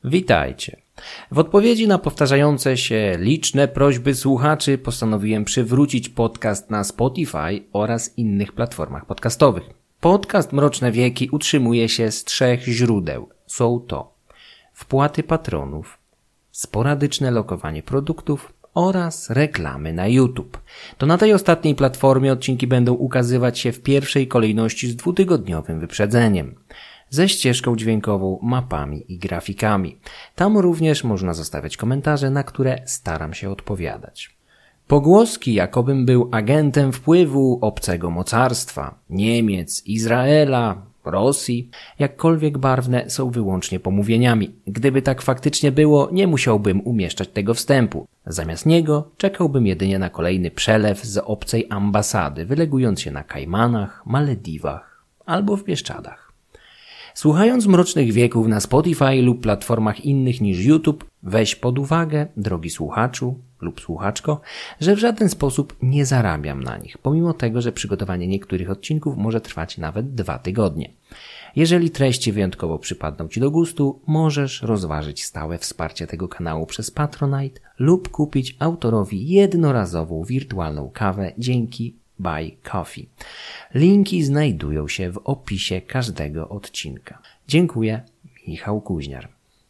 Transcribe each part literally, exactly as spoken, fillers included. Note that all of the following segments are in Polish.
Witajcie. W odpowiedzi na powtarzające się liczne prośby słuchaczy postanowiłem przywrócić podcast na Spotify oraz innych platformach podcastowych. Podcast Mroczne Wieki utrzymuje się z trzech źródeł. Są to wpłaty patronów, sporadyczne lokowanie produktów oraz reklamy na YouTube. To na tej ostatniej platformie odcinki będą ukazywać się w pierwszej kolejności z dwutygodniowym wyprzedzeniem, ze ścieżką dźwiękową, mapami i grafikami. Tam również można zostawiać komentarze, na które staram się odpowiadać. Pogłoski, jakobym był agentem wpływu obcego mocarstwa, Niemiec, Izraela, Rosji, jakkolwiek barwne, są wyłącznie pomówieniami. Gdyby tak faktycznie było, nie musiałbym umieszczać tego wstępu. Zamiast niego czekałbym jedynie na kolejny przelew z obcej ambasady, wylegując się na Kajmanach, Malediwach albo w Bieszczadach. Słuchając Mrocznych Wieków na Spotify lub platformach innych niż YouTube, weź pod uwagę, drogi słuchaczu lub słuchaczko, że w żaden sposób nie zarabiam na nich, pomimo tego, że przygotowanie niektórych odcinków może trwać nawet dwa tygodnie. Jeżeli treści wyjątkowo przypadną Ci do gustu, możesz rozważyć stałe wsparcie tego kanału przez Patronite lub kupić autorowi jednorazową wirtualną kawę dzięki Buy Coffee. Linki znajdują się w opisie każdego odcinka. Dziękuję, Michał Kuźniar.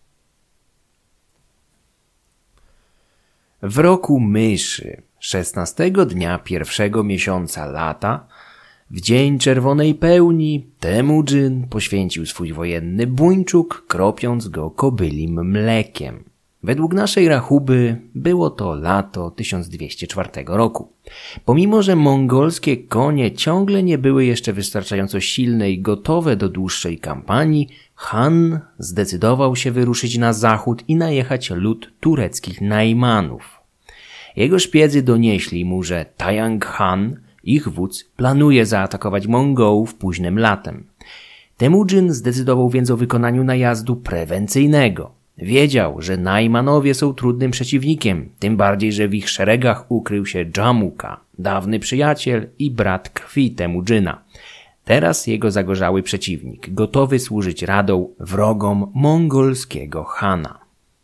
W roku myszy, szesnastego dnia pierwszego miesiąca lata, w dzień czerwonej pełni, Temudżyn poświęcił swój wojenny buńczuk, kropiąc go kobylim mlekiem. Według naszej rachuby było to lato tysiąc dwieście czwartego roku. Pomimo że mongolskie konie ciągle nie były jeszcze wystarczająco silne i gotowe do dłuższej kampanii, Han zdecydował się wyruszyć na zachód i najechać lud tureckich Najmanów. Jego szpiedzy donieśli mu, że Tajang Han, ich wódz, planuje zaatakować Mongołów późnym latem. Temudżyn zdecydował więc o wykonaniu najazdu prewencyjnego. Wiedział, że Najmanowie są trudnym przeciwnikiem, tym bardziej, że w ich szeregach ukrył się Dżamuka, dawny przyjaciel i brat krwi Temudżyna. Teraz jego zagorzały przeciwnik, gotowy służyć radą wrogom mongolskiego Hana.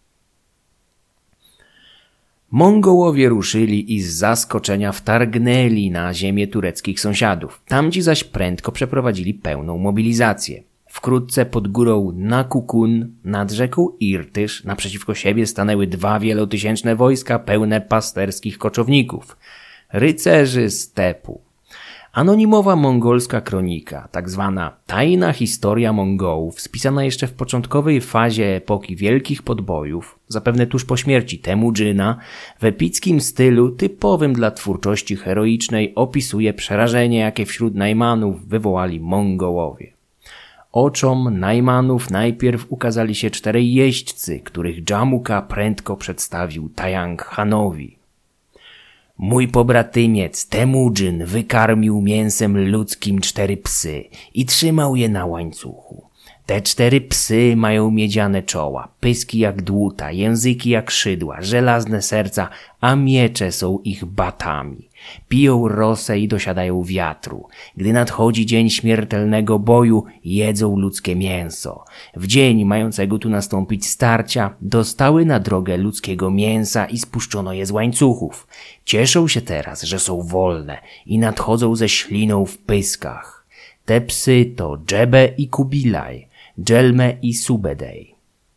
Mongołowie ruszyli i z zaskoczenia wtargnęli na ziemię tureckich sąsiadów. Tamci zaś prędko przeprowadzili pełną mobilizację. Wkrótce pod górą Nakukun nad rzeką Irtysz naprzeciwko siebie stanęły dwa wielotysięczne wojska pełne pasterskich koczowników, rycerzy stepu. Anonimowa mongolska kronika, tak zwana tajna historia Mongołów, spisana jeszcze w początkowej fazie epoki wielkich podbojów, zapewne tuż po śmierci Temudżyna, w epickim stylu typowym dla twórczości heroicznej opisuje przerażenie, jakie wśród Najmanów wywołali Mongołowie. Oczom Najmanów najpierw ukazali się czterej jeźdźcy, których Dżamuka prędko przedstawił Tajang Hanowi. Mój pobratymiec Temudżyn wykarmił mięsem ludzkim cztery psy i trzymał je na łańcuchu. Te cztery psy mają miedziane czoła, pyski jak dłuta, języki jak szydła, żelazne serca, a miecze są ich batami. Piją rosę i dosiadają wiatru. Gdy nadchodzi dzień śmiertelnego boju, jedzą ludzkie mięso. W dzień mającego tu nastąpić starcia, dostały na drogę ludzkiego mięsa i spuszczono je z łańcuchów. Cieszą się teraz, że są wolne i nadchodzą ze śliną w pyskach. Te psy to Dżebe i Kubilaj, Dżelme i Subedej.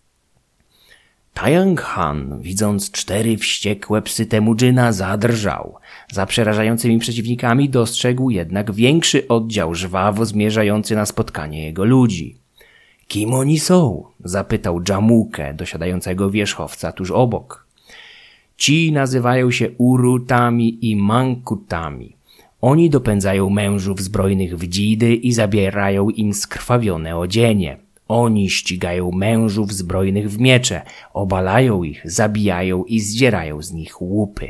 Tajang Han, widząc cztery wściekłe psy Temudżyna, zadrżał. Za przerażającymi przeciwnikami dostrzegł jednak większy oddział żwawo zmierzający na spotkanie jego ludzi. Kim oni są? Zapytał Dżamukę, dosiadającego wierzchowca tuż obok. Ci nazywają się Urutami i Mankutami. Oni dopędzają mężów zbrojnych w dzidy i zabierają im skrwawione odzienie. Oni ścigają mężów zbrojnych w miecze, obalają ich, zabijają i zdzierają z nich łupy.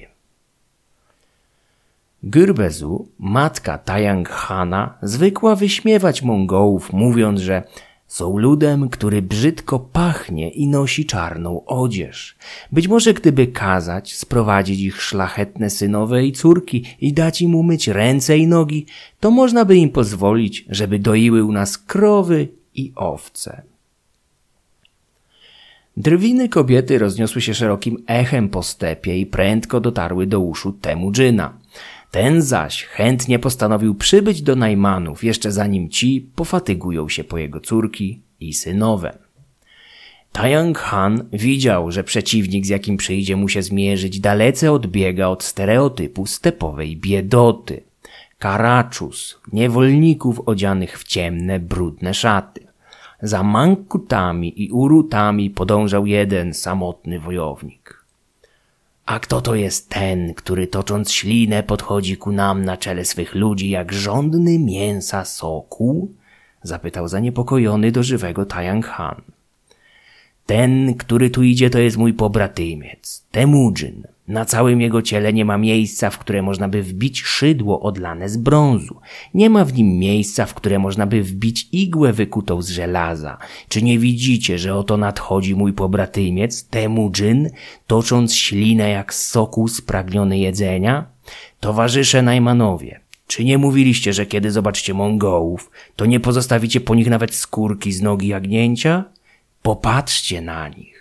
Gürbezu, matka Tajang Hana, zwykła wyśmiewać Mongołów, mówiąc, że są ludem, który brzydko pachnie i nosi czarną odzież. Być może gdyby kazać sprowadzić ich szlachetne synowe i córki i dać im umyć ręce i nogi, to można by im pozwolić, żeby doiły u nas krowy i owce. Drwiny kobiety rozniosły się szerokim echem po stepie i prędko dotarły do uszu Temudżyna. Ten zaś chętnie postanowił przybyć do Najmanów, jeszcze zanim ci pofatygują się po jego córki i synowe. Tajang Han widział, że przeciwnik, z jakim przyjdzie mu się zmierzyć, dalece odbiega od stereotypu stepowej biedoty. Karaczus, niewolników odzianych w ciemne, brudne szaty. Za mankutami i urutami podążał jeden samotny wojownik. A kto to jest ten, który tocząc ślinę podchodzi ku nam na czele swych ludzi jak żądny mięsa sokół? Zapytał zaniepokojony do żywego Tajang Han. Ten, który tu idzie, to jest mój pobratymiec, Temujin. Na całym jego ciele nie ma miejsca, w które można by wbić szydło odlane z brązu. Nie ma w nim miejsca, w które można by wbić igłę wykutą z żelaza. Czy nie widzicie, że oto nadchodzi mój pobratymiec, Temujin, tocząc ślinę jak sokół spragniony jedzenia? Towarzysze Najmanowie, czy nie mówiliście, że kiedy zobaczycie Mongołów, to nie pozostawicie po nich nawet skórki z nogi jagnięcia? Popatrzcie na nich.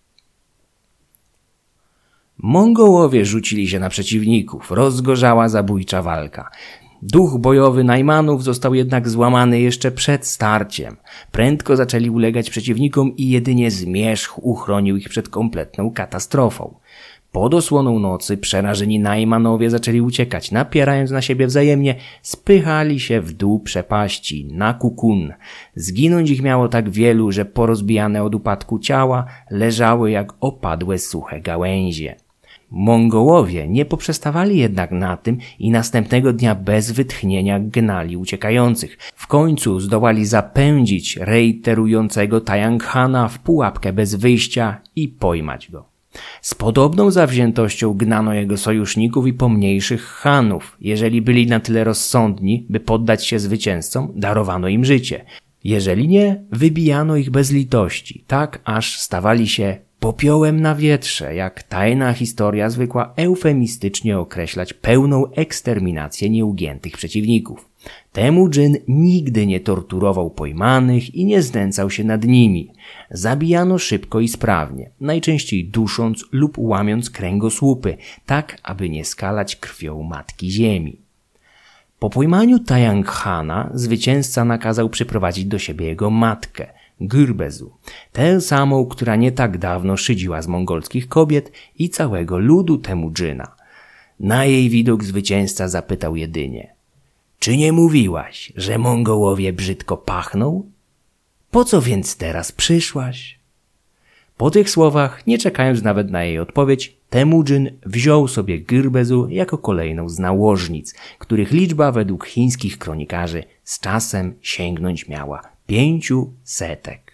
Mongołowie rzucili się na przeciwników. Rozgorzała zabójcza walka. Duch bojowy Najmanów został jednak złamany jeszcze przed starciem. Prędko zaczęli ulegać przeciwnikom i jedynie zmierzch uchronił ich przed kompletną katastrofą. Pod osłoną nocy przerażeni Najmanowie zaczęli uciekać, napierając na siebie wzajemnie, spychali się w dół przepaści, na Kukun. Zginąć ich miało tak wielu, że porozbijane od upadku ciała leżały jak opadłe suche gałęzie. Mongołowie nie poprzestawali jednak na tym i następnego dnia bez wytchnienia gnali uciekających. W końcu zdołali zapędzić rejterującego Tajang Hana w pułapkę bez wyjścia i pojmać go. Z podobną zawziętością gnano jego sojuszników i pomniejszych Hanów. Jeżeli byli na tyle rozsądni, by poddać się zwycięzcom, darowano im życie. Jeżeli nie, wybijano ich bez litości, tak aż stawali się popiołem na wietrze, jak tajna historia zwykła eufemistycznie określać pełną eksterminację nieugiętych przeciwników. Temujin nigdy nie torturował pojmanych i nie znęcał się nad nimi. Zabijano szybko i sprawnie, najczęściej dusząc lub łamiąc kręgosłupy, tak aby nie skalać krwią matki ziemi. Po pojmaniu Tajang Hana zwycięzca nakazał przyprowadzić do siebie jego matkę, Gürbezu, tę samą, która nie tak dawno szydziła z mongolskich kobiet i całego ludu Temujina. Na jej widok zwycięzca zapytał jedynie: czy nie mówiłaś, że Mongołowie brzydko pachną? Po co więc teraz przyszłaś? Po tych słowach, nie czekając nawet na jej odpowiedź, Temujin wziął sobie Gürbezu jako kolejną z nałożnic, których liczba według chińskich kronikarzy z czasem sięgnąć miała pięciu setek.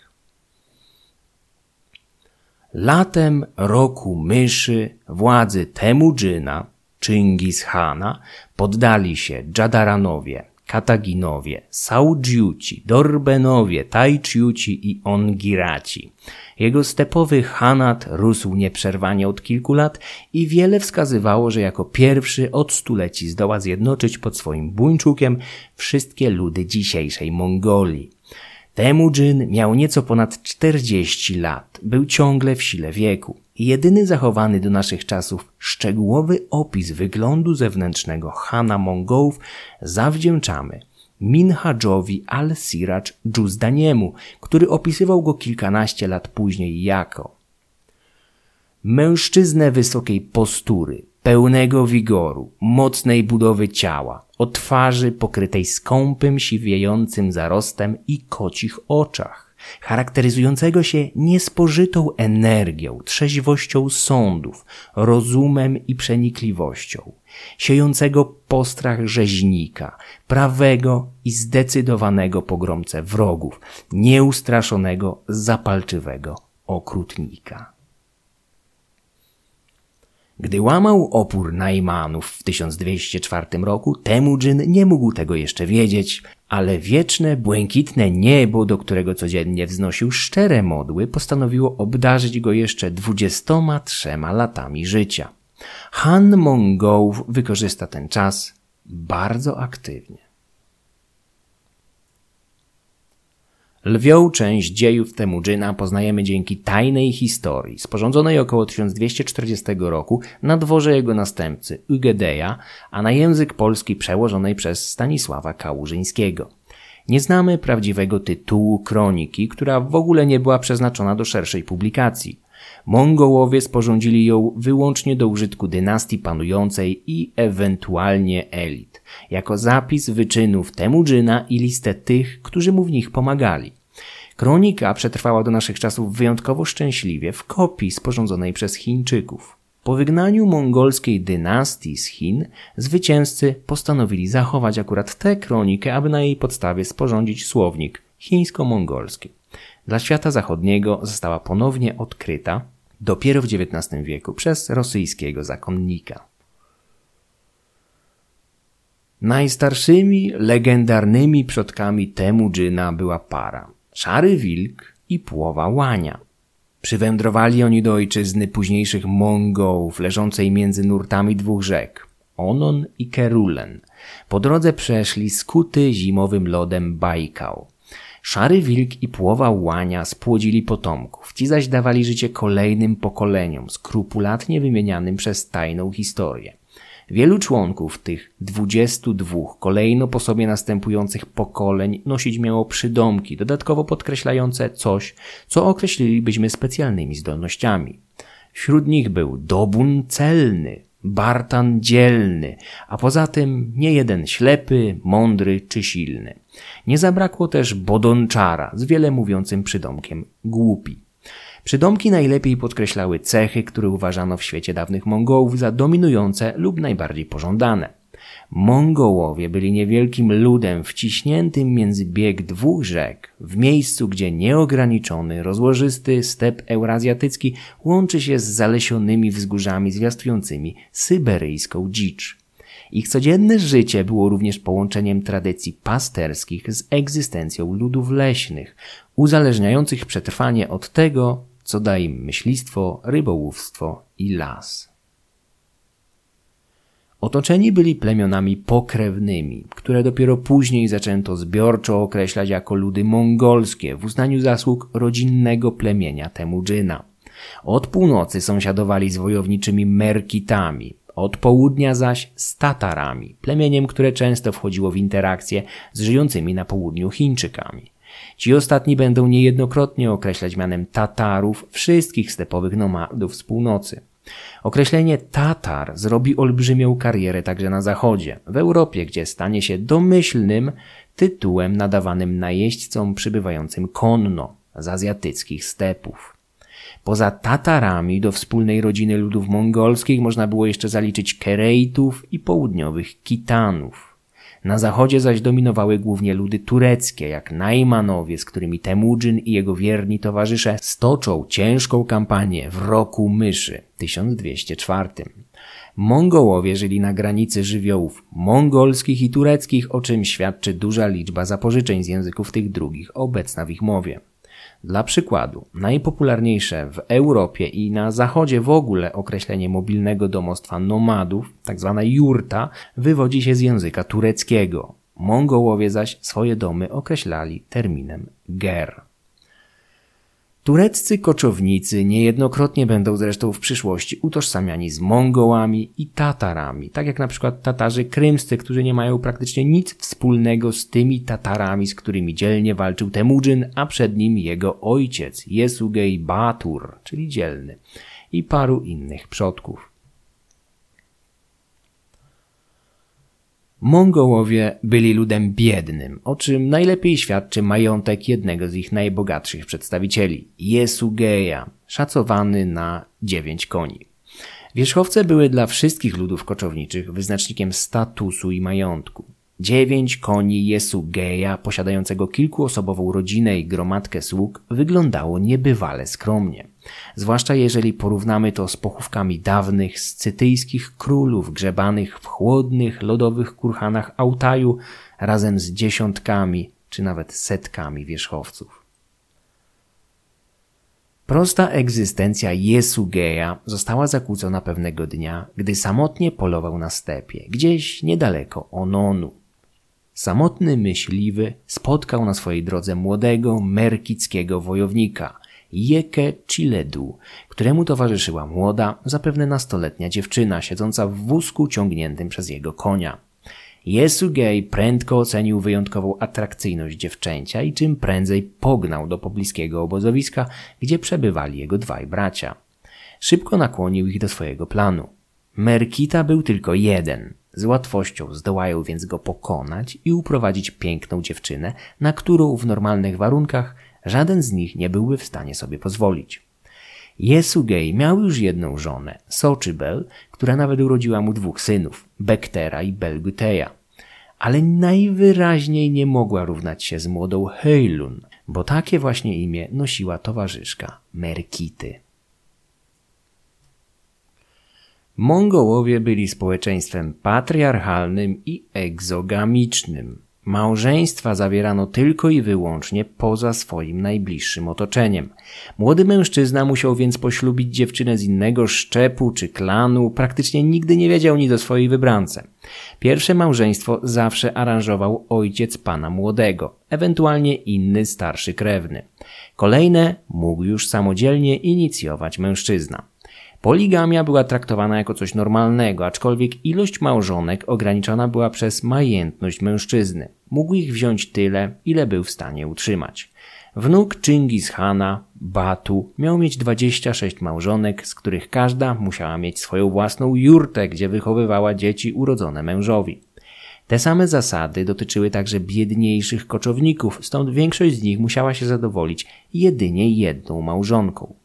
Latem roku myszy władzy Temujina, Chingis Hana, poddali się Dżadaranowie, Kataginowie, Saudżiuci, Dorbenowie, Tajczyuci i Ongiraci. Jego stepowy Hanat rósł nieprzerwanie od kilku lat i wiele wskazywało, że jako pierwszy od stuleci zdoła zjednoczyć pod swoim buńczukiem wszystkie ludy dzisiejszej Mongolii. Temujin miał nieco ponad czterdzieści lat, był ciągle w sile wieku. Jedyny zachowany do naszych czasów szczegółowy opis wyglądu zewnętrznego Hana Mongołów zawdzięczamy Minhadżowi al-Siraj Dżuzdaniemu, który opisywał go kilkanaście lat później jako mężczyznę wysokiej postury, pełnego wigoru, mocnej budowy ciała, o twarzy pokrytej skąpym, siwiejącym zarostem i kocich oczach, charakteryzującego się niespożytą energią, trzeźwością sądów, rozumem i przenikliwością, siejącego postrach rzeźnika, prawego i zdecydowanego pogromcę wrogów, nieustraszonego, zapalczywego okrutnika. Gdy łamał opór Najmanów w tysiąc dwieście czwartym roku, Temujin nie mógł tego jeszcze wiedzieć, ale wieczne, błękitne niebo, do którego codziennie wznosił szczere modły, postanowiło obdarzyć go jeszcze dwudziestoma trzema latami życia. Han Mongołów wykorzysta ten czas bardzo aktywnie. Lwią część dziejów Temudżyna poznajemy dzięki tajnej historii, sporządzonej około tysiąc dwieście czterdziestego roku na dworze jego następcy Ugedeja, a na język polski przełożonej przez Stanisława Kałużyńskiego. Nie znamy prawdziwego tytułu kroniki, która w ogóle nie była przeznaczona do szerszej publikacji. Mongołowie sporządzili ją wyłącznie do użytku dynastii panującej i ewentualnie elit, jako zapis wyczynów Temudżyna i listę tych, którzy mu w nich pomagali. Kronika przetrwała do naszych czasów wyjątkowo szczęśliwie w kopii sporządzonej przez Chińczyków. Po wygnaniu mongolskiej dynastii z Chin, zwycięzcy postanowili zachować akurat tę kronikę, aby na jej podstawie sporządzić słownik chińsko-mongolski. Dla świata zachodniego została ponownie odkryta dopiero w dziewiętnastym wieku przez rosyjskiego zakonnika. Najstarszymi, legendarnymi przodkami Temudżyna była para Szary Wilk i Płowa Łania. Przywędrowali oni do ojczyzny późniejszych Mongołów leżącej między nurtami dwóch rzek, Onon i Kerulen. Po drodze przeszli skuty zimowym lodem Bajkał. Szary Wilk i Płowa Łania spłodzili potomków, ci zaś dawali życie kolejnym pokoleniom, skrupulatnie wymienianym przez tajną historię. Wielu członków tych dwudziestu dwóch kolejno po sobie następujących pokoleń nosić miało przydomki, dodatkowo podkreślające coś, co określilibyśmy specjalnymi zdolnościami. Wśród nich był Dobun celny, Bartan dzielny, a poza tym nie jeden ślepy, mądry czy silny. Nie zabrakło też Bodonczara z wiele mówiącym przydomkiem głupi. Przydomki najlepiej podkreślały cechy, które uważano w świecie dawnych Mongołów za dominujące lub najbardziej pożądane. Mongołowie byli niewielkim ludem wciśniętym między bieg dwóch rzek, w miejscu, gdzie nieograniczony, rozłożysty step eurazjatycki łączy się z zalesionymi wzgórzami zwiastującymi syberyjską dzicz. Ich codzienne życie było również połączeniem tradycji pasterskich z egzystencją ludów leśnych, uzależniających przetrwanie od tego, co da im myślistwo, rybołówstwo i las. Otoczeni byli plemionami pokrewnymi, które dopiero później zaczęto zbiorczo określać jako ludy mongolskie w uznaniu zasług rodzinnego plemienia Temudżyna. Od północy sąsiadowali z wojowniczymi Merkitami, od południa zaś z Tatarami, plemieniem, które często wchodziło w interakcję z żyjącymi na południu Chińczykami. Ci ostatni będą niejednokrotnie określać mianem Tatarów wszystkich stepowych nomadów z północy. Określenie Tatar zrobi olbrzymią karierę także na zachodzie, w Europie, gdzie stanie się domyślnym tytułem nadawanym najeźdźcom przybywającym konno z azjatyckich stepów. Poza Tatarami do wspólnej rodziny ludów mongolskich można było jeszcze zaliczyć Kerejtów i południowych Kitanów. Na zachodzie zaś dominowały głównie ludy tureckie, jak Najmanowie, z którymi Temudżyn i jego wierni towarzysze stoczą ciężką kampanię w roku myszy tysiąc dwieście czwartym. Mongołowie żyli na granicy żywiołów mongolskich i tureckich, o czym świadczy duża liczba zapożyczeń z języków tych drugich obecna w ich mowie. Dla przykładu, najpopularniejsze w Europie i na zachodzie w ogóle określenie mobilnego domostwa nomadów, tzw. jurta, wywodzi się z języka tureckiego. Mongołowie zaś swoje domy określali terminem ger. Tureccy koczownicy niejednokrotnie będą zresztą w przyszłości utożsamiani z Mongołami i Tatarami, tak jak na przykład Tatarzy krymscy, którzy nie mają praktycznie nic wspólnego z tymi Tatarami, z którymi dzielnie walczył Temudżyn, a przed nim jego ojciec Jesugej Batur, czyli dzielny, i paru innych przodków. Mongołowie byli ludem biednym, o czym najlepiej świadczy majątek jednego z ich najbogatszych przedstawicieli, Jesugeja, szacowany na dziewięć koni. Wierzchowce były dla wszystkich ludów koczowniczych wyznacznikiem statusu i majątku. Dziewięć koni Jesugeja, posiadającego kilkuosobową rodzinę i gromadkę sług, wyglądało niebywale skromnie. Zwłaszcza jeżeli porównamy to z pochówkami dawnych scytyjskich królów grzebanych w chłodnych, lodowych kurhanach Altaju razem z dziesiątkami czy nawet setkami wierzchowców. Prosta egzystencja Jesugeja została zakłócona pewnego dnia, gdy samotnie polował na stepie, gdzieś niedaleko Ononu. samotny myśliwy spotkał na swojej drodze młodego merkickiego wojownika, Jekę Chiledu, któremu towarzyszyła młoda, zapewne nastoletnia dziewczyna siedząca w wózku ciągniętym przez jego konia. Yesugei prędko ocenił wyjątkową atrakcyjność dziewczęcia i czym prędzej pognał do pobliskiego obozowiska, gdzie przebywali jego dwaj bracia. Szybko nakłonił ich do swojego planu. Merkita był tylko jeden. Z łatwością zdołają więc go pokonać i uprowadzić piękną dziewczynę, na którą w normalnych warunkach żaden z nich nie byłby w stanie sobie pozwolić. Yesugei miał już jedną żonę, Sochibel, która nawet urodziła mu dwóch synów, Bektera i Belguteja. Ale najwyraźniej nie mogła równać się z młodą Heilun, bo takie właśnie imię nosiła towarzyszka Merkity. Mongołowie byli społeczeństwem patriarchalnym i egzogamicznym. Małżeństwa zawierano tylko i wyłącznie poza swoim najbliższym otoczeniem. Młody mężczyzna musiał więc poślubić dziewczynę z innego szczepu czy klanu, praktycznie nigdy nie wiedział nic o swojej wybrance. Pierwsze małżeństwo zawsze aranżował ojciec pana młodego, ewentualnie inny starszy krewny. Kolejne mógł już samodzielnie inicjować mężczyzna. Poligamia była traktowana jako coś normalnego, aczkolwiek ilość małżonek ograniczona była przez majętność mężczyzny. Mógł ich wziąć tyle, ile był w stanie utrzymać. Wnuk Chingis Khana, Batu, miał mieć dwadzieścia sześć małżonek, z których każda musiała mieć swoją własną jurtę, gdzie wychowywała dzieci urodzone mężowi. Te same zasady dotyczyły także biedniejszych koczowników, stąd większość z nich musiała się zadowolić jedynie jedną małżonką.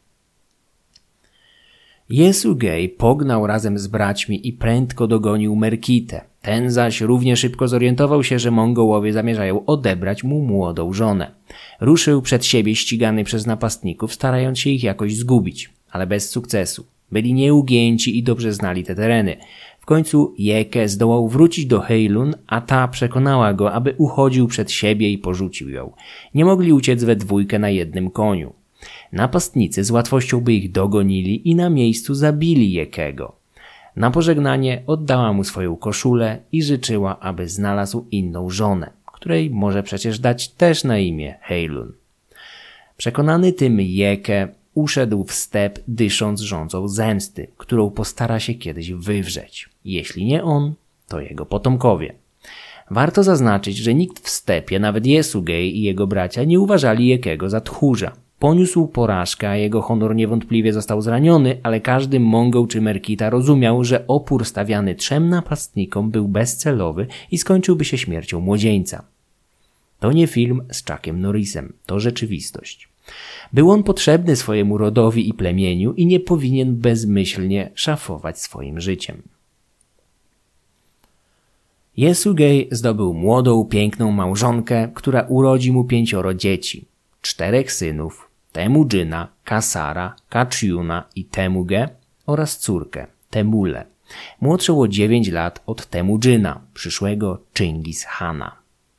Yesugei pognał razem z braćmi i prędko dogonił Merkitę. Ten zaś równie szybko zorientował się, że Mongołowie zamierzają odebrać mu młodą żonę. Ruszył przed siebie ścigany przez napastników, starając się ich jakoś zgubić, ale bez sukcesu. Byli nieugięci i dobrze znali te tereny. W końcu Jekę zdołał wrócić do Heilun, a ta przekonała go, aby uchodził przed siebie i porzucił ją. Nie mogli uciec we dwójkę na jednym koniu. Napastnicy z łatwością by ich dogonili i na miejscu zabili Jekego. Na pożegnanie oddała mu swoją koszulę i życzyła, aby znalazł inną żonę, której może przecież dać też na imię Heilun. Przekonany tym Jekę uszedł w step, dysząc żądzą zemsty, którą postara się kiedyś wywrzeć. Jeśli nie on, to jego potomkowie. Warto zaznaczyć, że nikt w stepie, nawet Yesugei i jego bracia, nie uważali Jekego za tchórza. Poniósł porażkę, a jego honor niewątpliwie został zraniony, ale każdy Mongol czy Merkita rozumiał, że opór stawiany trzem napastnikom był bezcelowy i skończyłby się śmiercią młodzieńca. To nie film z Chuckiem Norrisem, to rzeczywistość. Był on potrzebny swojemu rodowi i plemieniu i nie powinien bezmyślnie szafować swoim życiem. Yesugei zdobył młodą, piękną małżonkę, która urodzi mu pięcioro dzieci. Czterech synów, Temujina, Kasara, Kachiuna i Temugę oraz córkę, Temulę, młodszą o dziewięć lat od Temujina, przyszłego Chingis Khana.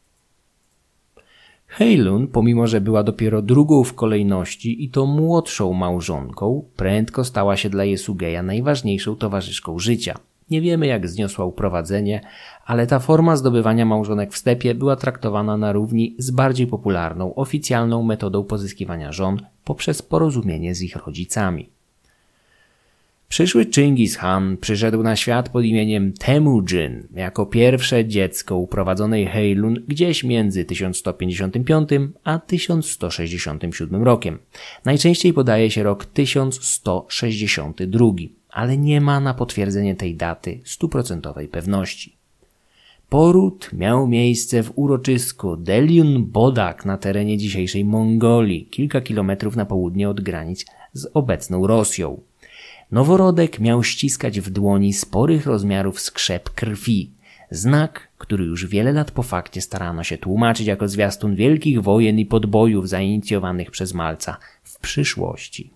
Heilun, pomimo że była dopiero drugą w kolejności i to młodszą małżonką, prędko stała się dla Yesugeja najważniejszą towarzyszką życia. Nie wiemy, jak zniosła uprowadzenie, ale ta forma zdobywania małżonek w stepie była traktowana na równi z bardziej popularną, oficjalną metodą pozyskiwania żon poprzez porozumienie z ich rodzicami. Przyszły Chingis Khan przyszedł na świat pod imieniem Temujin jako pierwsze dziecko uprowadzonej Heilun gdzieś między tysiąc sto pięćdziesiątym piątym a tysiąc sto sześćdziesiątym siódmym rokiem. Najczęściej podaje się rok tysiąc sto sześćdziesiąty drugi, ale nie ma na potwierdzenie tej daty stuprocentowej pewności. Poród miał miejsce w uroczysku Deliun Bodak na terenie dzisiejszej Mongolii, kilka kilometrów na południe od granic z obecną Rosją. Noworodek miał ściskać w dłoni sporych rozmiarów skrzep krwi, znak, który już wiele lat po fakcie starano się tłumaczyć jako zwiastun wielkich wojen i podbojów zainicjowanych przez Malca w przyszłości.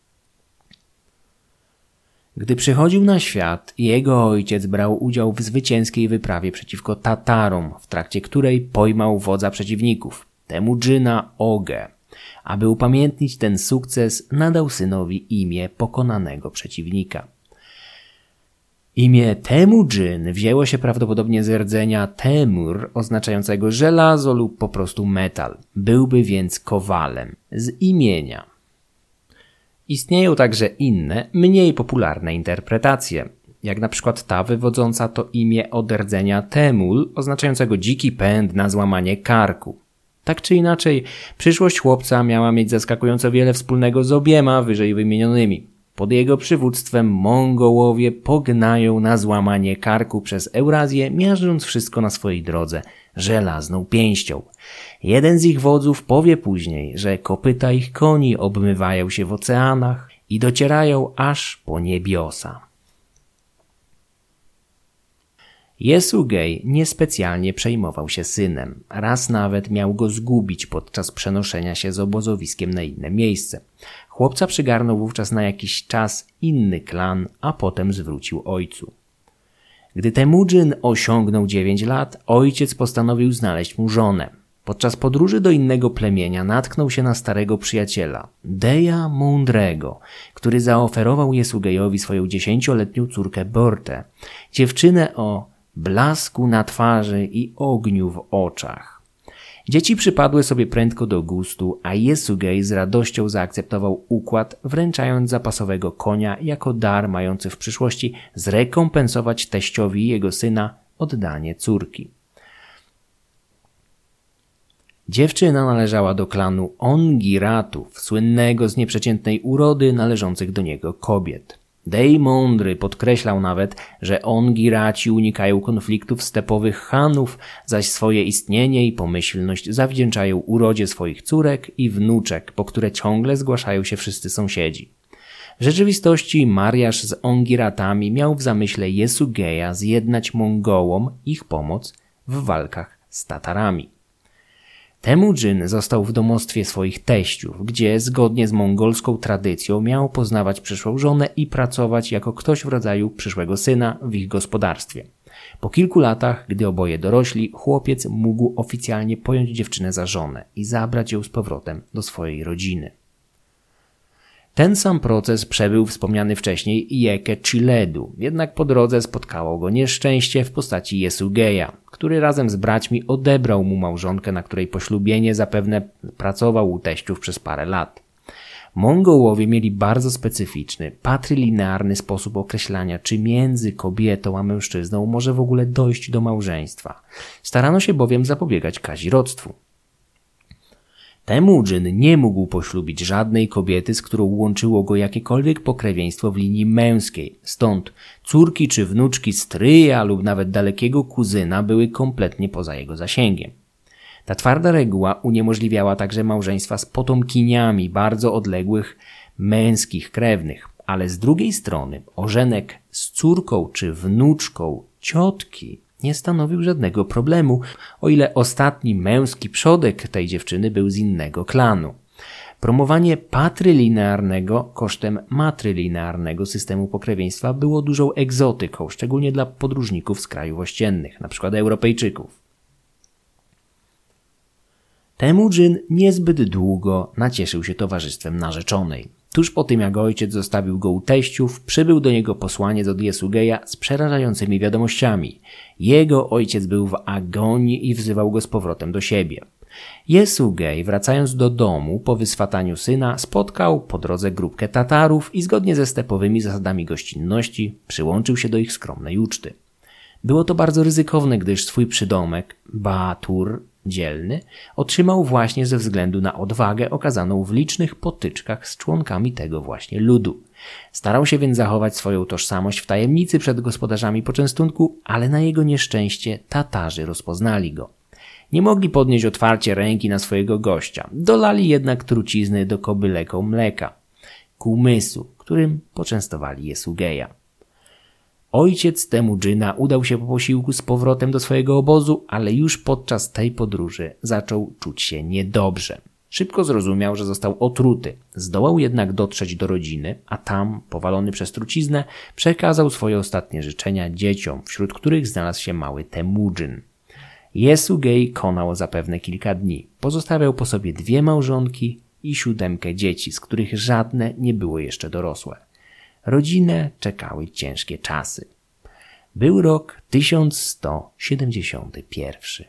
Gdy przychodził na świat, jego ojciec brał udział w zwycięskiej wyprawie przeciwko Tatarom, w trakcie której pojmał wodza przeciwników, Temujina Ogę. Aby upamiętnić ten sukces, nadał synowi imię pokonanego przeciwnika. Imię Temujin wzięło się prawdopodobnie z rdzenia Temur, oznaczającego żelazo lub po prostu metal. Byłby więc kowalem z imienia. Istnieją także inne, mniej popularne interpretacje, jak na przykład ta wywodząca to imię od rdzenia Temul, oznaczającego dziki pęd na złamanie karku. Tak czy inaczej, przyszłość chłopca miała mieć zaskakująco wiele wspólnego z obiema wyżej wymienionymi. Pod jego przywództwem Mongołowie pognają na złamanie karku przez Eurazję, miażdżąc wszystko na swojej drodze żelazną pięścią. Jeden z ich wodzów powie później, że kopyta ich koni obmywają się w oceanach i docierają aż po niebiosa. Yesugei niespecjalnie przejmował się synem. Raz nawet miał go zgubić podczas przenoszenia się z obozowiskiem na inne miejsce. Chłopca przygarnął wówczas na jakiś czas inny klan, a potem zwrócił ojcu. Gdy Temujin osiągnął dziewięć lat, ojciec postanowił znaleźć mu żonę. Podczas podróży do innego plemienia natknął się na starego przyjaciela, Deja Mądrego, który zaoferował Yesugeiowi swoją dziesięcioletnią córkę Bortę, dziewczynę o blasku na twarzy i ogniu w oczach. Dzieci przypadły sobie prędko do gustu, a Yesugei z radością zaakceptował układ, wręczając zapasowego konia jako dar mający w przyszłości zrekompensować teściowi jego syna oddanie córki. Dziewczyna należała do klanu Ongiratów, słynnego z nieprzeciętnej urody należących do niego kobiet. Dej Mądry podkreślał nawet, że Ongiraci unikają konfliktów stepowych Hanów, zaś swoje istnienie i pomyślność zawdzięczają urodzie swoich córek i wnuczek, po które ciągle zgłaszają się wszyscy sąsiedzi. W rzeczywistości mariaż z Ongiratami miał w zamyśle Yesugeia zjednać Mongołom ich pomoc w walkach z Tatarami. Temujin został w domostwie swoich teściów, gdzie zgodnie z mongolską tradycją miał poznawać przyszłą żonę i pracować jako ktoś w rodzaju przyszłego syna w ich gospodarstwie. Po kilku latach, gdy oboje dorośli, chłopiec mógł oficjalnie pojąć dziewczynę za żonę i zabrać ją z powrotem do swojej rodziny. Ten sam proces przebył wspomniany wcześniej Jeke Chiledu, jednak po drodze spotkało go nieszczęście w postaci Yesugeia, który razem z braćmi odebrał mu małżonkę, na której poślubienie zapewne pracował u teściów przez parę lat. Mongołowie mieli bardzo specyficzny, patrylinearny sposób określania, czy między kobietą a mężczyzną może w ogóle dojść do małżeństwa. Starano się bowiem zapobiegać kazirodztwu. Temujin nie mógł poślubić żadnej kobiety, z którą łączyło go jakiekolwiek pokrewieństwo w linii męskiej. Stąd córki czy wnuczki stryja lub nawet dalekiego kuzyna były kompletnie poza jego zasięgiem. Ta twarda reguła uniemożliwiała także małżeństwa z potomkiniami bardzo odległych męskich krewnych, ale z drugiej strony ożenek z córką czy wnuczką ciotki nie stanowił żadnego problemu, o ile ostatni męski przodek tej dziewczyny był z innego klanu. Promowanie patrylinearnego kosztem matrylinearnego systemu pokrewieństwa było dużą egzotyką, szczególnie dla podróżników z krajów ościennych, np. Europejczyków. Temujin niezbyt długo nacieszył się towarzystwem narzeczonej. Tuż po tym, jak ojciec zostawił go u teściów, przybył do niego posłaniec od Yesugeia z przerażającymi wiadomościami. Jego ojciec był w agonii i wzywał go z powrotem do siebie. Yesugei, wracając do domu po wyswataniu syna, spotkał po drodze grupkę Tatarów i zgodnie ze stepowymi zasadami gościnności przyłączył się do ich skromnej uczty. Było to bardzo ryzykowne, gdyż swój przydomek, Baatur, dzielny, otrzymał właśnie ze względu na odwagę okazaną w licznych potyczkach z członkami tego właśnie ludu. Starał się więc zachować swoją tożsamość w tajemnicy przed gospodarzami poczęstunku, ale na jego nieszczęście Tatarzy rozpoznali go. Nie mogli podnieść otwarcie ręki na swojego gościa, dolali jednak trucizny do kobyleko mleka, kumysu, którym poczęstowali Yesugeia. Ojciec Temujina udał się po posiłku z powrotem do swojego obozu, ale już podczas tej podróży zaczął czuć się niedobrze. Szybko zrozumiał, że został otruty. Zdołał jednak dotrzeć do rodziny, a tam, powalony przez truciznę, przekazał swoje ostatnie życzenia dzieciom, wśród których znalazł się mały Temujin. Yesugei konał zapewne kilka dni. Pozostawiał po sobie dwie małżonki i siódemkę dzieci, z których żadne nie było jeszcze dorosłe. Rodzinę czekały ciężkie czasy. Był rok tysiąc sto siedemdziesiąty pierwszy.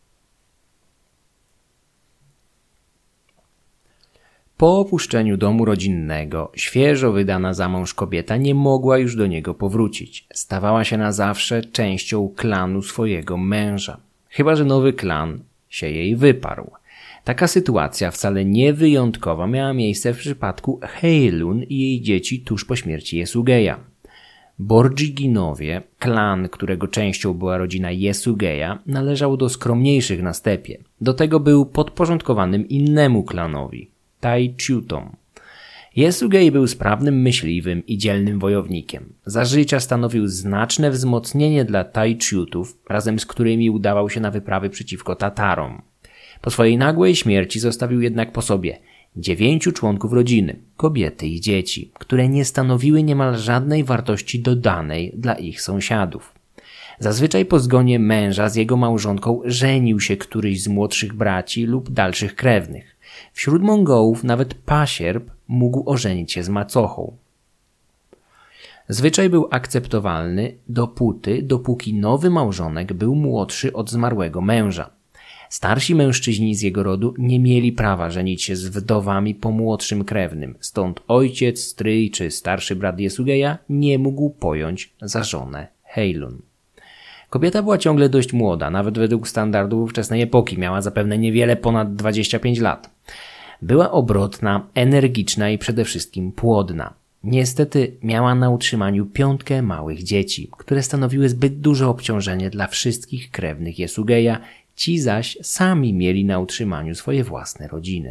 Po opuszczeniu domu rodzinnego, świeżo wydana za mąż kobieta nie mogła już do niego powrócić. Stawała się na zawsze częścią klanu swojego męża. Chyba że nowy klan się jej wyparł. Taka sytuacja wcale nie wyjątkowa miała miejsce w przypadku Heilun i jej dzieci tuż po śmierci Jesugeja. Bordziginowie, klan, którego częścią była rodzina Jesugeja, należał do skromniejszych na stepie. Do tego był podporządkowanym innemu klanowi, Taichutom. Yesugei był sprawnym myśliwym i dzielnym wojownikiem. Za życia stanowił znaczne wzmocnienie dla Taichutów, razem z którymi udawał się na wyprawy przeciwko Tatarom. Po swojej nagłej śmierci zostawił jednak po sobie dziewięciu członków rodziny, kobiety i dzieci, które nie stanowiły niemal żadnej wartości dodanej dla ich sąsiadów. Zazwyczaj po zgonie męża z jego małżonką żenił się któryś z młodszych braci lub dalszych krewnych. Wśród Mongołów nawet pasierb mógł ożenić się z macochą. Zwyczaj był akceptowalny dopóty, dopóki nowy małżonek był młodszy od zmarłego męża. Starsi mężczyźni z jego rodu nie mieli prawa żenić się z wdowami po młodszym krewnym, stąd ojciec, stryj czy starszy brat Jesugeja nie mógł pojąć za żonę Heilun. Kobieta była ciągle dość młoda, nawet według standardów ówczesnej epoki, miała zapewne niewiele ponad dwadzieścia pięć lat. Była obrotna, energiczna i przede wszystkim płodna. Niestety miała na utrzymaniu piątkę małych dzieci, które stanowiły zbyt duże obciążenie dla wszystkich krewnych Jesugeja, ci zaś sami mieli na utrzymaniu swoje własne rodziny.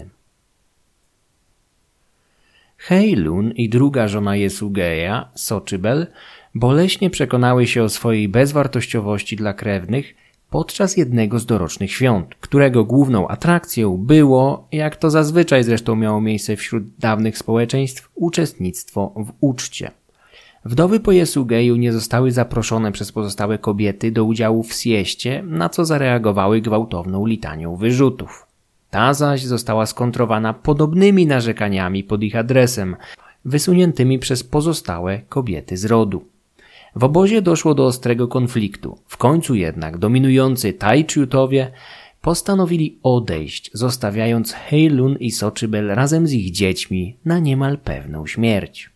Heilun i druga żona Jesugeja, Sochibel, boleśnie przekonały się o swojej bezwartościowości dla krewnych podczas jednego z dorocznych świąt, którego główną atrakcją było, jak to zazwyczaj zresztą miało miejsce wśród dawnych społeczeństw, uczestnictwo w uczcie. Wdowy po Jesugeju nie zostały zaproszone przez pozostałe kobiety do udziału w sieście, na co zareagowały gwałtowną litanią wyrzutów. Ta zaś została skontrowana podobnymi narzekaniami pod ich adresem, wysuniętymi przez pozostałe kobiety z rodu. W obozie doszło do ostrego konfliktu. W końcu jednak dominujący Taichutowie postanowili odejść, zostawiając Heilun i Sochibel razem z ich dziećmi na niemal pewną śmierć.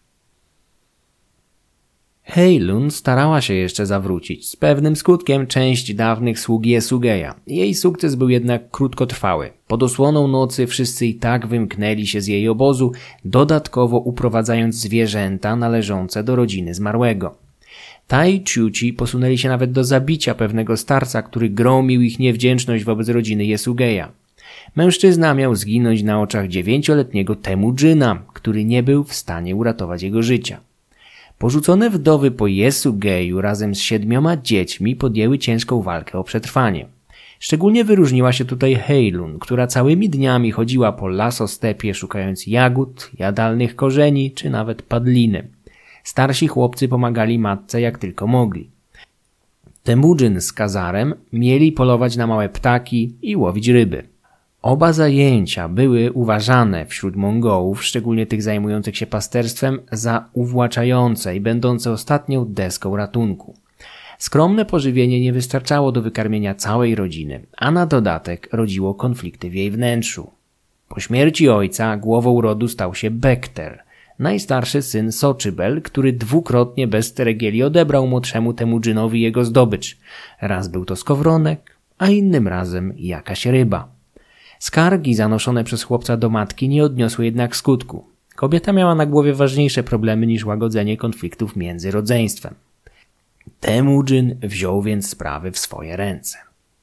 Heilun starała się jeszcze zawrócić, z pewnym skutkiem, część dawnych sług Jesugeja. Jej sukces był jednak krótkotrwały. Pod osłoną nocy wszyscy i tak wymknęli się z jej obozu, dodatkowo uprowadzając zwierzęta należące do rodziny zmarłego. Taichuci posunęli się nawet do zabicia pewnego starca, który gromił ich niewdzięczność wobec rodziny Jesugeja. Mężczyzna miał zginąć na oczach dziewięcioletniego Temujina, który nie był w stanie uratować jego życia. Porzucone wdowy po Jesugeju razem z siedmioma dziećmi podjęły ciężką walkę o przetrwanie. Szczególnie wyróżniła się tutaj Heilun, która całymi dniami chodziła po lasostepie szukając jagód, jadalnych korzeni czy nawet padliny. Starsi chłopcy pomagali matce jak tylko mogli. Temujin z Kazarem mieli polować na małe ptaki i łowić ryby. Oba zajęcia były uważane wśród Mongołów, szczególnie tych zajmujących się pasterstwem, za uwłaczające i będące ostatnią deską ratunku. Skromne pożywienie nie wystarczało do wykarmienia całej rodziny, a na dodatek rodziło konflikty w jej wnętrzu. Po śmierci ojca głową rodu stał się Bekter, najstarszy syn Sochibel, który dwukrotnie bez ceregieli odebrał młodszemu Temujinowi jego zdobycz. Raz był to skowronek, a innym razem jakaś ryba. Skargi zanoszone przez chłopca do matki nie odniosły jednak skutku. Kobieta miała na głowie ważniejsze problemy niż łagodzenie konfliktów między rodzeństwem. Temujin wziął więc sprawy w swoje ręce.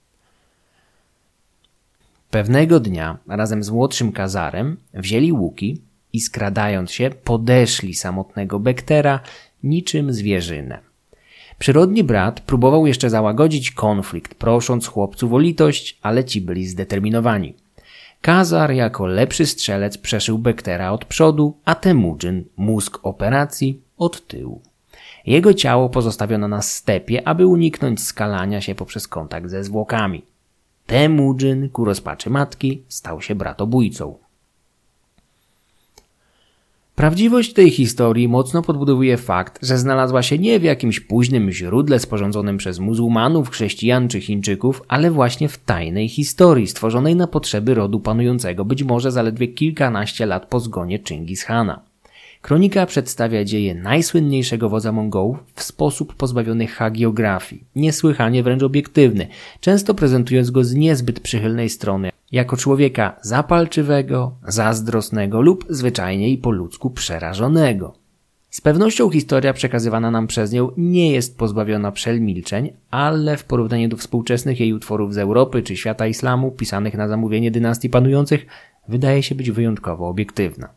Pewnego dnia razem z młodszym Kazarem wzięli łuki i skradając się podeszli samotnego Bektera niczym zwierzynę. Przyrodni brat próbował jeszcze załagodzić konflikt, prosząc chłopców o litość, ale ci byli zdeterminowani. Kazar jako lepszy strzelec przeszył Bektera od przodu, a Temujin, mózg operacji, od tyłu. Jego ciało pozostawiono na stepie, aby uniknąć skalania się poprzez kontakt ze zwłokami. Temujin, ku rozpaczy matki, stał się bratobójcą. Prawdziwość tej historii mocno podbudowuje fakt, że znalazła się nie w jakimś późnym źródle sporządzonym przez muzułmanów, chrześcijan czy Chińczyków, ale właśnie w tajnej historii stworzonej na potrzeby rodu panującego być może zaledwie kilkanaście lat po zgonie Chingis Khana. Kronika przedstawia dzieje najsłynniejszego wodza Mongołów w sposób pozbawiony hagiografii, niesłychanie wręcz obiektywny, często prezentując go z niezbyt przychylnej strony, jako człowieka zapalczywego, zazdrosnego lub zwyczajnie i po ludzku przerażonego. Z pewnością historia przekazywana nam przez nią nie jest pozbawiona przelmilczeń, ale w porównaniu do współczesnych jej utworów z Europy czy świata islamu pisanych na zamówienie dynastii panujących wydaje się być wyjątkowo obiektywna.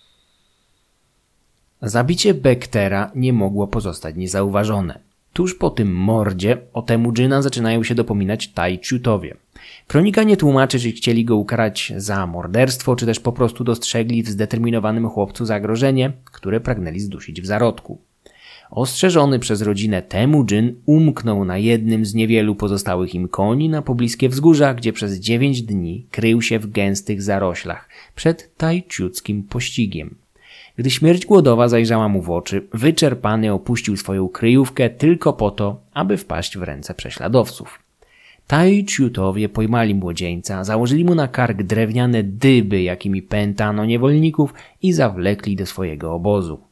Zabicie Bektera nie mogło pozostać niezauważone. Tuż po tym mordzie o Temujina zaczynają się dopominać Tajciutowie. Kronika nie tłumaczy, czy chcieli go ukarać za morderstwo, czy też po prostu dostrzegli w zdeterminowanym chłopcu zagrożenie, które pragnęli zdusić w zarodku. Ostrzeżony przez rodzinę Temujin umknął na jednym z niewielu pozostałych im koni na pobliskie wzgórza, gdzie przez dziewięć dni krył się w gęstych zaroślach przed tajciuckim pościgiem. Gdy śmierć głodowa zajrzała mu w oczy, wyczerpany opuścił swoją kryjówkę tylko po to, aby wpaść w ręce prześladowców. Tajciutowie pojmali młodzieńca, założyli mu na kark drewniane dyby, jakimi pętano niewolników i zawlekli do swojego obozu.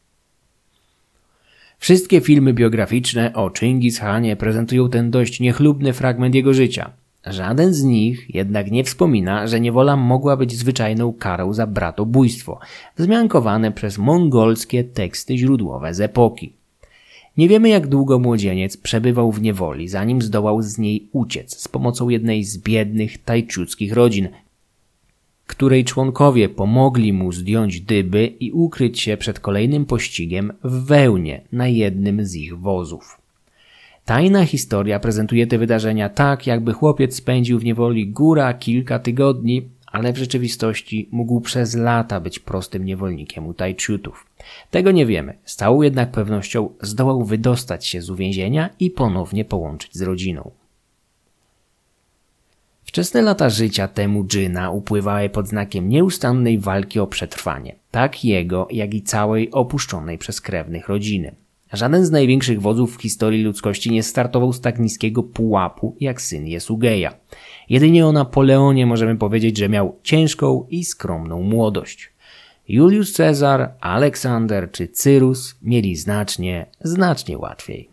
Wszystkie filmy biograficzne o Chingis Khanie prezentują ten dość niechlubny fragment jego życia. Żaden z nich jednak nie wspomina, że niewola mogła być zwyczajną karą za bratobójstwo, wzmiankowane przez mongolskie teksty źródłowe z epoki. Nie wiemy, jak długo młodzieniec przebywał w niewoli, zanim zdołał z niej uciec z pomocą jednej z biednych tajciuckich rodzin, której członkowie pomogli mu zdjąć dyby i ukryć się przed kolejnym pościgiem w wełnie na jednym z ich wozów. Tajna historia prezentuje te wydarzenia tak, jakby chłopiec spędził w niewoli góra kilka tygodni, ale w rzeczywistości mógł przez lata być prostym niewolnikiem u Tajciutów. Tego nie wiemy. Z całą jednak pewnością zdołał wydostać się z uwięzienia i ponownie połączyć z rodziną. Wczesne lata życia Temujina upływały pod znakiem nieustannej walki o przetrwanie, tak jego, jak i całej opuszczonej przez krewnych rodziny. Żaden z największych wodzów w historii ludzkości nie startował z tak niskiego pułapu jak syn Jesugeja. Jedynie o Napoleonie możemy powiedzieć, że miał ciężką i skromną młodość. Juliusz Cezar, Aleksander czy Cyrus mieli znacznie, znacznie łatwiej.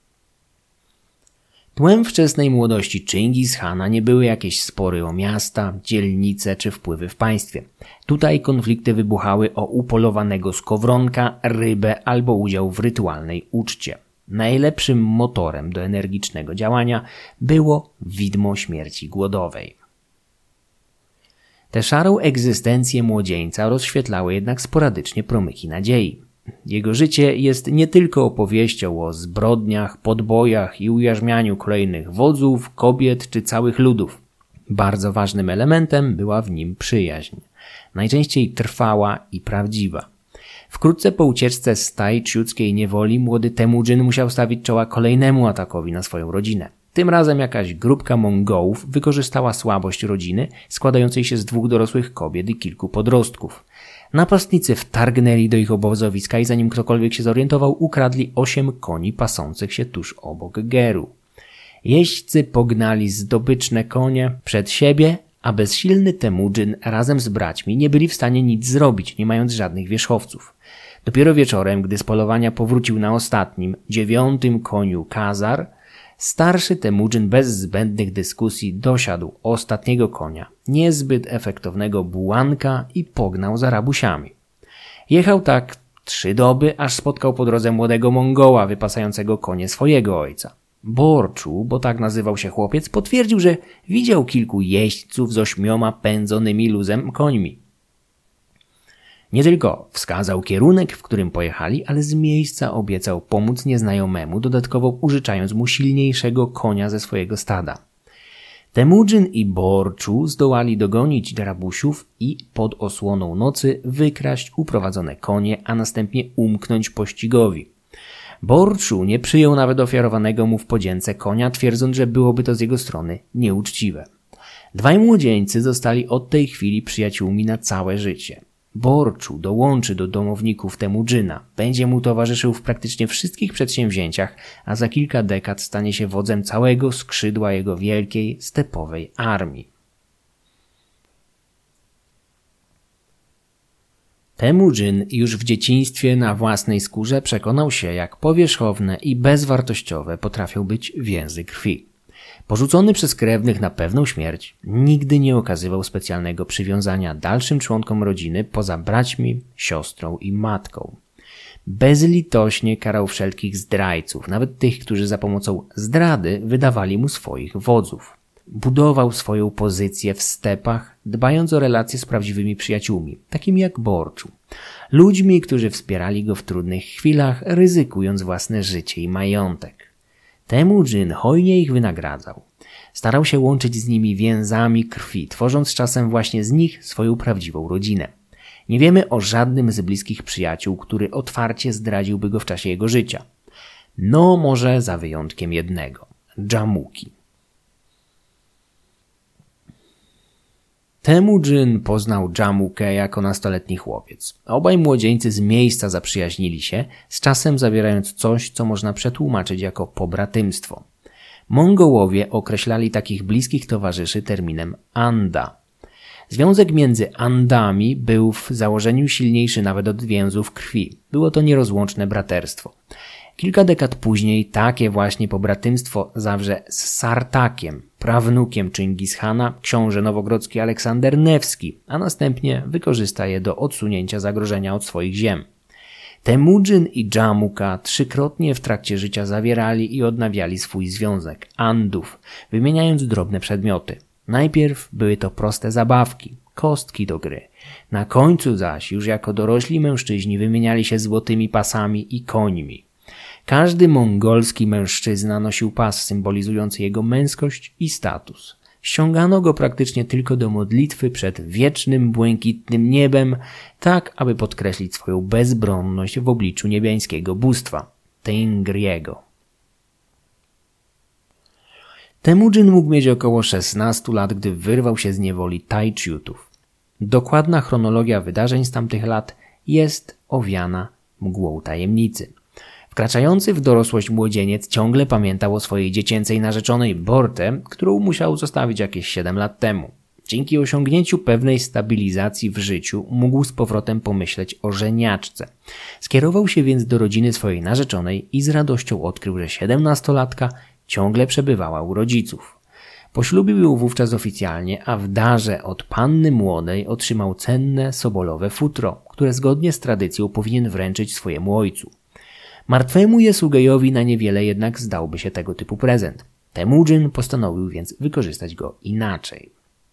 Tłem wczesnej młodości Chingis Khana nie były jakieś spory o miasta, dzielnice czy wpływy w państwie. Tutaj konflikty wybuchały o upolowanego skowronka, rybę albo udział w rytualnej uczcie. Najlepszym motorem do energicznego działania było widmo śmierci głodowej. Tę szarą egzystencję młodzieńca rozświetlały jednak sporadycznie promyki nadziei. Jego życie jest nie tylko opowieścią o zbrodniach, podbojach i ujarzmianiu kolejnych wodzów, kobiet czy całych ludów. Bardzo ważnym elementem była w nim przyjaźń. Najczęściej trwała i prawdziwa. Wkrótce po ucieczce z tajciuckiej niewoli młody Temujin musiał stawić czoła kolejnemu atakowi na swoją rodzinę. Tym razem jakaś grupka Mongołów wykorzystała słabość rodziny składającej się z dwóch dorosłych kobiet i kilku podrostków. Napastnicy wtargnęli do ich obozowiska i zanim ktokolwiek się zorientował, ukradli osiem koni pasących się tuż obok Geru. Jeźdźcy pognali zdobyczne konie przed siebie, a bezsilny Temujin razem z braćmi nie byli w stanie nic zrobić, nie mając żadnych wierzchowców. Dopiero wieczorem, gdy z polowania powrócił na ostatnim, dziewiątym koniu Kazar, starszy Temujin bez zbędnych dyskusji dosiadł ostatniego konia, niezbyt efektownego bułanka i pognał za rabusiami. Jechał tak trzy doby, aż spotkał po drodze młodego Mongoła wypasającego konie swojego ojca. Borczu, bo tak nazywał się chłopiec, potwierdził, że widział kilku jeźdźców z ośmioma pędzonymi luzem końmi. Nie tylko wskazał kierunek, w którym pojechali, ale z miejsca obiecał pomóc nieznajomemu, dodatkowo użyczając mu silniejszego konia ze swojego stada. Temujin i Borczu zdołali dogonić rabusiów i pod osłoną nocy wykraść uprowadzone konie, a następnie umknąć pościgowi. Borczu nie przyjął nawet ofiarowanego mu w podzięce konia, twierdząc, że byłoby to z jego strony nieuczciwe. Dwaj młodzieńcy zostali od tej chwili przyjaciółmi na całe życie. Borczu dołączy do domowników Temudżyna, będzie mu towarzyszył w praktycznie wszystkich przedsięwzięciach, a za kilka dekad stanie się wodzem całego skrzydła jego wielkiej, stepowej armii. Temudżyn już w dzieciństwie na własnej skórze przekonał się, jak powierzchowne i bezwartościowe potrafią być więzy krwi. Porzucony przez krewnych na pewną śmierć, nigdy nie okazywał specjalnego przywiązania dalszym członkom rodziny poza braćmi, siostrą i matką. Bezlitośnie karał wszelkich zdrajców, nawet tych, którzy za pomocą zdrady wydawali mu swoich wodzów. Budował swoją pozycję w stepach, dbając o relacje z prawdziwymi przyjaciółmi, takimi jak Borczu. Ludźmi, którzy wspierali go w trudnych chwilach, ryzykując własne życie i majątek. Temudżyn hojnie ich wynagradzał. Starał się łączyć z nimi więzami krwi, tworząc czasem właśnie z nich swoją prawdziwą rodzinę. Nie wiemy o żadnym z bliskich przyjaciół, który otwarcie zdradziłby go w czasie jego życia. No może za wyjątkiem jednego – Dżamuki. Temudżyn poznał Dżamukę jako nastoletni chłopiec. Obaj młodzieńcy z miejsca zaprzyjaźnili się, z czasem zawierając coś, co można przetłumaczyć jako pobratymstwo. Mongołowie określali takich bliskich towarzyszy terminem Anda. Związek między Andami był w założeniu silniejszy nawet od więzów krwi. Było to nierozłączne braterstwo. Kilka dekad później takie właśnie pobratymstwo zawrze z Sartakiem, prawnukiem Czingis-Hana, książę nowogrodzki Aleksander Newski, a następnie wykorzysta je do odsunięcia zagrożenia od swoich ziem. Temudżyn i Dżamuka trzykrotnie w trakcie życia zawierali i odnawiali swój związek Andów, wymieniając drobne przedmioty. Najpierw były to proste zabawki, kostki do gry. Na końcu zaś już jako dorośli mężczyźni wymieniali się złotymi pasami i końmi. Każdy mongolski mężczyzna nosił pas symbolizujący jego męskość i status. Ściągano go praktycznie tylko do modlitwy przed wiecznym, błękitnym niebem, tak aby podkreślić swoją bezbronność w obliczu niebiańskiego bóstwa – Tengriego. Temudżyn mógł mieć około szesnastu lat, gdy wyrwał się z niewoli Tajczyutów. Dokładna chronologia wydarzeń z tamtych lat jest owiana mgłą tajemnicy. Wkraczający w dorosłość młodzieniec ciągle pamiętał o swojej dziecięcej narzeczonej Borte, którą musiał zostawić jakieś siedem lat temu. Dzięki osiągnięciu pewnej stabilizacji w życiu mógł z powrotem pomyśleć o żeniaczce. Skierował się więc do rodziny swojej narzeczonej i z radością odkrył, że siedemnastolatka ciągle przebywała u rodziców. Poślubił ją wówczas oficjalnie, a w darze od panny młodej otrzymał cenne sobolowe futro, które zgodnie z tradycją powinien wręczyć swojemu ojcu. Martwemu Jesugei'owi na niewiele jednak zdałby się tego typu prezent. Temudżyn postanowił więc wykorzystać go inaczej.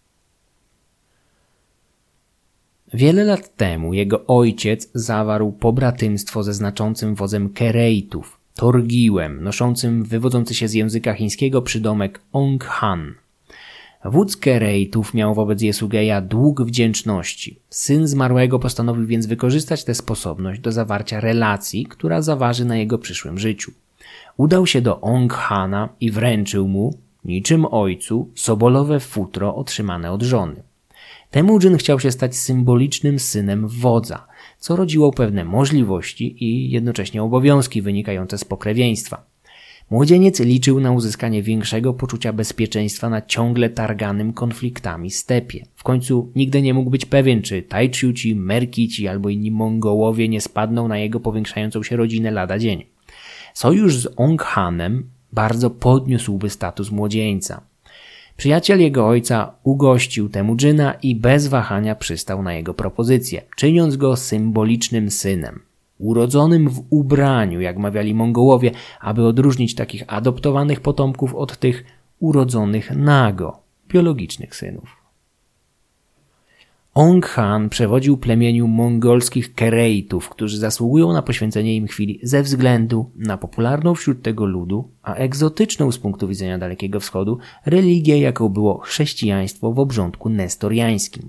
Wiele lat temu jego ojciec zawarł pobratymstwo ze znaczącym wodzem Kerejtów, Torgiłem, noszącym wywodzący się z języka chińskiego przydomek Ong Han. Wódz Kerejtów miał wobec Jesugei'a dług wdzięczności. Syn zmarłego postanowił więc wykorzystać tę sposobność do zawarcia relacji, która zaważy na jego przyszłym życiu. Udał się do Ong Hana i wręczył mu, niczym ojcu, sobolowe futro otrzymane od żony. Temudżyn chciał się stać symbolicznym synem wodza, co rodziło pewne możliwości i jednocześnie obowiązki wynikające z pokrewieństwa. Młodzieniec liczył na uzyskanie większego poczucia bezpieczeństwa na ciągle targanym konfliktami stepie. W końcu nigdy nie mógł być pewien, czy Tajczyuci, Merkici albo inni Mongołowie nie spadną na jego powiększającą się rodzinę lada dzień. Sojusz z Ong Hanem bardzo podniósłby status młodzieńca. Przyjaciel jego ojca ugościł Temudżyna i bez wahania przystał na jego propozycję, czyniąc go symbolicznym synem. Urodzonym w ubraniu, jak mawiali Mongołowie, aby odróżnić takich adoptowanych potomków od tych urodzonych nago, biologicznych synów. Ong Han przewodził plemieniu mongolskich Kerejtów, którzy zasługują na poświęcenie im chwili ze względu na popularną wśród tego ludu, a egzotyczną z punktu widzenia Dalekiego Wschodu, religię, jaką było chrześcijaństwo w obrządku nestoriańskim.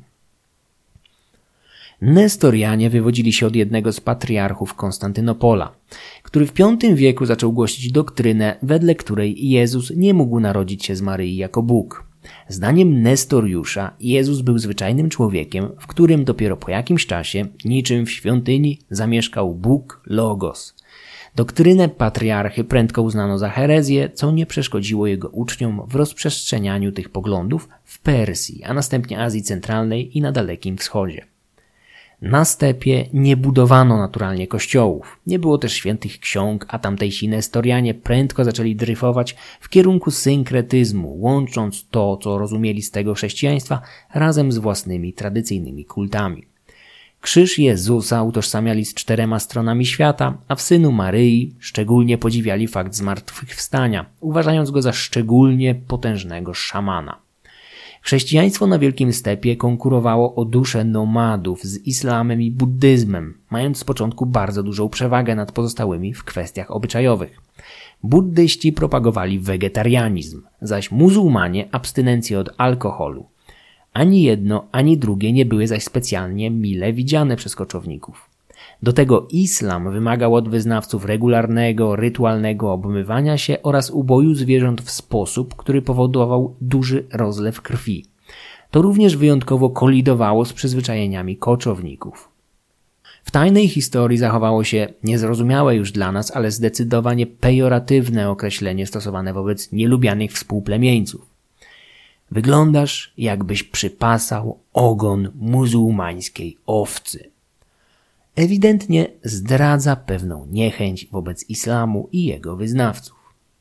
Nestorianie wywodzili się od jednego z patriarchów Konstantynopola, który w piątym wieku zaczął głosić doktrynę, wedle której Jezus nie mógł narodzić się z Maryi jako Bóg. Zdaniem Nestoriusza Jezus był zwyczajnym człowiekiem, w którym dopiero po jakimś czasie, niczym w świątyni, zamieszkał Bóg Logos. Doktrynę patriarchy prędko uznano za herezję, co nie przeszkodziło jego uczniom w rozprzestrzenianiu tych poglądów w Persji, a następnie Azji Centralnej i na Dalekim Wschodzie. Na stepie nie budowano naturalnie kościołów, nie było też świętych ksiąg, a tamtejsi nestorianie prędko zaczęli dryfować w kierunku synkretyzmu, łącząc to, co rozumieli z tego chrześcijaństwa, razem z własnymi tradycyjnymi kultami. Krzyż Jezusa utożsamiali z czterema stronami świata, a w Synu Maryi szczególnie podziwiali fakt zmartwychwstania, uważając go za szczególnie potężnego szamana. Chrześcijaństwo na Wielkim Stepie konkurowało o duszę nomadów z islamem i buddyzmem, mając z początku bardzo dużą przewagę nad pozostałymi w kwestiach obyczajowych. Buddyści propagowali wegetarianizm, zaś muzułmanie abstynencję od alkoholu. Ani jedno, ani drugie nie były zaś specjalnie mile widziane przez koczowników. Do tego islam wymagał od wyznawców regularnego, rytualnego obmywania się oraz uboju zwierząt w sposób, który powodował duży rozlew krwi. To również wyjątkowo kolidowało z przyzwyczajeniami koczowników. W tajnej historii zachowało się niezrozumiałe już dla nas, ale zdecydowanie pejoratywne określenie stosowane wobec nielubianych współplemieńców. Wyglądasz, jakbyś przypasał ogon muzułmańskiej owcy. Ewidentnie zdradza pewną niechęć wobec islamu i jego wyznawców.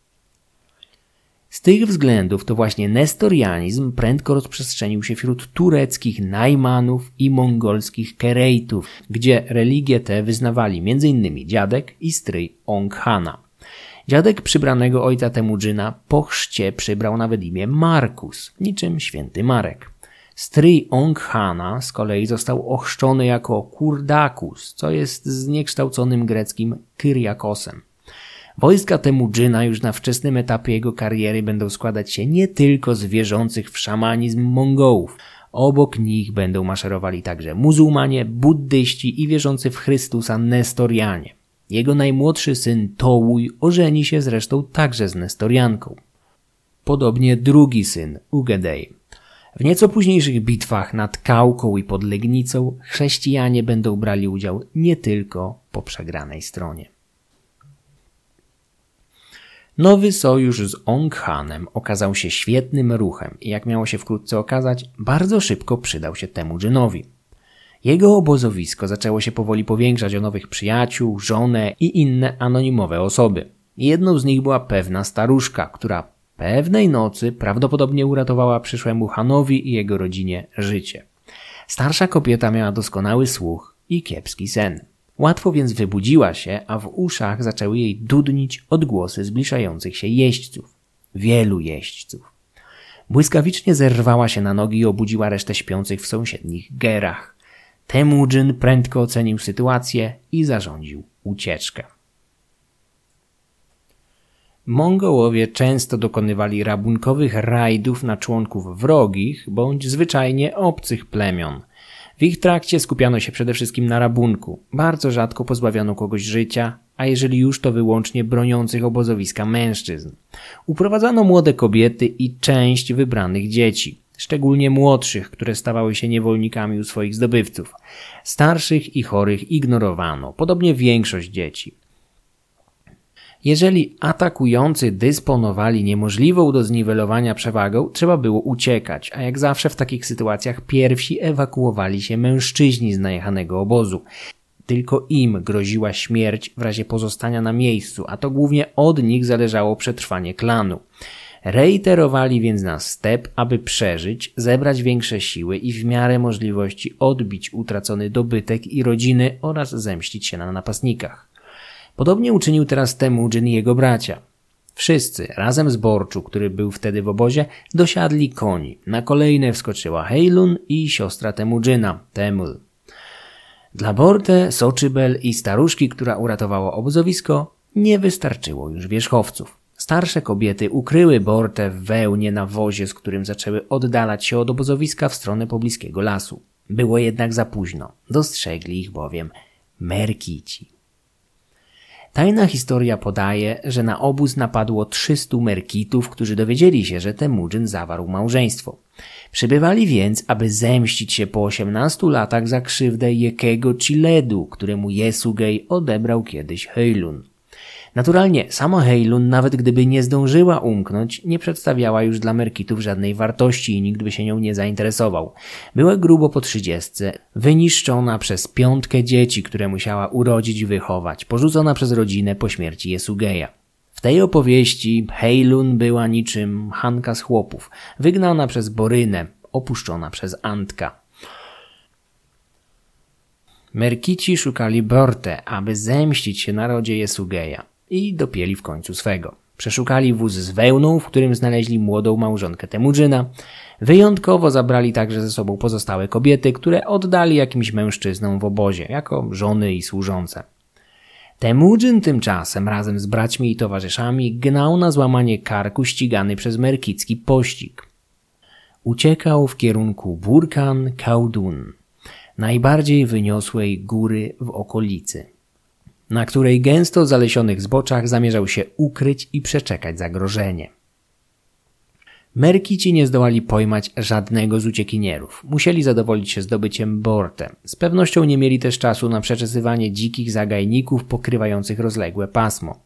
Z tych względów to właśnie nestorianizm prędko rozprzestrzenił się wśród tureckich Najmanów i mongolskich Kerejtów, gdzie religię tę wyznawali między innymi dziadek i stryj Ong-Khana. Dziadek przybranego ojca Temudżyna po chrzcie przybrał nawet imię Markus, niczym święty Marek. Stryj Ong-Khana z kolei został ochrzczony jako Kurdakus, co jest zniekształconym greckim Kyriakosem. Wojska Temudżyna już na wczesnym etapie jego kariery będą składać się nie tylko z wierzących w szamanizm Mongołów. Obok nich będą maszerowali także muzułmanie, buddyści i wierzący w Chrystusa Nestorianie. Jego najmłodszy syn Tołuj ożeni się zresztą także z Nestorianką. Podobnie drugi syn Ugedej. W nieco późniejszych bitwach nad Kałką i pod Legnicą chrześcijanie będą brali udział nie tylko po przegranej stronie. Nowy sojusz z Ong-Khanem okazał się świetnym ruchem i jak miało się wkrótce okazać, bardzo szybko przydał się Temudżynowi. Jego obozowisko zaczęło się powoli powiększać o nowych przyjaciół, żonę i inne anonimowe osoby. Jedną z nich była pewna staruszka, która pewnej nocy prawdopodobnie uratowała przyszłemu Khanowi i jego rodzinie życie. Starsza kobieta miała doskonały słuch i kiepski sen. Łatwo więc wybudziła się, a w uszach zaczęły jej dudnić odgłosy zbliżających się jeźdźców. Wielu jeźdźców. Błyskawicznie zerwała się na nogi i obudziła resztę śpiących w sąsiednich gerach. Temudżyn prędko ocenił sytuację i zarządził ucieczkę. Mongołowie często dokonywali rabunkowych rajdów na członków wrogich bądź zwyczajnie obcych plemion. W ich trakcie skupiano się przede wszystkim na rabunku. Bardzo rzadko pozbawiano kogoś życia, a jeżeli już to wyłącznie broniących obozowiska mężczyzn. Uprowadzano młode kobiety i część wybranych dzieci, szczególnie młodszych, które stawały się niewolnikami u swoich zdobywców. Starszych i chorych ignorowano, podobnie większość dzieci. Jeżeli atakujący dysponowali niemożliwą do zniwelowania przewagą, trzeba było uciekać, a jak zawsze w takich sytuacjach pierwsi ewakuowali się mężczyźni z najechanego obozu. Tylko im groziła śmierć w razie pozostania na miejscu, a to głównie od nich zależało przetrwanie klanu. Reiterowali więc na step, aby przeżyć, zebrać większe siły i w miarę możliwości odbić utracony dobytek i rodziny oraz zemścić się na napastnikach. Podobnie uczynił teraz Temudżyn i jego bracia. Wszyscy, razem z Borczu, który był wtedy w obozie, dosiadli koni. Na kolejne wskoczyła Heilun i siostra Temudżyna, Temul. Dla Borte, Soczybel i staruszki, która uratowała obozowisko, nie wystarczyło już wierzchowców. Starsze kobiety ukryły Bortę w wełnie na wozie, z którym zaczęły oddalać się od obozowiska w stronę pobliskiego lasu. Było jednak za późno. Dostrzegli ich bowiem Merkici. Tajna historia podaje, że na obóz napadło trzystu Merkitów, którzy dowiedzieli się, że Temujin zawarł małżeństwo. Przybywali więc, aby zemścić się po osiemnastu latach za krzywdę Jekego Chiledu, któremu Yesugei odebrał kiedyś Heilun. Naturalnie sama Heilun, nawet gdyby nie zdążyła umknąć, nie przedstawiała już dla Merkitów żadnej wartości i nikt by się nią nie zainteresował. Była grubo po trzydziestce, wyniszczona przez piątkę dzieci, które musiała urodzić i wychować, porzucona przez rodzinę po śmierci Yesugeja. W tej opowieści Heilun była niczym Hanka z chłopów, wygnana przez Borynę, opuszczona przez Antka. Merkici szukali Borte, aby zemścić się na rodzie Yesugeja i dopięli w końcu swego. Przeszukali wóz z wełną, w którym znaleźli młodą małżonkę Temujina. Wyjątkowo zabrali także ze sobą pozostałe kobiety, które oddali jakimś mężczyznom w obozie, jako żony i służące. Temujin tymczasem razem z braćmi i towarzyszami gnał na złamanie karku ścigany przez merkicki pościg. Uciekał w kierunku Burkan Khaldun, najbardziej wyniosłej góry w okolicy, na której gęsto zalesionych zboczach zamierzał się ukryć i przeczekać zagrożenie. Merkici nie zdołali pojmać żadnego z uciekinierów. Musieli zadowolić się zdobyciem Borte. Z pewnością nie mieli też czasu na przeczesywanie dzikich zagajników pokrywających rozległe pasmo.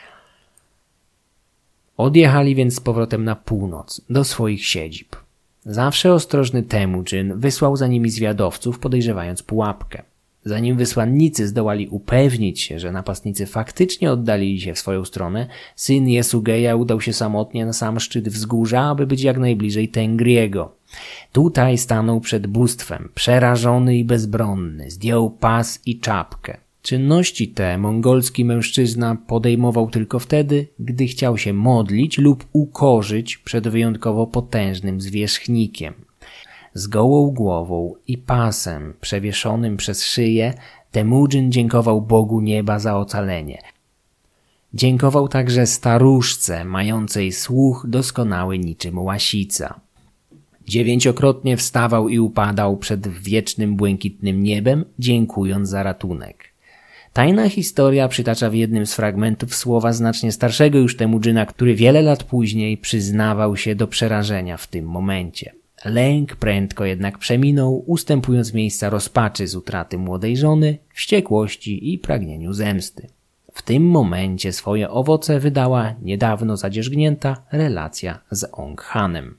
Odjechali więc z powrotem na północ, do swoich siedzib. Zawsze ostrożny Temujin wysłał za nimi zwiadowców, podejrzewając pułapkę. Zanim wysłannicy zdołali upewnić się, że napastnicy faktycznie oddalili się w swoją stronę, syn Yesugeja udał się samotnie na sam szczyt wzgórza, aby być jak najbliżej Tengriego. Tutaj stanął przed bóstwem, przerażony i bezbronny, zdjął pas i czapkę. Czynności te mongolski mężczyzna podejmował tylko wtedy, gdy chciał się modlić lub ukorzyć przed wyjątkowo potężnym zwierzchnikiem. Z gołą głową i pasem przewieszonym przez szyję Temujin dziękował Bogu nieba za ocalenie. Dziękował także staruszce, mającej słuch doskonały niczym łasica. Dziewięciokrotnie wstawał i upadał przed wiecznym błękitnym niebem, dziękując za ratunek. Tajna historia przytacza w jednym z fragmentów słowa znacznie starszego już Temujina, który wiele lat później przyznawał się do przerażenia w tym momencie. Lęk prędko jednak przeminął, ustępując miejsca rozpaczy z utraty młodej żony, wściekłości i pragnieniu zemsty. W tym momencie swoje owoce wydała niedawno zadzierzgnięta relacja z Ong Hanem.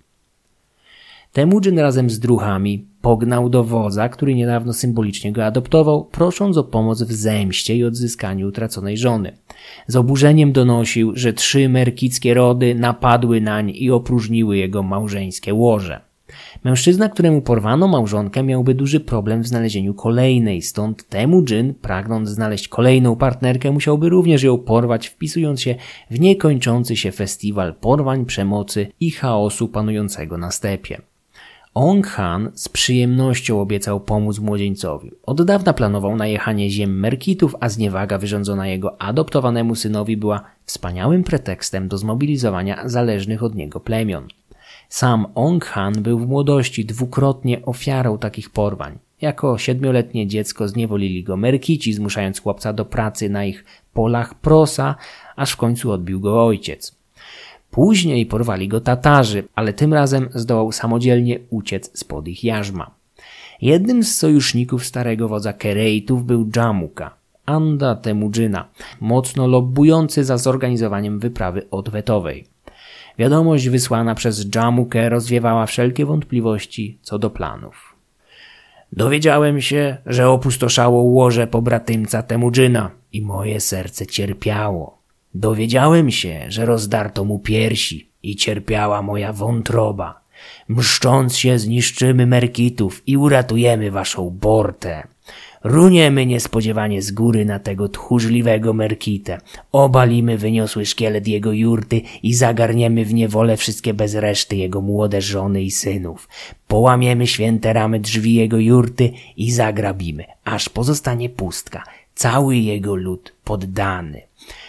Temujin razem z druchami pognał do wodza, który niedawno symbolicznie go adoptował, prosząc o pomoc w zemście i odzyskaniu utraconej żony. Z oburzeniem donosił, że trzy merkickie rody napadły nań i opróżniły jego małżeńskie łoże. Mężczyzna, któremu porwano małżonkę, miałby duży problem w znalezieniu kolejnej, stąd Temujin, pragnąc znaleźć kolejną partnerkę, musiałby również ją porwać, wpisując się w niekończący się festiwal porwań, przemocy i chaosu panującego na stepie. Ong Han z przyjemnością obiecał pomóc młodzieńcowi. Od dawna planował najechanie ziem Merkitów, a zniewaga wyrządzona jego adoptowanemu synowi była wspaniałym pretekstem do zmobilizowania zależnych od niego plemion. Sam Ong Han był w młodości dwukrotnie ofiarą takich porwań. Jako siedmioletnie dziecko zniewolili go Merkici, zmuszając chłopca do pracy na ich polach prosa, aż w końcu odbił go ojciec. Później porwali go Tatarzy, ale tym razem zdołał samodzielnie uciec spod ich jarzma. Jednym z sojuszników starego wodza Kerejtów był Jamuka, Anda Temujina, mocno lobbujący za zorganizowaniem wyprawy odwetowej. Wiadomość wysłana przez Jamukę rozwiewała wszelkie wątpliwości co do planów. Dowiedziałem się, że opustoszało łoże pobratymca Temujina i moje serce cierpiało. Dowiedziałem się, że rozdarto mu piersi i cierpiała moja wątroba. Mszcząc się zniszczymy Merkitów i uratujemy waszą Bortę. Runiemy niespodziewanie z góry na tego tchórzliwego Merkitę. Obalimy wyniosły szkielet jego jurty i zagarniemy w niewolę wszystkie bez reszty jego młode żony i synów. Połamiemy święte ramy drzwi jego jurty i zagrabimy, aż pozostanie pustka, cały jego lud poddany.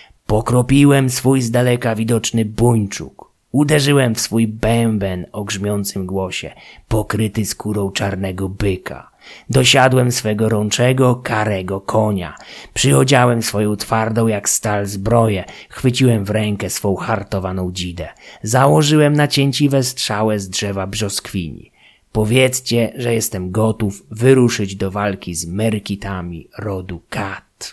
Pokropiłem swój z daleka widoczny buńczuk. Uderzyłem w swój bęben o grzmiącym głosie, pokryty skórą czarnego byka. Dosiadłem swego rączego, karego konia. Przyodziałem swoją twardą jak stal zbroję. Chwyciłem w rękę swą hartowaną dzidę. Założyłem nacięciwe strzałę z drzewa brzoskwini. Powiedzcie, że jestem gotów wyruszyć do walki z Merkitami rodu Kat.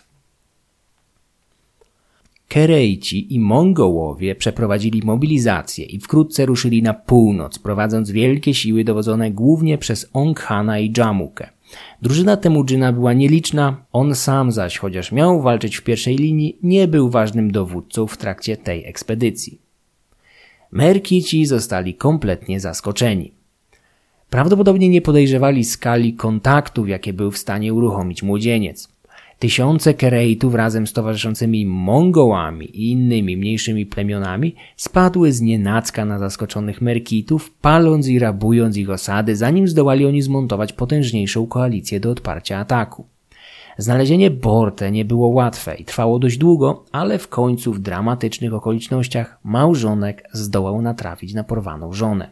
Kerejci i Mongołowie przeprowadzili mobilizację i wkrótce ruszyli na północ, prowadząc wielkie siły dowodzone głównie przez Ongkhana i Dżamukę. Drużyna Temudżyna była nieliczna, on sam zaś, chociaż miał walczyć w pierwszej linii, nie był ważnym dowódcą w trakcie tej ekspedycji. Merkici zostali kompletnie zaskoczeni. Prawdopodobnie nie podejrzewali skali kontaktów, jakie był w stanie uruchomić młodzieniec. Tysiące Kerejtów razem z towarzyszącymi Mongołami i innymi mniejszymi plemionami spadły z nienacka na zaskoczonych Merkitów, paląc i rabując ich osady, zanim zdołali oni zmontować potężniejszą koalicję do odparcia ataku. Znalezienie Borte nie było łatwe i trwało dość długo, ale w końcu w dramatycznych okolicznościach małżonek zdołał natrafić na porwaną żonę.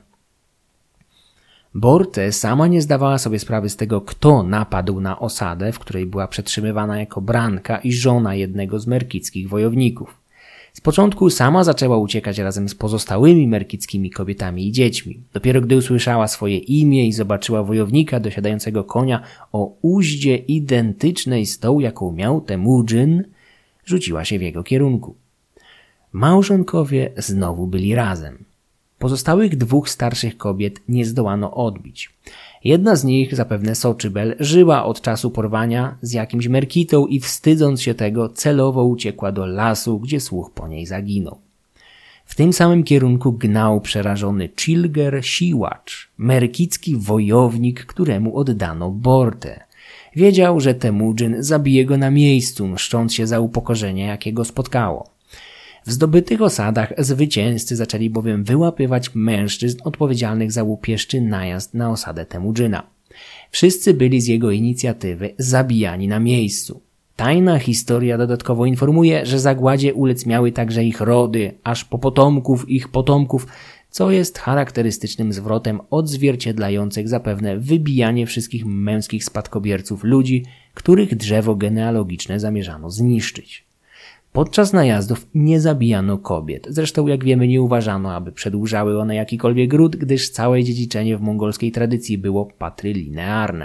Borte sama nie zdawała sobie sprawy z tego, kto napadł na osadę, w której była przetrzymywana jako branka i żona jednego z merkickich wojowników. Z początku sama zaczęła uciekać razem z pozostałymi merkickimi kobietami i dziećmi. Dopiero gdy usłyszała swoje imię i zobaczyła wojownika dosiadającego konia o uździe identycznej z tą, jaką miał Temujin, rzuciła się w jego kierunku. Małżonkowie znowu byli razem. Pozostałych dwóch starszych kobiet nie zdołano odbić. Jedna z nich, zapewne Soczybel, żyła od czasu porwania z jakimś Merkitą i wstydząc się tego, celowo uciekła do lasu, gdzie słuch po niej zaginął. W tym samym kierunku gnał przerażony Chilger Siłacz, merkicki wojownik, któremu oddano Borte. Wiedział, że Temujin zabije go na miejscu, mszcząc się za upokorzenie, jakiego spotkało. W zdobytych osadach zwycięzcy zaczęli bowiem wyłapywać mężczyzn odpowiedzialnych za łupieszczy najazd na osadę Temujina. Wszyscy byli z jego inicjatywy zabijani na miejscu. Tajna historia dodatkowo informuje, że zagładzie ulec miały także ich rody, aż po potomków ich potomków, co jest charakterystycznym zwrotem odzwierciedlających zapewne wybijanie wszystkich męskich spadkobierców ludzi, których drzewo genealogiczne zamierzano zniszczyć. Podczas najazdów nie zabijano kobiet. Zresztą, jak wiemy, nie uważano, aby przedłużały one jakikolwiek ród, gdyż całe dziedziczenie w mongolskiej tradycji było patrylinearne.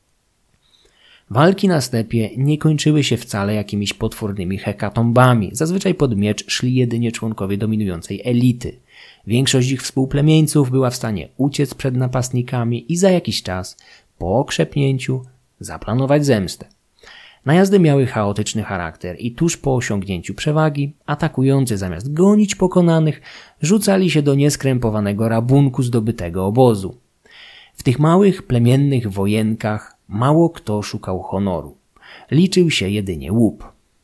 Walki na stepie nie kończyły się wcale jakimiś potwornymi hekatombami. Zazwyczaj pod miecz szli jedynie członkowie dominującej elity. Większość ich współplemieńców była w stanie uciec przed napastnikami i za jakiś czas, po okrzepnięciu, zaplanować zemstę. Najazdy miały chaotyczny charakter i tuż po osiągnięciu przewagi, atakujący zamiast gonić pokonanych, rzucali się do nieskrępowanego rabunku zdobytego obozu. W tych małych, plemiennych wojenkach mało kto szukał honoru. Liczył się jedynie łup.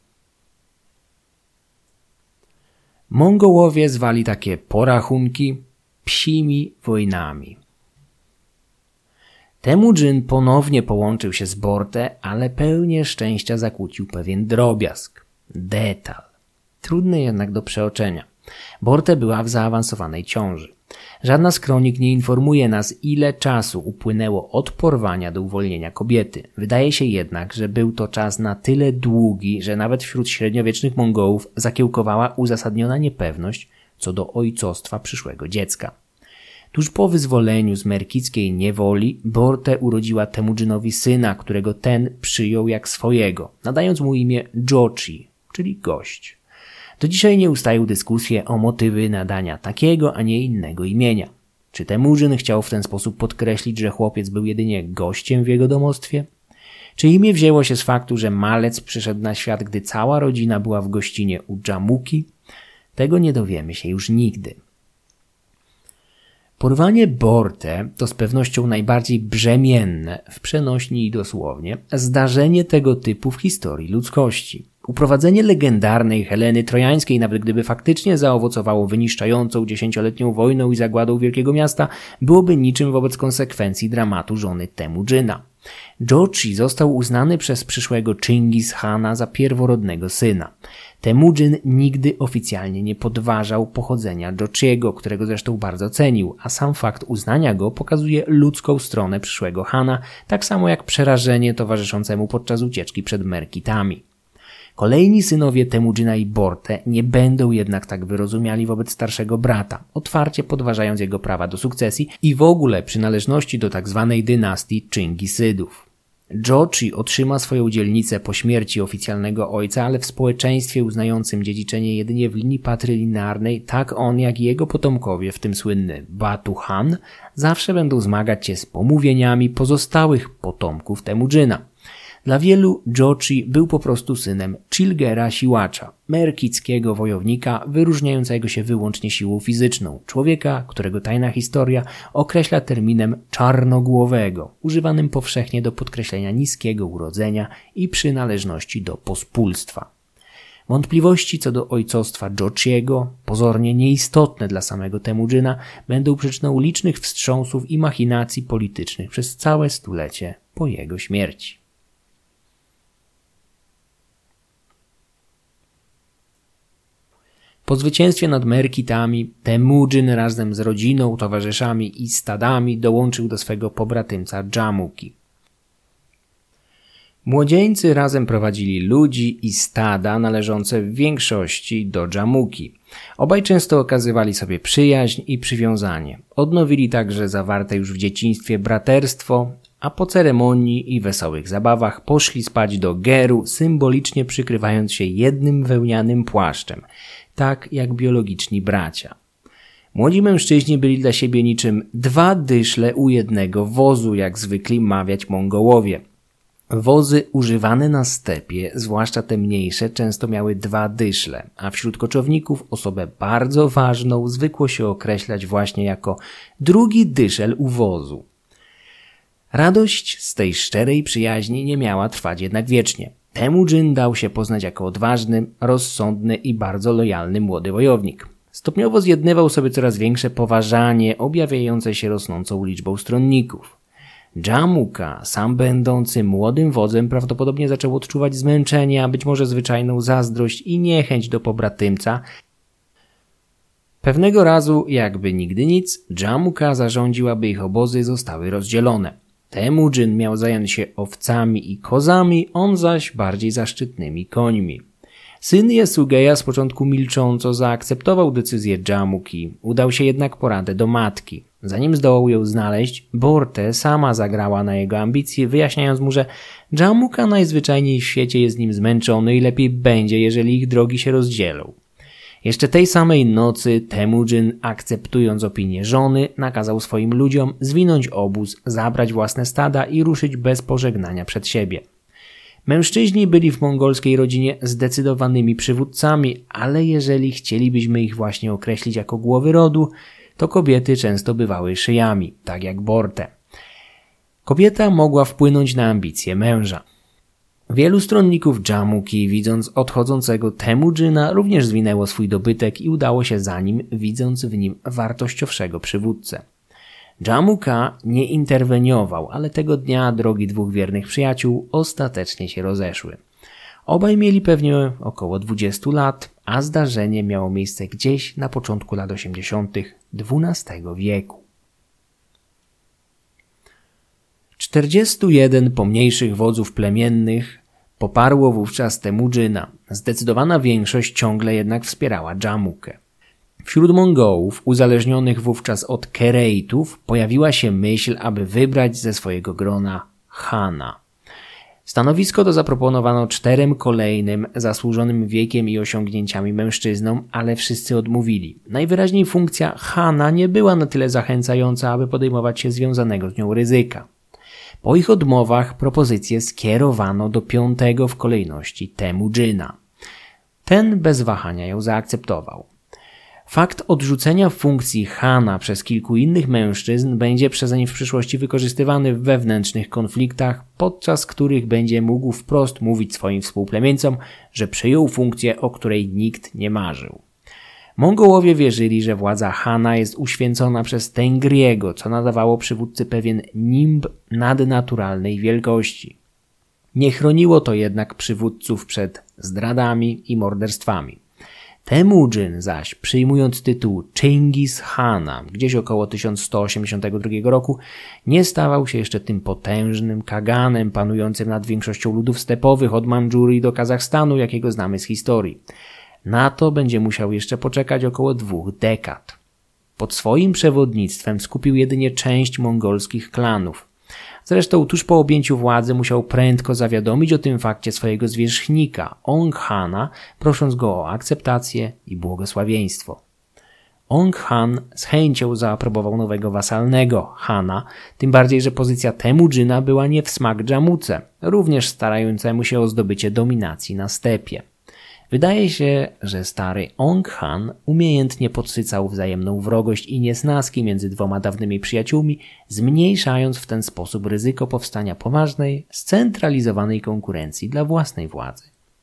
Mongołowie zwali takie porachunki psimi wojnami. Temujin ponownie połączył się z Borte, ale pełnię szczęścia zakłócił pewien drobiazg. Detal. Trudny jednak do przeoczenia. Borte była w zaawansowanej ciąży. Żadna z kronik nie informuje nas, ile czasu upłynęło od porwania do uwolnienia kobiety. Wydaje się jednak, że był to czas na tyle długi, że nawet wśród średniowiecznych Mongołów zakiełkowała uzasadniona niepewność co do ojcostwa przyszłego dziecka. Tuż po wyzwoleniu z merkickiej niewoli Borte urodziła Temujinowi syna, którego ten przyjął jak swojego, nadając mu imię Jochi, czyli gość. Do dzisiaj nie ustają dyskusje o motywy nadania takiego, a nie innego imienia. Czy Temujin chciał w ten sposób podkreślić, że chłopiec był jedynie gościem w jego domostwie? Czy imię wzięło się z faktu, że malec przyszedł na świat, gdy cała rodzina była w gościnie u Dżamuki? Tego nie dowiemy się już nigdy. Porwanie Borte to z pewnością najbardziej brzemienne, w przenośni i dosłownie, zdarzenie tego typu w historii ludzkości. Uprowadzenie legendarnej Heleny Trojańskiej, nawet gdyby faktycznie zaowocowało wyniszczającą dziesięcioletnią wojną i zagładą wielkiego miasta, byłoby niczym wobec konsekwencji dramatu żony Temujina. Jochi został uznany przez przyszłego Chingis Hana za pierworodnego syna. Temujin nigdy oficjalnie nie podważał pochodzenia Jochiego, którego zresztą bardzo cenił, a sam fakt uznania go pokazuje ludzką stronę przyszłego Hana, tak samo jak przerażenie towarzyszącemu podczas ucieczki przed Merkitami. Kolejni synowie Temujina i Borte nie będą jednak tak wyrozumiali wobec starszego brata, otwarcie podważając jego prawa do sukcesji i w ogóle przynależności do tzw. dynastii Chingisydów. Jochi otrzyma swoją dzielnicę po śmierci oficjalnego ojca, ale w społeczeństwie uznającym dziedziczenie jedynie w linii patrylinearnej, tak on jak i jego potomkowie, w tym słynny Batu Han, zawsze będą zmagać się z pomówieniami pozostałych potomków Temujina. Dla wielu Jochi był po prostu synem Chilgera Siłacza, merkickiego wojownika wyróżniającego się wyłącznie siłą fizyczną, człowieka, którego tajna historia określa terminem czarnogłowego, używanym powszechnie do podkreślenia niskiego urodzenia i przynależności do pospólstwa. Wątpliwości co do ojcostwa Jochiego, pozornie nieistotne dla samego Temujina, będą przyczyną licznych wstrząsów i machinacji politycznych przez całe stulecie po jego śmierci. Po zwycięstwie nad Merkitami Temujin razem z rodziną, towarzyszami i stadami dołączył do swego pobratymca Jamuki. Młodzieńcy razem prowadzili ludzi i stada należące w większości do Jamuki. Obaj często okazywali sobie przyjaźń i przywiązanie. Odnowili także zawarte już w dzieciństwie braterstwo, a po ceremonii i wesołych zabawach poszli spać do Geru, symbolicznie przykrywając się jednym wełnianym płaszczem, tak jak biologiczni bracia. Młodzi mężczyźni byli dla siebie niczym dwa dyszle u jednego wozu, jak zwykli mawiać Mongołowie. Wozy używane na stepie, zwłaszcza te mniejsze, często miały dwa dyszle, a wśród koczowników osobę bardzo ważną zwykło się określać właśnie jako drugi dyszel u wozu. Radość z tej szczerej przyjaźni nie miała trwać jednak wiecznie. Temujin dał się poznać jako odważny, rozsądny i bardzo lojalny młody wojownik. Stopniowo zjednywał sobie coraz większe poważanie, objawiające się rosnącą liczbą stronników. Jamuka, sam będący młodym wodzem, prawdopodobnie zaczął odczuwać zmęczenie, a być może zwyczajną zazdrość i niechęć do pobratymca. Pewnego razu, jakby nigdy nic, Jamuka zarządził, aby ich obozy zostały rozdzielone. Temujin miał zająć się owcami i kozami, on zaś bardziej zaszczytnymi końmi. Syn Yasugeja z początku milcząco zaakceptował decyzję Jamuki, udał się jednak po radę do matki. Zanim zdołał ją znaleźć, Borte sama zagrała na jego ambicje, wyjaśniając mu, że Jamuka najzwyczajniej w świecie jest nim zmęczony i lepiej będzie, jeżeli ich drogi się rozdzielą. Jeszcze tej samej nocy Temujin, akceptując opinię żony, nakazał swoim ludziom zwinąć obóz, zabrać własne stada i ruszyć bez pożegnania przed siebie. Mężczyźni byli w mongolskiej rodzinie zdecydowanymi przywódcami, ale jeżeli chcielibyśmy ich właśnie określić jako głowy rodu, to kobiety często bywały szyjami, tak jak Borte. Kobieta mogła wpłynąć na ambicje męża. Wielu stronników Jamuki, widząc odchodzącego Temujina, również zwinęło swój dobytek i udało się za nim, widząc w nim wartościowszego przywódcę. Jamuka nie interweniował, ale tego dnia drogi dwóch wiernych przyjaciół ostatecznie się rozeszły. Obaj mieli pewnie około dwudziestu lat, a zdarzenie miało miejsce gdzieś na początku lat osiemdziesiątych dwunastego wieku. Czterdziestu jeden pomniejszych wodzów plemiennych poparło wówczas Temujina. Zdecydowana większość ciągle jednak wspierała Jamukę. Wśród Mongołów, uzależnionych wówczas od Kerejtów, pojawiła się myśl, aby wybrać ze swojego grona Hana. Stanowisko to zaproponowano czterem kolejnym, zasłużonym wiekiem i osiągnięciami mężczyznom, ale wszyscy odmówili. Najwyraźniej funkcja Hana nie była na tyle zachęcająca, aby podejmować się związanego z nią ryzyka. Po ich odmowach propozycję skierowano do piątego w kolejności Temujina. Ten bez wahania ją zaakceptował. Fakt odrzucenia funkcji Hana przez kilku innych mężczyzn będzie przezeń w przyszłości wykorzystywany w wewnętrznych konfliktach, podczas których będzie mógł wprost mówić swoim współplemieńcom, że przejął funkcję, o której nikt nie marzył. Mongołowie wierzyli, że władza Hana jest uświęcona przez Tengriego, co nadawało przywódcy pewien nimb nadnaturalnej wielkości. Nie chroniło to jednak przywódców przed zdradami i morderstwami. Temujin zaś, przyjmując tytuł Chingis Hana gdzieś około tysiąc sto osiemdziesiątego drugiego roku, nie stawał się jeszcze tym potężnym kaganem panującym nad większością ludów stepowych od Mandżurii do Kazachstanu, jakiego znamy z historii. Na to będzie musiał jeszcze poczekać około dwóch dekad. Pod swoim przewodnictwem skupił jedynie część mongolskich klanów. Zresztą tuż po objęciu władzy musiał prędko zawiadomić o tym fakcie swojego zwierzchnika, Ong Hana, prosząc go o akceptację i błogosławieństwo. Ong Han z chęcią zaaprobował nowego wasalnego Hana, tym bardziej, że pozycja Temujina była nie w smak Dżamuce, również starającemu się o zdobycie dominacji na stepie. Wydaje się, że stary Ong Han umiejętnie podsycał wzajemną wrogość i niesnaski między dwoma dawnymi przyjaciółmi, zmniejszając w ten sposób ryzyko powstania poważnej, scentralizowanej konkurencji dla własnej władzy.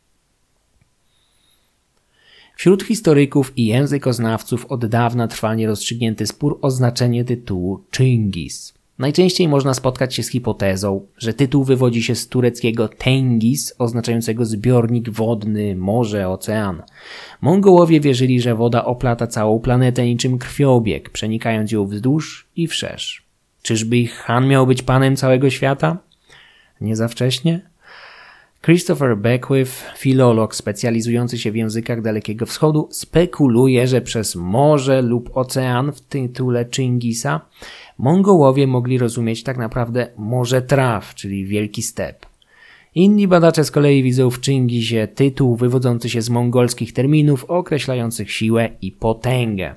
Wśród historyków i językoznawców od dawna trwa nierozstrzygnięty spór o znaczenie tytułu Chingis. Najczęściej można spotkać się z hipotezą, że tytuł wywodzi się z tureckiego Tengis, oznaczającego zbiornik wodny, morze, ocean. Mongołowie wierzyli, że woda oplata całą planetę niczym krwiobieg, przenikając ją wzdłuż i wszerz. Czyżby ich Han miał być panem całego świata? Nie za wcześnie? Christopher Beckwith, filolog specjalizujący się w językach Dalekiego Wschodu, spekuluje, że przez morze lub ocean w tytule Chingisa Mongołowie mogli rozumieć tak naprawdę Morze Traw, czyli Wielki Step. Inni badacze z kolei widzą w Chingisie tytuł wywodzący się z mongolskich terminów określających siłę i potęgę.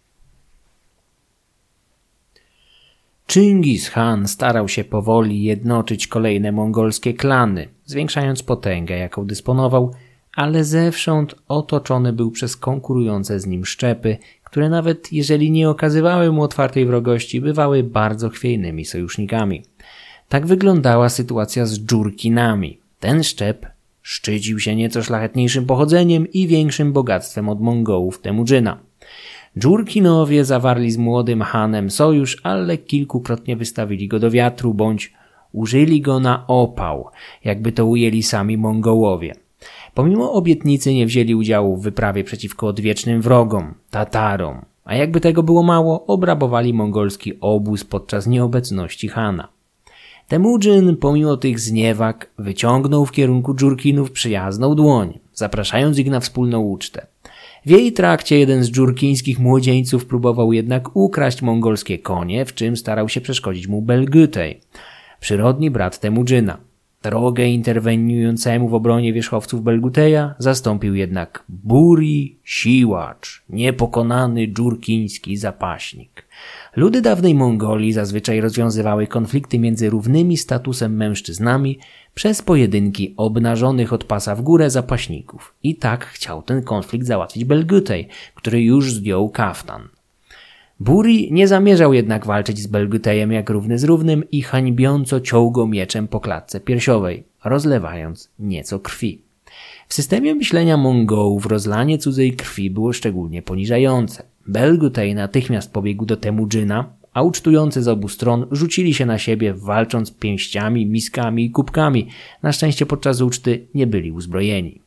Chingis Khan starał się powoli jednoczyć kolejne mongolskie klany, zwiększając potęgę, jaką dysponował, ale zewsząd otoczony był przez konkurujące z nim szczepy, które nawet jeżeli nie okazywały mu otwartej wrogości, bywały bardzo chwiejnymi sojusznikami. Tak wyglądała sytuacja z Dżurkinami. Ten szczep szczycił się nieco szlachetniejszym pochodzeniem i większym bogactwem od Mongołów Temujina. Dżurkinowie zawarli z młodym Hanem sojusz, ale kilkukrotnie wystawili go do wiatru bądź użyli go na opał, jakby to ujęli sami Mongołowie. Pomimo obietnicy nie wzięli udziału w wyprawie przeciwko odwiecznym wrogom, Tatarom, a jakby tego było mało, obrabowali mongolski obóz podczas nieobecności Hana. Temujin pomimo tych zniewag wyciągnął w kierunku Dżurkinów przyjazną dłoń, zapraszając ich na wspólną ucztę. W jej trakcie jeden z dżurkińskich młodzieńców próbował jednak ukraść mongolskie konie, w czym starał się przeszkodzić mu Belgütej, przyrodni brat Temujina. Drogę interweniującemu w obronie wierzchowców Belgüteja zastąpił jednak Buri Siłacz, niepokonany dżurkiński zapaśnik. Ludy dawnej Mongolii zazwyczaj rozwiązywały konflikty między równymi statusem mężczyznami przez pojedynki obnażonych od pasa w górę zapaśników. I tak chciał ten konflikt załatwić Belgütej, który już zdjął kaftan. Buri nie zamierzał jednak walczyć z Belgütejem jak równy z równym i hańbiąco ciął go mieczem po klatce piersiowej, rozlewając nieco krwi. W systemie myślenia Mongołów rozlanie cudzej krwi było szczególnie poniżające. Belgütej natychmiast pobiegł do Temujina, a ucztujący z obu stron rzucili się na siebie, walcząc pięściami, miskami i kubkami. Na szczęście podczas uczty nie byli uzbrojeni.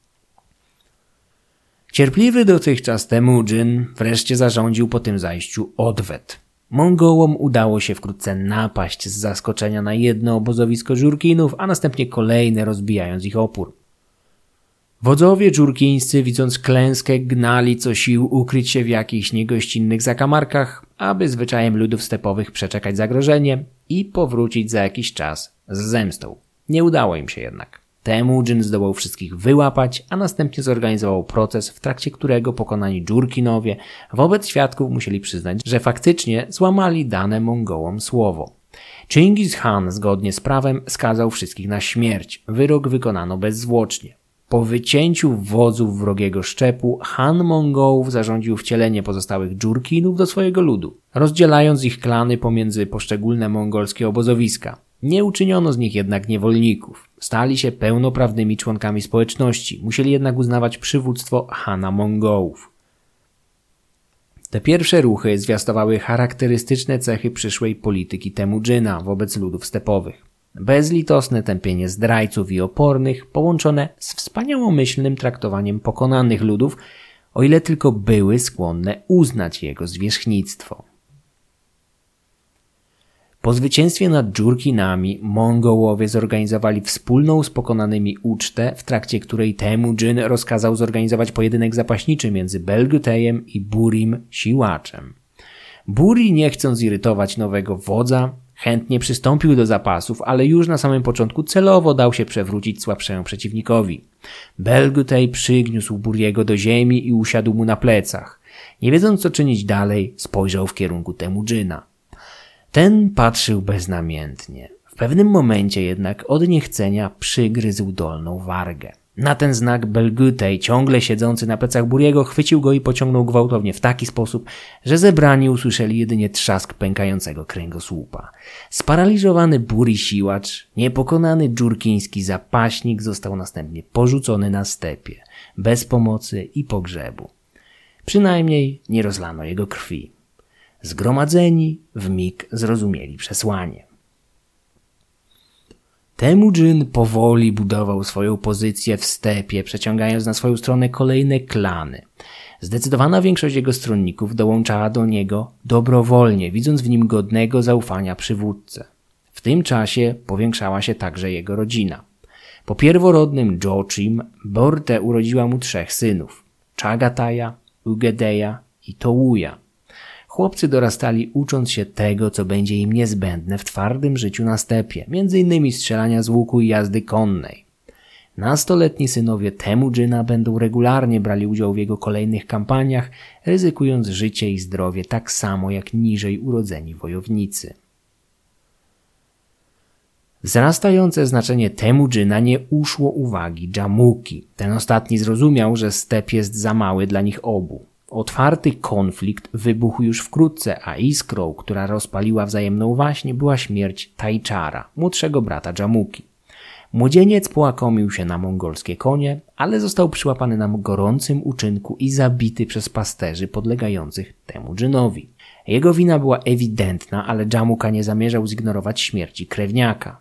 Cierpliwy dotychczas Temujin wreszcie zarządził po tym zajściu odwet. Mongołom udało się wkrótce napaść z zaskoczenia na jedno obozowisko Dżurkinów, a następnie kolejne, rozbijając ich opór. Wodzowie dżurkińscy, widząc klęskę, gnali co sił ukryć się w jakichś niegościnnych zakamarkach, aby zwyczajem ludów stepowych przeczekać zagrożenie i powrócić za jakiś czas z zemstą. Nie udało im się jednak. Temujin zdołał wszystkich wyłapać, a następnie zorganizował proces, w trakcie którego pokonani Dżurkinowie wobec świadków musieli przyznać, że faktycznie złamali dane Mongołom słowo. Chingis Khan zgodnie z prawem skazał wszystkich na śmierć. Wyrok wykonano bezzwłocznie. Po wycięciu wodzów wrogiego szczepu, Han Mongołów zarządził wcielenie pozostałych Dżurkinów do swojego ludu, rozdzielając ich klany pomiędzy poszczególne mongolskie obozowiska. Nie uczyniono z nich jednak niewolników. Stali się pełnoprawnymi członkami społeczności, musieli jednak uznawać przywództwo Hana Mongołów. Te pierwsze ruchy zwiastowały charakterystyczne cechy przyszłej polityki Temudżyna wobec ludów stepowych. Bezlitosne tępienie zdrajców i opornych, połączone z wspaniałomyślnym traktowaniem pokonanych ludów, o ile tylko były skłonne uznać jego zwierzchnictwo. Po zwycięstwie nad Dżurkinami Mongołowie zorganizowali wspólną z pokonanymi ucztę, w trakcie której Temujin rozkazał zorganizować pojedynek zapaśniczy między Belgutejem i Burim siłaczem. Buri, nie chcąc irytować nowego wodza, chętnie przystąpił do zapasów, ale już na samym początku celowo dał się przewrócić słabszemu przeciwnikowi. Belgutej przygniósł Buriego do ziemi i usiadł mu na plecach. Nie wiedząc co czynić dalej, spojrzał w kierunku Temujina. Ten patrzył beznamiętnie. W pewnym momencie jednak od niechcenia przygryzł dolną wargę. Na ten znak Belgutej, ciągle siedzący na plecach Buriego, chwycił go i pociągnął gwałtownie w taki sposób, że zebrani usłyszeli jedynie trzask pękającego kręgosłupa. Sparaliżowany Buri siłacz, niepokonany dżurkiński zapaśnik został następnie porzucony na stepie, bez pomocy i pogrzebu. Przynajmniej nie rozlano jego krwi. Zgromadzeni wmig zrozumieli przesłanie. Temujin powoli budował swoją pozycję w stepie, przeciągając na swoją stronę kolejne klany. Zdecydowana większość jego stronników dołączała do niego dobrowolnie, widząc w nim godnego zaufania przywódcę. W tym czasie powiększała się także jego rodzina. Po pierworodnym Jochim Borte urodziła mu trzech synów – Chagataja, Ugedeja i Tołuja. Chłopcy dorastali ucząc się tego, co będzie im niezbędne w twardym życiu na stepie, między innymi strzelania z łuku i jazdy konnej. Nastoletni synowie Temujina będą regularnie brali udział w jego kolejnych kampaniach, ryzykując życie i zdrowie tak samo jak niżej urodzeni wojownicy. Wzrastające znaczenie Temujina nie uszło uwagi Dżamuki. Ten ostatni zrozumiał, że step jest za mały dla nich obu. Otwarty konflikt wybuchł już wkrótce, a iskrą, która rozpaliła wzajemną waśń, była śmierć Tajczara, młodszego brata Dżamuki. Młodzieniec połakomił się na mongolskie konie, ale został przyłapany na gorącym uczynku i zabity przez pasterzy podlegających Temujinowi. Jego wina była ewidentna, ale Dżamuka nie zamierzał zignorować śmierci krewniaka.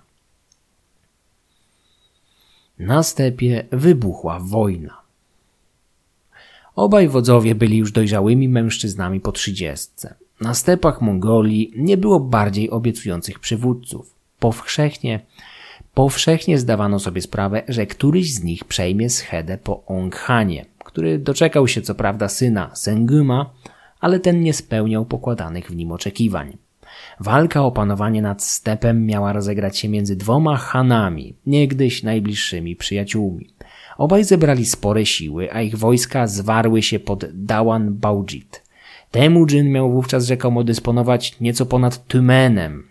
Na stepie wybuchła wojna. Obaj wodzowie byli już dojrzałymi mężczyznami po trzydziestce. Na stepach Mongolii nie było bardziej obiecujących przywódców. Powszechnie, powszechnie zdawano sobie sprawę, że któryś z nich przejmie schedę po Onghanie, który doczekał się co prawda syna Senguma, ale ten nie spełniał pokładanych w nim oczekiwań. Walka o panowanie nad stepem miała rozegrać się między dwoma Hanami, niegdyś najbliższymi przyjaciółmi. Obaj zebrali spore siły, a ich wojska zwarły się pod Dawan Baujit. Temujin miał wówczas rzekomo dysponować nieco ponad Tymenem,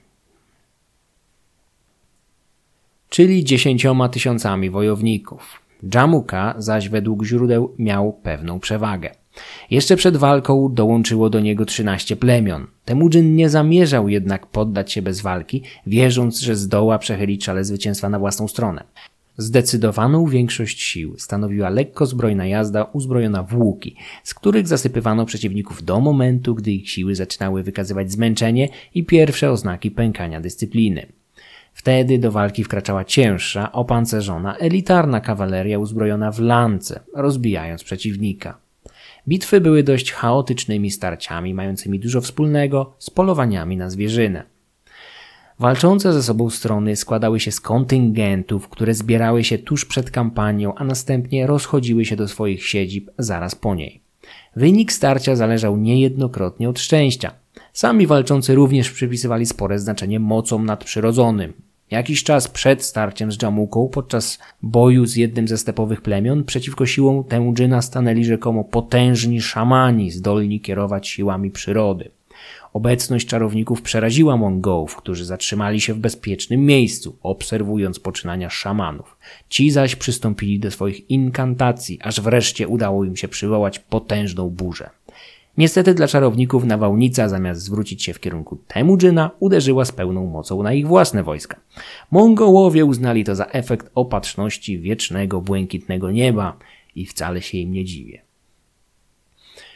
czyli dziesięcioma tysiącami wojowników. Dżamuka zaś według źródeł miał pewną przewagę. Jeszcze przed walką dołączyło do niego trzynaście plemion. Temujin nie zamierzał jednak poddać się bez walki, wierząc, że zdoła przechylić szale zwycięstwa na własną stronę. Zdecydowaną większość sił stanowiła lekko zbrojna jazda uzbrojona w łuki, z których zasypywano przeciwników do momentu, gdy ich siły zaczynały wykazywać zmęczenie i pierwsze oznaki pękania dyscypliny. Wtedy do walki wkraczała cięższa, opancerzona, elitarna kawaleria uzbrojona w lance, rozbijając przeciwnika. Bitwy były dość chaotycznymi starciami, mającymi dużo wspólnego z polowaniami na zwierzynę. Walczące ze sobą strony składały się z kontyngentów, które zbierały się tuż przed kampanią, a następnie rozchodziły się do swoich siedzib zaraz po niej. Wynik starcia zależał niejednokrotnie od szczęścia. Sami walczący również przypisywali spore znaczenie mocom nadprzyrodzonym. Jakiś czas przed starciem z Dżamuką, podczas boju z jednym ze stepowych plemion, przeciwko siłom Temujina stanęli rzekomo potężni szamani zdolni kierować siłami przyrody. Obecność czarowników przeraziła Mongołów, którzy zatrzymali się w bezpiecznym miejscu, obserwując poczynania szamanów. Ci zaś przystąpili do swoich inkantacji, aż wreszcie udało im się przywołać potężną burzę. Niestety dla czarowników nawałnica, zamiast zwrócić się w kierunku Temujina, uderzyła z pełną mocą na ich własne wojska. Mongołowie uznali to za efekt opatrzności wiecznego, błękitnego nieba i wcale się im nie dziwię.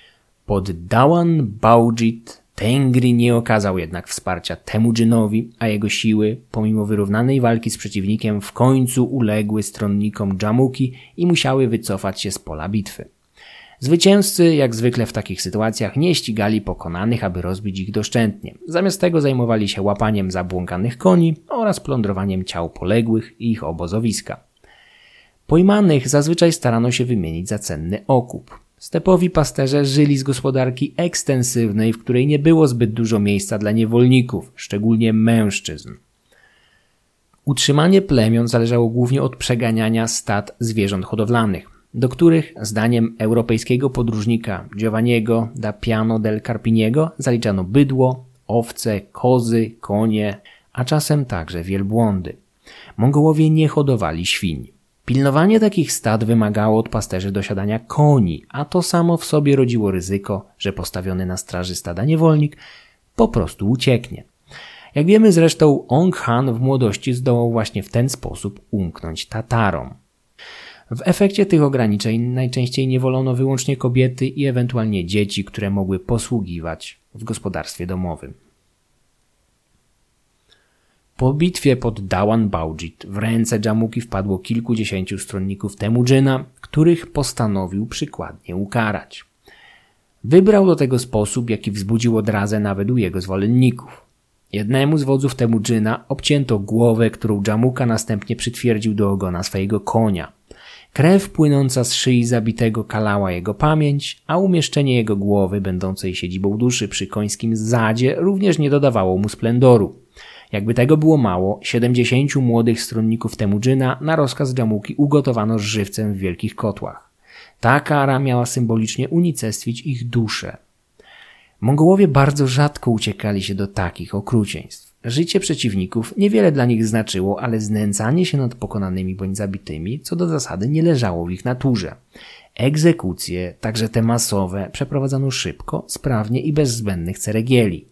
Pod Dawan Bałdżit Tengri nie okazał jednak wsparcia Temujinowi, a jego siły, pomimo wyrównanej walki z przeciwnikiem, w końcu uległy stronnikom Dżamuki i musiały wycofać się z pola bitwy. Zwycięzcy, jak zwykle w takich sytuacjach, nie ścigali pokonanych, aby rozbić ich doszczętnie. Zamiast tego zajmowali się łapaniem zabłąkanych koni oraz plądrowaniem ciał poległych i ich obozowiska. Pojmanych zazwyczaj starano się wymienić za cenny okup. Stepowi pasterze żyli z gospodarki ekstensywnej, w której nie było zbyt dużo miejsca dla niewolników, szczególnie mężczyzn. Utrzymanie plemion zależało głównie od przeganiania stad zwierząt hodowlanych, do których, zdaniem europejskiego podróżnika Giovanniego da Piano del Carpiniego, zaliczano bydło, owce, kozy, konie, a czasem także wielbłądy. Mongołowie nie hodowali świń. Pilnowanie takich stad wymagało od pasterzy dosiadania koni, a to samo w sobie rodziło ryzyko, że postawiony na straży stada niewolnik po prostu ucieknie. Jak wiemy zresztą, Ong Han w młodości zdołał właśnie w ten sposób umknąć Tatarom. W efekcie tych ograniczeń najczęściej niewolono wyłącznie kobiety i ewentualnie dzieci, które mogły posługiwać w gospodarstwie domowym. Po bitwie pod Dawan Bałdżit w ręce Dżamuki wpadło kilkudziesięciu stronników Temujina, których postanowił przykładnie ukarać. Wybrał do tego sposób, jaki wzbudził odrazę nawet u jego zwolenników. Jednemu z wodzów Temujina obcięto głowę, którą Dżamuka następnie przytwierdził do ogona swojego konia. Krew płynąca z szyi zabitego kalała jego pamięć, a umieszczenie jego głowy, będącej siedzibą duszy przy końskim zadzie, również nie dodawało mu splendoru. Jakby tego było mało, siedemdziesięciu młodych stronników Temujina na rozkaz Dżamuki ugotowano żywcem w wielkich kotłach. Ta kara miała symbolicznie unicestwić ich dusze. Mongołowie bardzo rzadko uciekali się do takich okrucieństw. Życie przeciwników niewiele dla nich znaczyło, ale znęcanie się nad pokonanymi bądź zabitymi, co do zasady nie leżało w ich naturze. Egzekucje, także te masowe, przeprowadzano szybko, sprawnie i bez zbędnych ceregieli.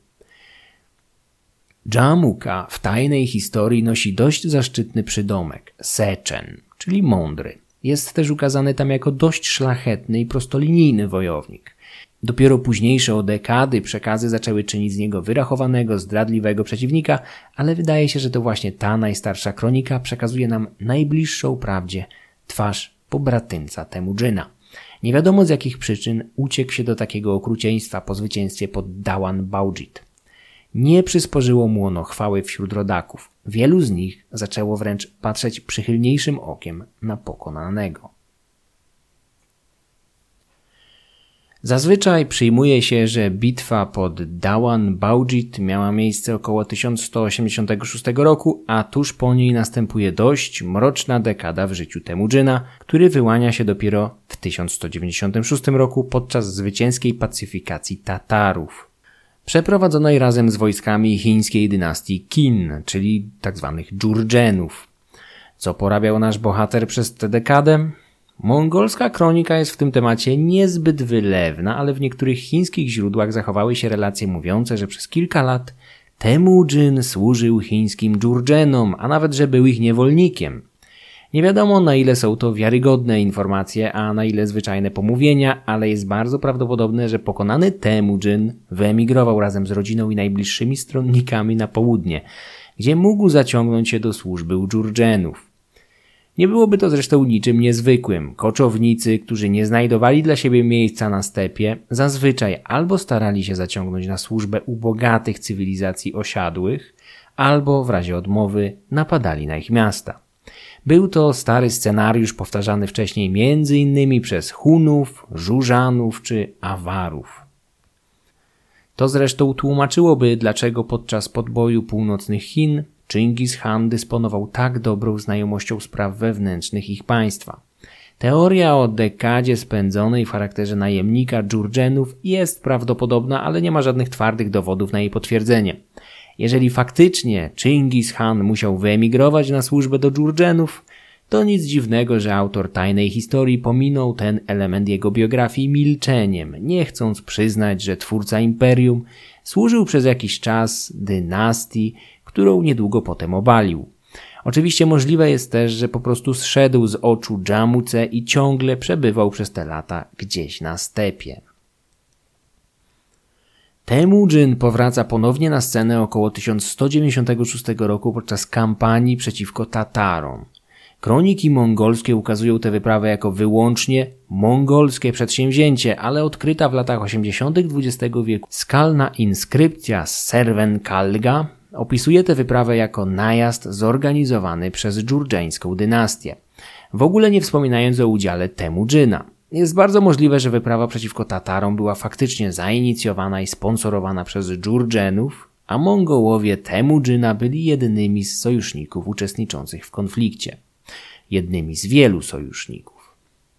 Dżamuka w tajnej historii nosi dość zaszczytny przydomek Sechen, czyli mądry. Jest też ukazany tam jako dość szlachetny i prostolinijny wojownik. Dopiero późniejsze o dekady przekazy zaczęły czynić z niego wyrachowanego, zdradliwego przeciwnika, ale wydaje się, że to właśnie ta najstarsza kronika przekazuje nam najbliższą prawdzie twarz pobratymca Temujina. Nie wiadomo z jakich przyczyn uciekł się do takiego okrucieństwa po zwycięstwie pod Dawan Bałdżit. Nie przysporzyło mu ono chwały wśród rodaków. Wielu z nich zaczęło wręcz patrzeć przychylniejszym okiem na pokonanego. Zazwyczaj przyjmuje się, że bitwa pod Dawan Bałdżit miała miejsce około tysiąc sto osiemdziesiątego szóstego roku, a tuż po niej następuje dość mroczna dekada w życiu Temujina, który wyłania się dopiero w tysiąc sto dziewięćdziesiątym szóstym roku podczas zwycięskiej pacyfikacji Tatarów, przeprowadzonej razem z wojskami chińskiej dynastii Qin, czyli tzw. Dżurdżenów. Co porabiał nasz bohater przez tę dekadę? Mongolska kronika jest w tym temacie niezbyt wylewna, ale w niektórych chińskich źródłach zachowały się relacje mówiące, że przez kilka lat Temujin służył chińskim Dżurdżenom, a nawet, że był ich niewolnikiem. Nie wiadomo, na ile są to wiarygodne informacje, a na ile zwyczajne pomówienia, ale jest bardzo prawdopodobne, że pokonany Temujin wyemigrował razem z rodziną i najbliższymi stronnikami na południe, gdzie mógł zaciągnąć się do służby u Dżurdżenów. Nie byłoby to zresztą niczym niezwykłym. Koczownicy, którzy nie znajdowali dla siebie miejsca na stepie, zazwyczaj albo starali się zaciągnąć na służbę u bogatych cywilizacji osiadłych, albo w razie odmowy napadali na ich miasta. Był to stary scenariusz powtarzany wcześniej między innymi przez Hunów, Żużanów czy Awarów. To zresztą tłumaczyłoby, dlaczego podczas podboju północnych Chin Dżingis Khan dysponował tak dobrą znajomością spraw wewnętrznych ich państwa. Teoria o dekadzie spędzonej w charakterze najemnika Dżurdżenów jest prawdopodobna, ale nie ma żadnych twardych dowodów na jej potwierdzenie. Jeżeli faktycznie Dżingis Khan musiał wyemigrować na służbę do Dżurdżenów, to nic dziwnego, że autor tajnej historii pominął ten element jego biografii milczeniem, nie chcąc przyznać, że twórca imperium służył przez jakiś czas dynastii, którą niedługo potem obalił. Oczywiście możliwe jest też, że po prostu zszedł z oczu Dżamuce i ciągle przebywał przez te lata gdzieś na stepie. Temujin powraca ponownie na scenę około tysiąc sto dziewięćdziesiątego szóstego roku podczas kampanii przeciwko Tatarom. Kroniki mongolskie ukazują tę wyprawę jako wyłącznie mongolskie przedsięwzięcie, ale odkryta w latach osiemdziesiątych dwudziestego wieku skalna inskrypcja z Servenkalga opisuje tę wyprawę jako najazd zorganizowany przez dżurdżeńską dynastię, w ogóle nie wspominając o udziale Temujina. Jest bardzo możliwe, że wyprawa przeciwko Tatarom była faktycznie zainicjowana i sponsorowana przez Dżurdżenów, a Mongołowie Temujina byli jedynymi z sojuszników uczestniczących w konflikcie. Jednymi z wielu sojuszników.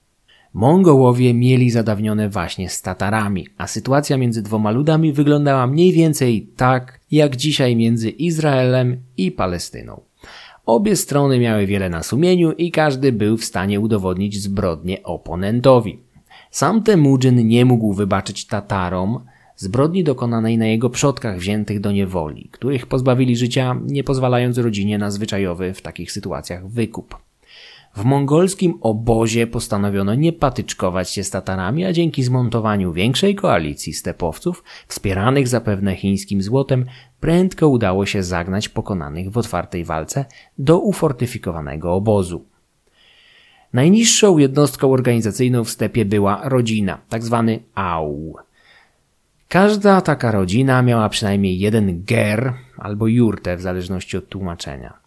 Mongołowie mieli zadawnione właśnie z Tatarami, a sytuacja między dwoma ludami wyglądała mniej więcej tak, jak dzisiaj między Izraelem i Palestyną. Obie strony miały wiele na sumieniu i każdy był w stanie udowodnić zbrodnię oponentowi. Sam Temujin nie mógł wybaczyć Tatarom zbrodni dokonanej na jego przodkach wziętych do niewoli, których pozbawili życia, nie pozwalając rodzinie na zwyczajowy w takich sytuacjach wykup. W mongolskim obozie postanowiono nie patyczkować się z Tatarami, a dzięki zmontowaniu większej koalicji stepowców, wspieranych zapewne chińskim złotem, prędko udało się zagnać pokonanych w otwartej walce do ufortyfikowanego obozu. Najniższą jednostką organizacyjną w stepie była rodzina, tzw. au. Każda taka rodzina miała przynajmniej jeden ger albo jurtę w zależności od tłumaczenia.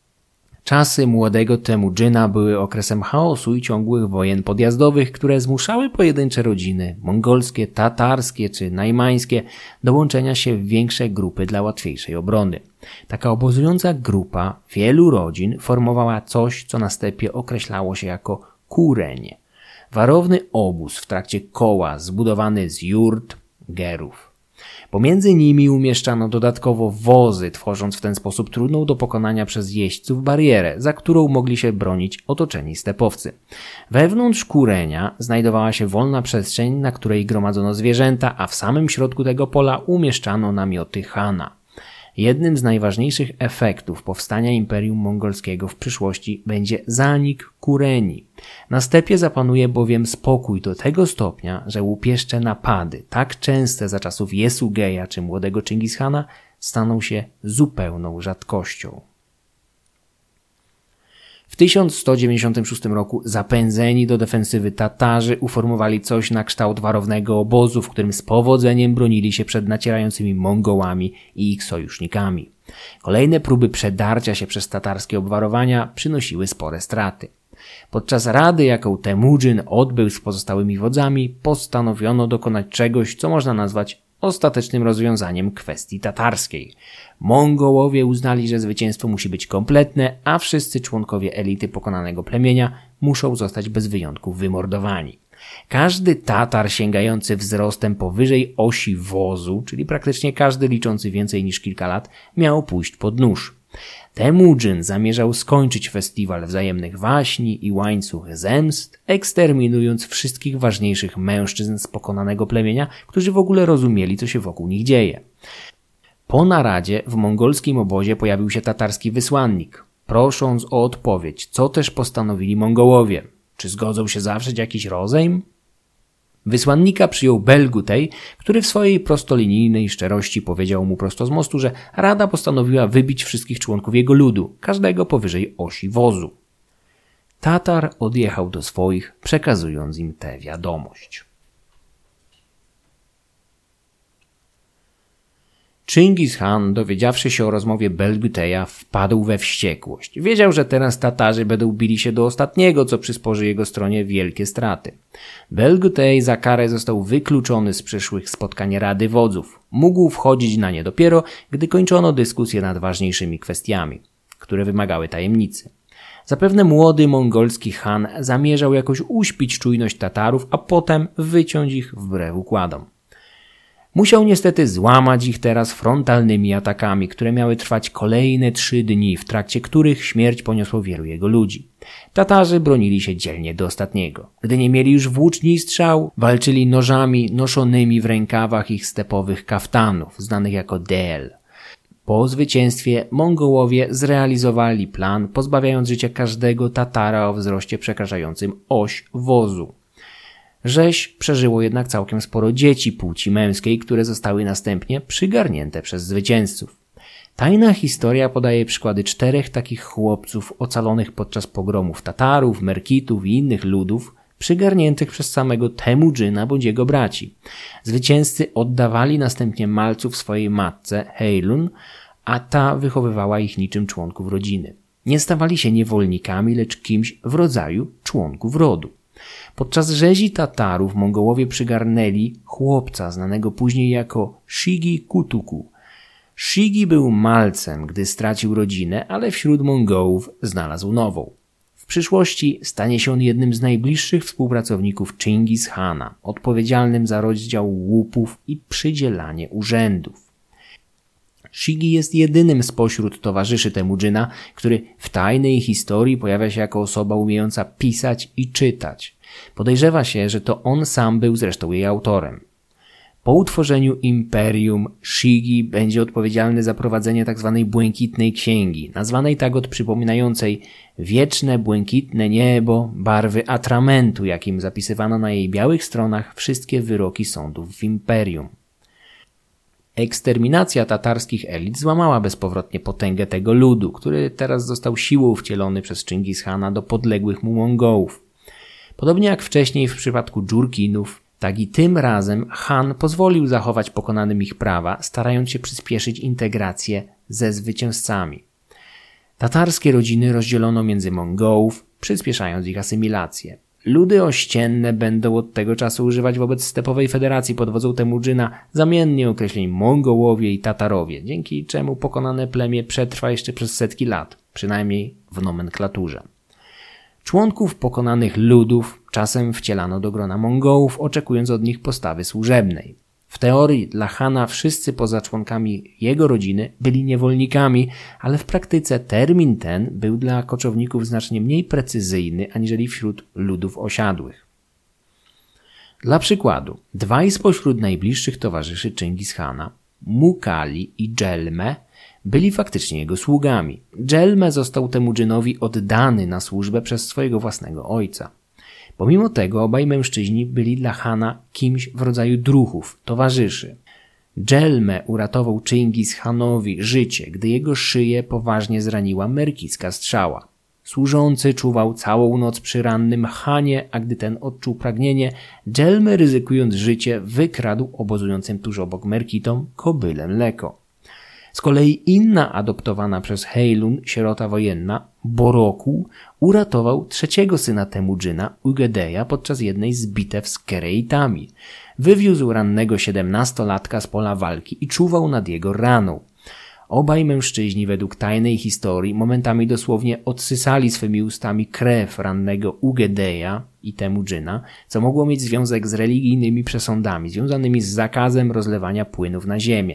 Czasy młodego Temujina były okresem chaosu i ciągłych wojen podjazdowych, które zmuszały pojedyncze rodziny, mongolskie, tatarskie czy najmańskie, do łączenia się w większe grupy dla łatwiejszej obrony. Taka obozująca grupa wielu rodzin formowała coś, co na stepie określało się jako kureń. Warowny obóz w trakcie koła zbudowany z jurt, gerów. Pomiędzy nimi umieszczano dodatkowo wozy, tworząc w ten sposób trudną do pokonania przez jeźdźców barierę, za którą mogli się bronić otoczeni stepowcy. Wewnątrz kurenia znajdowała się wolna przestrzeń, na której gromadzono zwierzęta, a w samym środku tego pola umieszczano namioty Hana. Jednym z najważniejszych efektów powstania Imperium Mongolskiego w przyszłości będzie zanik kureni. Na stepie zapanuje bowiem spokój do tego stopnia, że łupieszcze napady, tak częste za czasów Jesugeja czy młodego Czingishana, staną się zupełną rzadkością. W tysiąc sto dziewięćdziesiątym szóstym roku zapędzeni do defensywy Tatarzy uformowali coś na kształt warownego obozu, w którym z powodzeniem bronili się przed nacierającymi Mongołami i ich sojusznikami. Kolejne próby przedarcia się przez tatarskie obwarowania przynosiły spore straty. Podczas rady, jaką Temujin odbył z pozostałymi wodzami, postanowiono dokonać czegoś, co można nazwać ostatecznym rozwiązaniem kwestii tatarskiej. Mongołowie uznali, że zwycięstwo musi być kompletne, a wszyscy członkowie elity pokonanego plemienia muszą zostać bez wyjątku wymordowani. Każdy Tatar sięgający wzrostem powyżej osi wozu, czyli praktycznie każdy liczący więcej niż kilka lat, miał pójść pod nóż. Temujin zamierzał skończyć festiwal wzajemnych waśni i łańcuch zemst, eksterminując wszystkich ważniejszych mężczyzn z pokonanego plemienia, którzy w ogóle rozumieli, co się wokół nich dzieje. Po naradzie w mongolskim obozie pojawił się tatarski wysłannik, prosząc o odpowiedź, co też postanowili Mongołowie. Czy zgodzą się zawrzeć jakiś rozejm? Wysłannika przyjął Belgutej, który w swojej prostolinijnej szczerości powiedział mu prosto z mostu, że Rada postanowiła wybić wszystkich członków jego ludu, każdego powyżej osi wozu. Tatar odjechał do swoich, przekazując im tę wiadomość. Chingis Khan, dowiedziawszy się o rozmowie Belguteja, wpadł we wściekłość. Wiedział, że teraz Tatarzy będą bili się do ostatniego, co przysporzy jego stronie wielkie straty. Belgutej za karę został wykluczony z przyszłych spotkań Rady Wodzów. Mógł wchodzić na nie dopiero, gdy kończono dyskusję nad ważniejszymi kwestiami, które wymagały tajemnicy. Zapewne młody mongolski Khan zamierzał jakoś uśpić czujność Tatarów, a potem wyciąć ich wbrew układom. Musiał niestety złamać ich teraz frontalnymi atakami, które miały trwać kolejne trzy dni, w trakcie których śmierć poniosło wielu jego ludzi. Tatarzy bronili się dzielnie do ostatniego. Gdy nie mieli już włóczni i strzał, walczyli nożami noszonymi w rękawach ich stepowych kaftanów, znanych jako del. Po zwycięstwie Mongołowie zrealizowali plan, pozbawiając życia każdego Tatara o wzroście przekraczającym oś wozu. Rzeź przeżyło jednak całkiem sporo dzieci płci męskiej, które zostały następnie przygarnięte przez zwycięzców. Tajna historia podaje przykłady czterech takich chłopców ocalonych podczas pogromów Tatarów, Merkitów i innych ludów, przygarniętych przez samego Temudżyna bądź jego braci. Zwycięzcy oddawali następnie malców swojej matce, Heylun, a ta wychowywała ich niczym członków rodziny. Nie stawali się niewolnikami, lecz kimś w rodzaju członków rodu. Podczas rzezi Tatarów Mongołowie przygarnęli chłopca znanego później jako Shigi Kutuku. Shigi był malcem, gdy stracił rodzinę, ale wśród Mongołów znalazł nową. W przyszłości stanie się on jednym z najbliższych współpracowników Chingis Khana, odpowiedzialnym za rozdział łupów i przydzielanie urzędów. Shigi jest jedynym spośród towarzyszy Temudżyna, który w tajnej historii pojawia się jako osoba umiejąca pisać i czytać. Podejrzewa się, że to on sam był zresztą jej autorem. Po utworzeniu imperium Shigi będzie odpowiedzialny za prowadzenie tzw. błękitnej księgi, nazwanej tak od przypominającej wieczne błękitne niebo barwy atramentu, jakim zapisywano na jej białych stronach wszystkie wyroki sądów w imperium. Eksterminacja tatarskich elit złamała bezpowrotnie potęgę tego ludu, który teraz został siłą wcielony przez Chingis Khana do podległych mu Mongołów. Podobnie jak wcześniej w przypadku Dżurkinów, tak i tym razem Han pozwolił zachować pokonanym ich prawa, starając się przyspieszyć integrację ze zwycięzcami. Tatarskie rodziny rozdzielono między Mongołów, przyspieszając ich asymilację. Ludy ościenne będą od tego czasu używać wobec stepowej federacji pod wodzą Temudżyna zamiennie określeń Mongołowie i Tatarowie, dzięki czemu pokonane plemię przetrwa jeszcze przez setki lat, przynajmniej w nomenklaturze. Członków pokonanych ludów czasem wcielano do grona Mongołów, oczekując od nich postawy służebnej. W teorii dla Hana wszyscy poza członkami jego rodziny byli niewolnikami, ale w praktyce termin ten był dla koczowników znacznie mniej precyzyjny aniżeli wśród ludów osiadłych. Dla przykładu, dwaj spośród najbliższych towarzyszy Chingis Khana, Mukali i Dżelme, byli faktycznie jego sługami. Dżelme został Temudżynowi oddany na służbę przez swojego własnego ojca. Pomimo tego obaj mężczyźni byli dla Hana kimś w rodzaju druhów, towarzyszy. Dżelme uratował Chingis Khanowi życie, gdy jego szyję poważnie zraniła merkicka strzała. Służący czuwał całą noc przy rannym Hanie, a gdy ten odczuł pragnienie, Dżelme, ryzykując życie, wykradł obozującym tuż obok Merkitom kobylę mleko. Z kolei inna adoptowana przez Heylun sierota wojenna, Boroku, uratował trzeciego syna Temudżyna, Ugedeja, podczas jednej z bitew z Kereitami. Wywiózł rannego siedemnastolatka z pola walki i czuwał nad jego raną. Obaj mężczyźni według tajnej historii momentami dosłownie odsysali swymi ustami krew rannego Ugedeja i Temudżyna, co mogło mieć związek z religijnymi przesądami związanymi z zakazem rozlewania płynów na ziemię.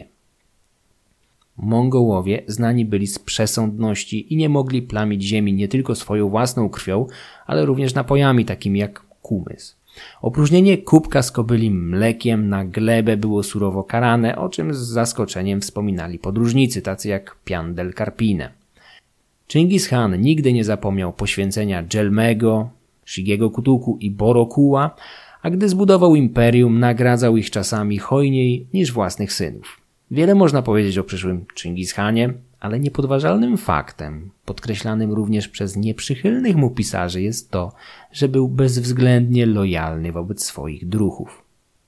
Mongołowie znani byli z przesądności i nie mogli plamić ziemi nie tylko swoją własną krwią, ale również napojami takimi jak kumys. Opróżnienie kubka z kobylim mlekiem na glebę było surowo karane, o czym z zaskoczeniem wspominali podróżnicy, tacy jak Piandel Karpine. Chingis Khan nigdy nie zapomniał poświęcenia Dżelmego, Shigiego Kutuku i Borokuła, a gdy zbudował imperium, nagradzał ich czasami hojniej niż własnych synów. Wiele można powiedzieć o przyszłym Chingis Khanie, ale niepodważalnym faktem, podkreślanym również przez nieprzychylnych mu pisarzy, jest to, że był bezwzględnie lojalny wobec swoich druhów.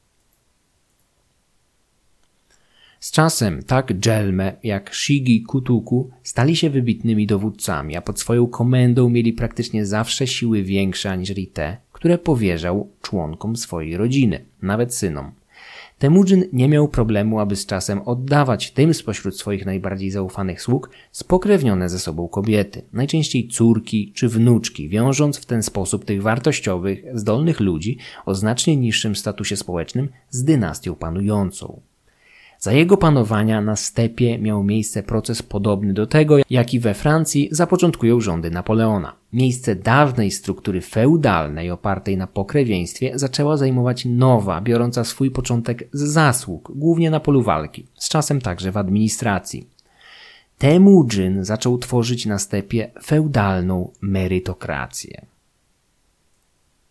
Z czasem tak Dżelme jak Shigi Kutuku stali się wybitnymi dowódcami, a pod swoją komendą mieli praktycznie zawsze siły większe aniżeli te, które powierzał członkom swojej rodziny, nawet synom. Temudżyn nie miał problemu, aby z czasem oddawać tym spośród swoich najbardziej zaufanych sług spokrewnione ze sobą kobiety, najczęściej córki czy wnuczki, wiążąc w ten sposób tych wartościowych, zdolnych ludzi o znacznie niższym statusie społecznym z dynastią panującą. Za jego panowania na stepie miał miejsce proces podobny do tego, jaki we Francji zapoczątkują rządy Napoleona. Miejsce dawnej struktury feudalnej opartej na pokrewieństwie zaczęła zajmować nowa, biorąca swój początek z zasług, głównie na polu walki, z czasem także w administracji. Temudżyn zaczął tworzyć na stepie feudalną merytokrację.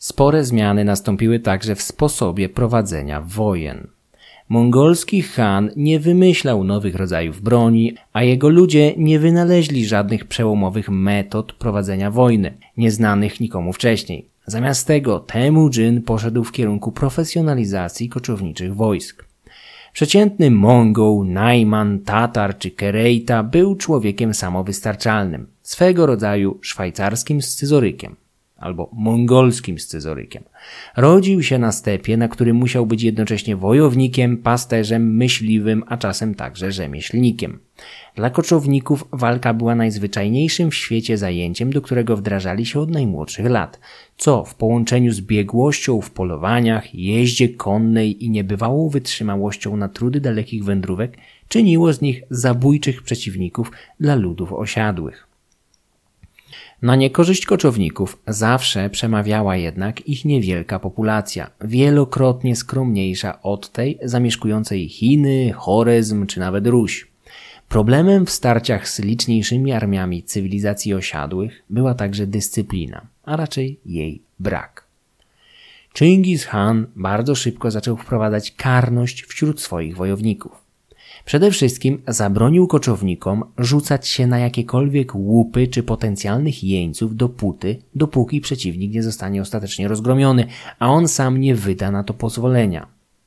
Spore zmiany nastąpiły także w sposobie prowadzenia wojen. Mongolski Khan nie wymyślał nowych rodzajów broni, a jego ludzie nie wynaleźli żadnych przełomowych metod prowadzenia wojny, nieznanych nikomu wcześniej. Zamiast tego Temujin poszedł w kierunku profesjonalizacji koczowniczych wojsk. Przeciętny Mongol, Najman, Tatar czy Kerejta był człowiekiem samowystarczalnym, swego rodzaju szwajcarskim scyzorykiem albo mongolskim scyzorykiem. Rodził się na stepie, na którym musiał być jednocześnie wojownikiem, pasterzem, myśliwym, a czasem także rzemieślnikiem. Dla koczowników walka była najzwyczajniejszym w świecie zajęciem, do którego wdrażali się od najmłodszych lat, co w połączeniu z biegłością w polowaniach, jeździe konnej i niebywałą wytrzymałością na trudy dalekich wędrówek czyniło z nich zabójczych przeciwników dla ludów osiadłych. Na niekorzyść koczowników zawsze przemawiała jednak ich niewielka populacja, wielokrotnie skromniejsza od tej zamieszkującej Chiny, Chorezm czy nawet Ruś. Problemem w starciach z liczniejszymi armiami cywilizacji osiadłych była także dyscyplina, a raczej jej brak. Chingis Khan bardzo szybko zaczął wprowadzać karność wśród swoich wojowników. Przede wszystkim zabronił koczownikom rzucać się na jakiekolwiek łupy czy potencjalnych jeńców do puty, dopóki przeciwnik nie zostanie ostatecznie rozgromiony, a on sam nie wyda na to pozwolenia.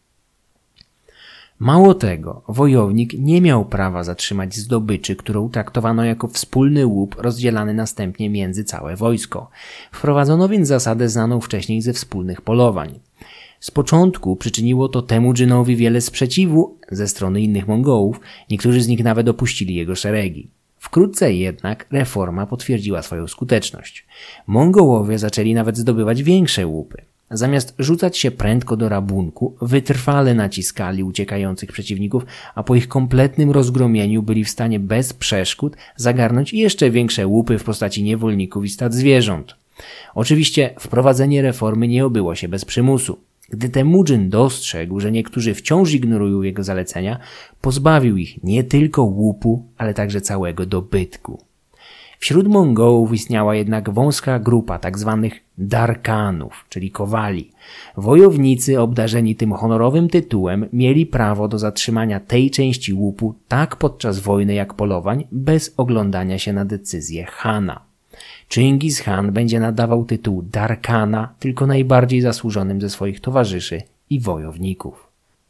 Mało tego, wojownik nie miał prawa zatrzymać zdobyczy, którą traktowano jako wspólny łup rozdzielany następnie między całe wojsko. Wprowadzono więc zasadę znaną wcześniej ze wspólnych polowań. Z początku przyczyniło to Temujinowi wiele sprzeciwu ze strony innych Mongołów, niektórzy z nich nawet opuścili jego szeregi. Wkrótce jednak reforma potwierdziła swoją skuteczność. Mongołowie zaczęli nawet zdobywać większe łupy. Zamiast rzucać się prędko do rabunku, wytrwale naciskali uciekających przeciwników, a po ich kompletnym rozgromieniu byli w stanie bez przeszkód zagarnąć jeszcze większe łupy w postaci niewolników i stad zwierząt. Oczywiście wprowadzenie reformy nie obyło się bez przymusu. Gdy Temujin dostrzegł, że niektórzy wciąż ignorują jego zalecenia, pozbawił ich nie tylko łupu, ale także całego dobytku. Wśród Mongołów istniała jednak wąska grupa tzw. darkanów, czyli kowali. Wojownicy obdarzeni tym honorowym tytułem mieli prawo do zatrzymania tej części łupu tak podczas wojny jak polowań, bez oglądania się na decyzję Khana. Chingis Khan będzie nadawał tytuł darkana tylko najbardziej zasłużonym ze swoich towarzyszy i wojowników.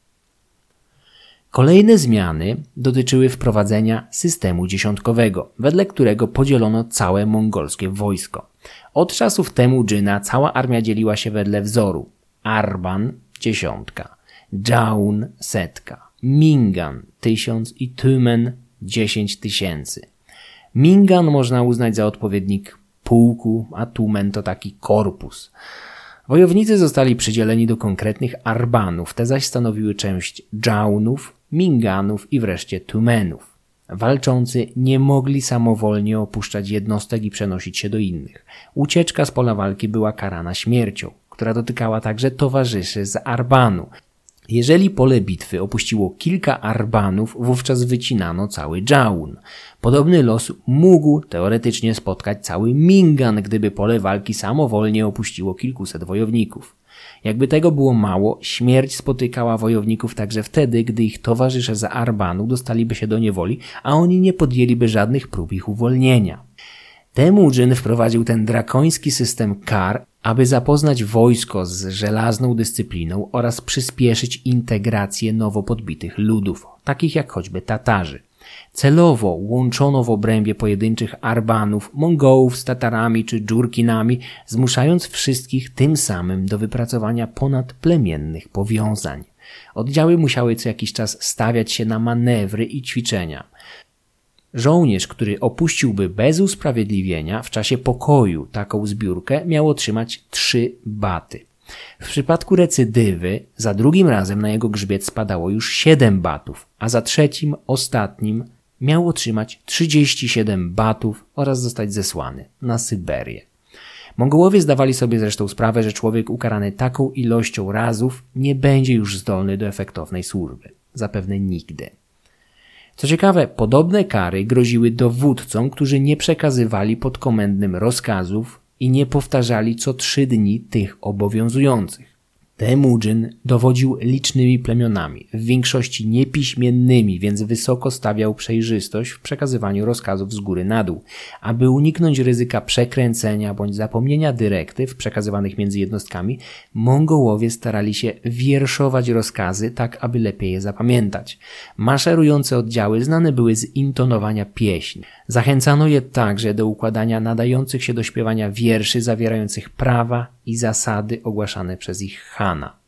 Kolejne zmiany dotyczyły wprowadzenia systemu dziesiątkowego, wedle którego podzielono całe mongolskie wojsko. Od czasów Temujina cała armia dzieliła się wedle wzoru: Arban – dziesiątka, Jaun – setka, Mingan – tysiąc i Tumen – dziesięć tysięcy. Mingan można uznać za odpowiednik pułku, a Tumen to taki korpus. Wojownicy zostali przydzieleni do konkretnych arbanów, te zaś stanowiły część Jaunów, Minganów i wreszcie Tumenów. Walczący nie mogli samowolnie opuszczać jednostek i przenosić się do innych. Ucieczka z pola walki była karana śmiercią, która dotykała także towarzyszy z arbanu. Jeżeli pole bitwy opuściło kilka arbanów, wówczas wycinano cały Jaun. Podobny los mógł teoretycznie spotkać cały Mingan, gdyby pole walki samowolnie opuściło kilkuset wojowników. Jakby tego było mało, śmierć spotykała wojowników także wtedy, gdy ich towarzysze z arbanu dostaliby się do niewoli, a oni nie podjęliby żadnych prób ich uwolnienia. Temujin wprowadził ten drakoński system kar, aby zapoznać wojsko z żelazną dyscypliną oraz przyspieszyć integrację nowo podbitych ludów, takich jak choćby Tatarzy. Celowo łączono w obrębie pojedynczych arbanów Mongołów z Tatarami czy Dżurkinami, zmuszając wszystkich tym samym do wypracowania ponadplemiennych powiązań. Oddziały musiały co jakiś czas stawiać się na manewry i ćwiczenia. Żołnierz, który opuściłby bez usprawiedliwienia w czasie pokoju taką zbiórkę, miał otrzymać trzy baty. W przypadku recydywy za drugim razem na jego grzbiet spadało już siedem batów, a za trzecim, ostatnim miał otrzymać trzydzieści siedem batów oraz zostać zesłany na Syberię. Mongołowie zdawali sobie zresztą sprawę, że człowiek ukarany taką ilością razów nie będzie już zdolny do efektownej służby. Zapewne nigdy. Co ciekawe, podobne kary groziły dowódcom, którzy nie przekazywali podkomendnym rozkazów i nie powtarzali co trzy dni tych obowiązujących. Temujin dowodził licznymi plemionami, w większości niepiśmiennymi, więc wysoko stawiał przejrzystość w przekazywaniu rozkazów z góry na dół. Aby uniknąć ryzyka przekręcenia bądź zapomnienia dyrektyw przekazywanych między jednostkami, Mongołowie starali się wierszować rozkazy tak, aby lepiej je zapamiętać. Maszerujące oddziały znane były z intonowania pieśni. Zachęcano je także do układania nadających się do śpiewania wierszy zawierających prawa i zasady ogłaszane przez ich Hana.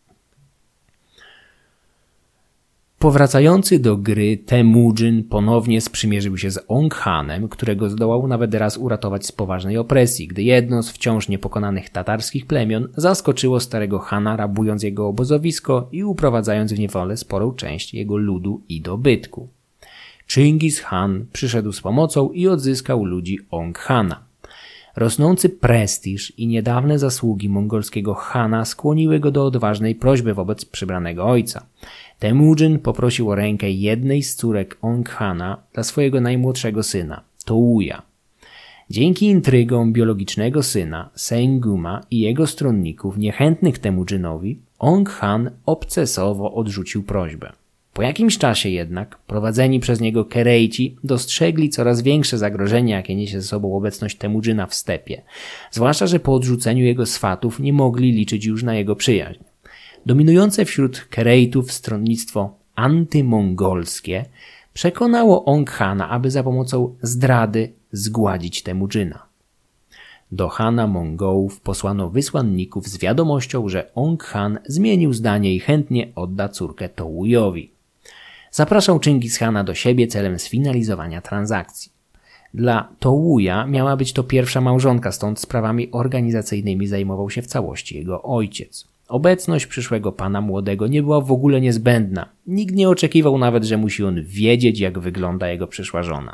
Powracający do gry Temujin ponownie sprzymierzył się z Onghanem, którego zdołał nawet raz uratować z poważnej opresji, gdy jedno z wciąż niepokonanych tatarskich plemion zaskoczyło starego Hana, rabując jego obozowisko i uprowadzając w niewolę sporą część jego ludu i dobytku. Chingis Khan przyszedł z pomocą i odzyskał ludzi Onghana. Rosnący prestiż i niedawne zasługi mongolskiego Hana skłoniły go do odważnej prośby wobec przybranego ojca. Temujin poprosił o rękę jednej z córek Onghana dla swojego najmłodszego syna, Touya. Dzięki intrygom biologicznego syna, Senguma i jego stronników niechętnych Temujinowi, Onghan obcesowo odrzucił prośbę. Po jakimś czasie jednak prowadzeni przez niego Kerejci dostrzegli coraz większe zagrożenie, jakie niesie ze sobą obecność Temujina w stepie, zwłaszcza że po odrzuceniu jego swatów nie mogli liczyć już na jego przyjaźń. Dominujące wśród Kerejtów stronnictwo antymongolskie przekonało Onghana, aby za pomocą zdrady zgładzić Temujina. Do Hana Mongołów posłano wysłanników z wiadomością, że Onghan zmienił zdanie i chętnie odda córkę Touyowi. Zapraszał Chingis Khana do siebie celem sfinalizowania transakcji. Dla Touya miała być to pierwsza małżonka, stąd sprawami organizacyjnymi zajmował się w całości jego ojciec. Obecność przyszłego pana młodego nie była w ogóle niezbędna. Nikt nie oczekiwał nawet, że musi on wiedzieć, jak wygląda jego przyszła żona.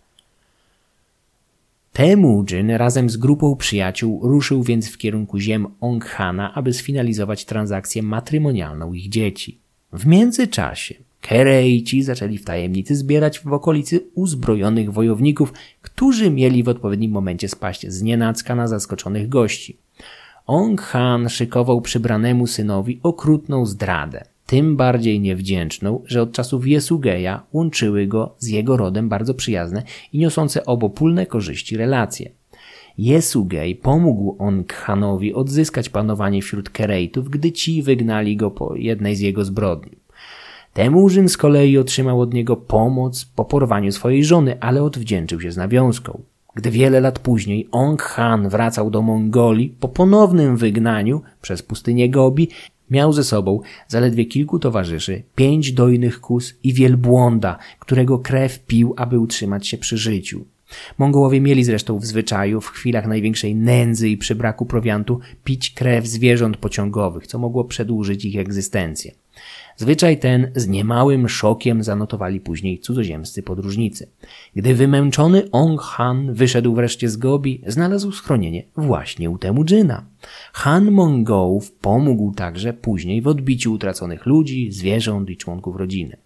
Temujin razem z grupą przyjaciół ruszył więc w kierunku ziem Onghana, aby sfinalizować transakcję matrymonialną ich dzieci. W międzyczasie Kerejci zaczęli w tajemnicy zbierać w okolicy uzbrojonych wojowników, którzy mieli w odpowiednim momencie spaść znienacka na zaskoczonych gości. Onghan szykował przybranemu synowi okrutną zdradę, tym bardziej niewdzięczną, że od czasów Yasugeja łączyły go z jego rodem bardzo przyjazne i niosące obopólne korzyści relacje. Yasugej pomógł Onghanowi odzyskać panowanie wśród Kerejtów, gdy ci wygnali go po jednej z jego zbrodni. Temujin z kolei otrzymał od niego pomoc po porwaniu swojej żony, ale odwdzięczył się z nawiązką. Gdy wiele lat później Onghan wracał do Mongolii po ponownym wygnaniu przez pustynię Gobi, miał ze sobą zaledwie kilku towarzyszy, pięć dojnych kóz i wielbłąda, którego krew pił, aby utrzymać się przy życiu. Mongołowie mieli zresztą w zwyczaju w chwilach największej nędzy i przy braku prowiantu pić krew zwierząt pociągowych, co mogło przedłużyć ich egzystencję. Zwyczaj ten z niemałym szokiem zanotowali później cudzoziemscy podróżnicy. Gdy wymęczony Onghan wyszedł wreszcie z Gobi, znalazł schronienie właśnie u Temujina. Han Mongołów pomógł także później w odbiciu utraconych ludzi, zwierząt i członków rodziny.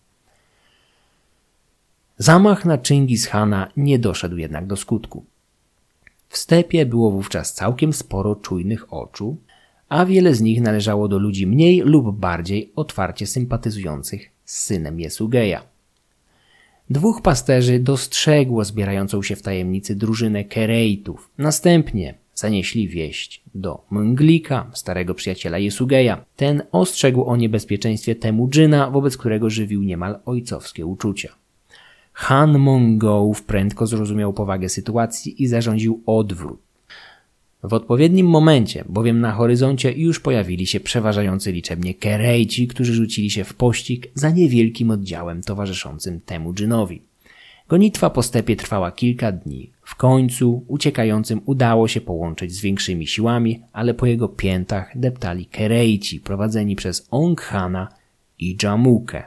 Zamach na Chingis Khana nie doszedł jednak do skutku. W stepie było wówczas całkiem sporo czujnych oczu, a wiele z nich należało do ludzi mniej lub bardziej otwarcie sympatyzujących z synem Yasugeja. Dwóch pasterzy dostrzegło zbierającą się w tajemnicy drużynę Kerejtów. Następnie zanieśli wieść do Mnglika, starego przyjaciela Yasugeja. Ten ostrzegł o niebezpieczeństwie Temujina, wobec którego żywił niemal ojcowskie uczucia. Han Mongołów prędko zrozumiał powagę sytuacji i zarządził odwrót. W odpowiednim momencie, bowiem na horyzoncie już pojawili się przeważający liczebnie Kerejci, którzy rzucili się w pościg za niewielkim oddziałem towarzyszącym Temujinowi. Gonitwa po stepie trwała kilka dni. W końcu uciekającym udało się połączyć z większymi siłami, ale po jego piętach deptali Kerejci prowadzeni przez Onghana i Jamukę.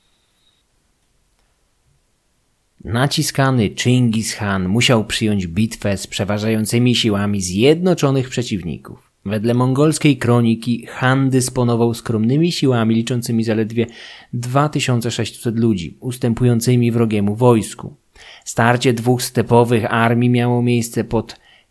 Naciskany Chingis Khan musiał przyjąć bitwę z przeważającymi siłami zjednoczonych przeciwników. Wedle mongolskiej kroniki Han dysponował skromnymi siłami liczącymi zaledwie dwa tysiące sześćset ludzi, ustępującymi wrogiemu wojsku. Starcie dwóch stepowych armii miało miejsce pod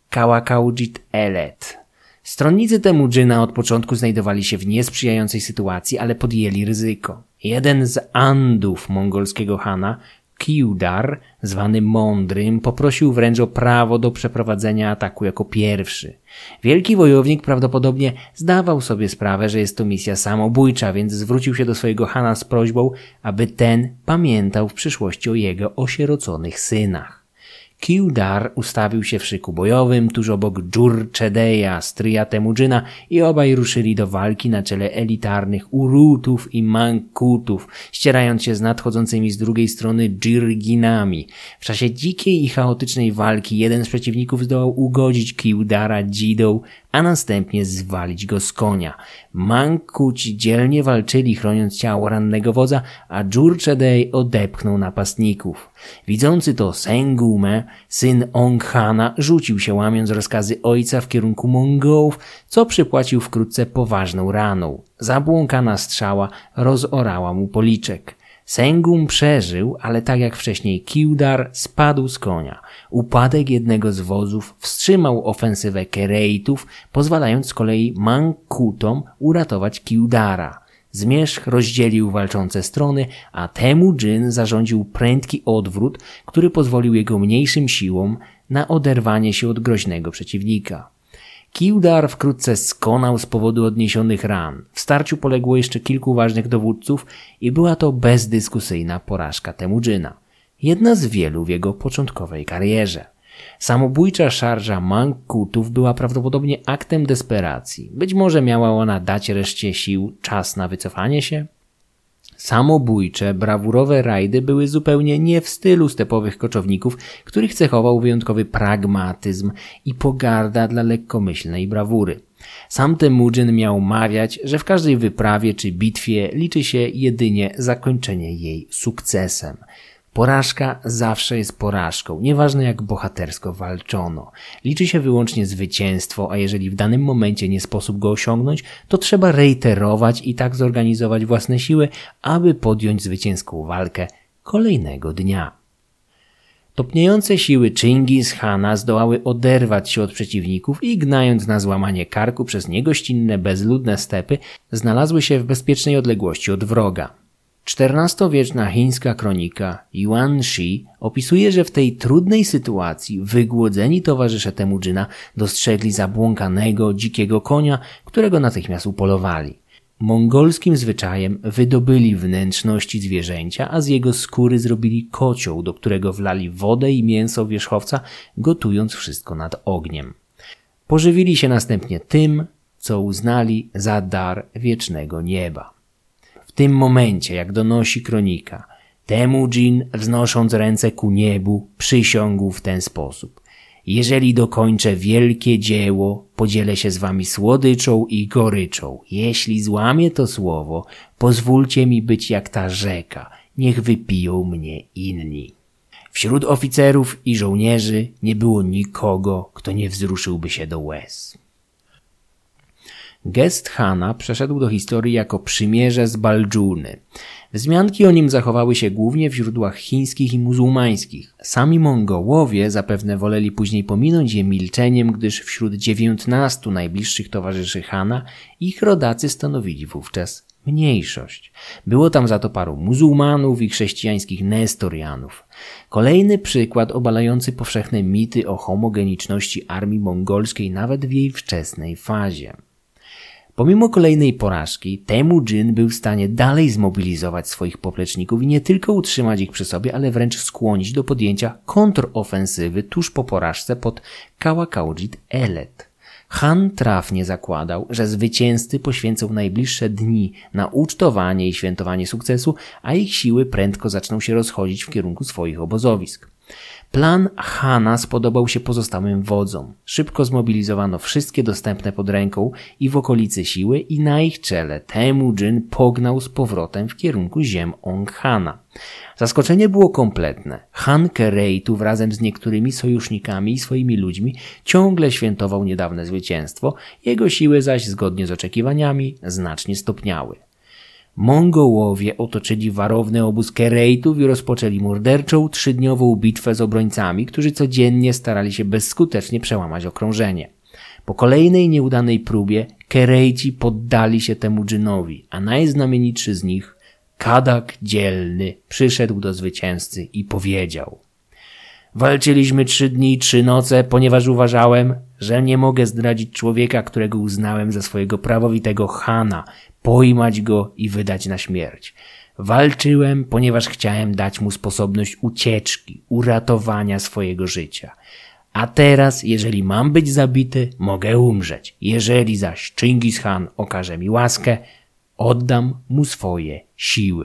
Kawakaujit Elet. Stronnicy Temujina od początku znajdowali się w niesprzyjającej sytuacji, ale podjęli ryzyko. Jeden z Andów mongolskiego Hana, Kyudar, zwany Mądrym, poprosił wręcz o prawo do przeprowadzenia ataku jako pierwszy. Wielki wojownik prawdopodobnie zdawał sobie sprawę, że jest to misja samobójcza, więc zwrócił się do swojego Hana z prośbą, aby ten pamiętał w przyszłości o jego osieroconych synach. Kyudar ustawił się w szyku bojowym tuż obok Dżurczedeja, stryja Temujina, i obaj ruszyli do walki na czele elitarnych Urutów i Mankutów, ścierając się z nadchodzącymi z drugiej strony Dżirginami. W czasie dzikiej i chaotycznej walki jeden z przeciwników zdołał ugodzić Kyudara dzidą, a następnie zwalić go z konia. Mankuci dzielnie walczyli, chroniąc ciało rannego wodza, a Dżurczedej odepchnął napastników. Widzący to Sengume, syn Onghana, rzucił się, łamiąc rozkazy ojca, w kierunku Mongołów, co przypłacił wkrótce poważną raną. Zabłąkana strzała rozorała mu policzek. Sengum przeżył, ale tak jak wcześniej Kyudar, spadł z konia. Upadek jednego z wozów wstrzymał ofensywę Kereitów, pozwalając z kolei Mankutom uratować Kyudara. Zmierzch rozdzielił walczące strony, a Temujin zarządził prędki odwrót, który pozwolił jego mniejszym siłom na oderwanie się od groźnego przeciwnika. Kyudar wkrótce skonał z powodu odniesionych ran. W starciu poległo jeszcze kilku ważnych dowódców i była to bezdyskusyjna porażka Temujina. Jedna z wielu w jego początkowej karierze. Samobójcza szarża Mankutów była prawdopodobnie aktem desperacji. Być może miała ona dać reszcie sił czas na wycofanie się? Samobójcze, brawurowe rajdy były zupełnie nie w stylu stepowych koczowników, których cechował wyjątkowy pragmatyzm i pogarda dla lekkomyślnej brawury. Sam Temujin miał mawiać, że w każdej wyprawie czy bitwie liczy się jedynie zakończenie jej sukcesem. Porażka zawsze jest porażką, nieważne jak bohatersko walczono. Liczy się wyłącznie zwycięstwo, a jeżeli w danym momencie nie sposób go osiągnąć, to trzeba reiterować i tak zorganizować własne siły, aby podjąć zwycięską walkę kolejnego dnia. Topniejące siły Chingis Hana zdołały oderwać się od przeciwników i, gnając na złamanie karku przez niegościnne, bezludne stepy, znalazły się w bezpiecznej odległości od wroga. czternastowieczna chińska kronika Yuan Shi opisuje, że w tej trudnej sytuacji wygłodzeni towarzysze Temujina dostrzegli zabłąkanego, dzikiego konia, którego natychmiast upolowali. Mongolskim zwyczajem wydobyli wnętrzności zwierzęcia, a z jego skóry zrobili kocioł, do którego wlali wodę i mięso wierzchowca, gotując wszystko nad ogniem. Pożywili się następnie tym, co uznali za dar wiecznego nieba. W tym momencie, jak donosi kronika, Temujin, wznosząc ręce ku niebu, przysiągł w ten sposób: jeżeli dokończę wielkie dzieło, podzielę się z wami słodyczą i goryczą. Jeśli złamię to słowo, pozwólcie mi być jak ta rzeka, niech wypiją mnie inni. Wśród oficerów i żołnierzy nie było nikogo, kto nie wzruszyłby się do łez. Gest Hana przeszedł do historii jako przymierze z Baldżuny. Wzmianki o nim zachowały się głównie w źródłach chińskich i muzułmańskich. Sami Mongołowie zapewne woleli później pominąć je milczeniem, gdyż wśród dziewiętnastu najbliższych towarzyszy Hana ich rodacy stanowili wówczas mniejszość. Było tam za to paru muzułmanów i chrześcijańskich nestorianów. Kolejny przykład obalający powszechne mity o homogeniczności armii mongolskiej nawet w jej wczesnej fazie. Pomimo kolejnej porażki, Temujin był w stanie dalej zmobilizować swoich popleczników i nie tylko utrzymać ich przy sobie, ale wręcz skłonić do podjęcia kontrofensywy tuż po porażce pod Kawakaujit Elet. Han trafnie zakładał, że zwycięzcy poświęcą najbliższe dni na ucztowanie i świętowanie sukcesu, a ich siły prędko zaczną się rozchodzić w kierunku swoich obozowisk. Plan Hana spodobał się pozostałym wodzom. Szybko zmobilizowano wszystkie dostępne pod ręką i w okolicy siły i na ich czele Temujin pognał z powrotem w kierunku ziem Onghana. Zaskoczenie było kompletne. Han Kereitów razem z niektórymi sojusznikami i swoimi ludźmi ciągle świętował niedawne zwycięstwo, jego siły zaś zgodnie z oczekiwaniami znacznie stopniały. Mongołowie otoczyli warowny obóz Kerejtów i rozpoczęli morderczą trzydniową bitwę z obrońcami, którzy codziennie starali się bezskutecznie przełamać okrążenie. Po kolejnej nieudanej próbie Kerejci poddali się Temudżynowi, a najznamienitszy z nich, Kadak Dzielny, przyszedł do zwycięzcy i powiedział: walczyliśmy trzy dni i trzy noce, ponieważ uważałem, że nie mogę zdradzić człowieka, którego uznałem za swojego prawowitego Hana, pojmać go i wydać na śmierć. Walczyłem, ponieważ chciałem dać mu sposobność ucieczki, uratowania swojego życia. A teraz, jeżeli mam być zabity, mogę umrzeć. Jeżeli zaś Chingis Khan okaże mi łaskę, oddam mu swoje siły.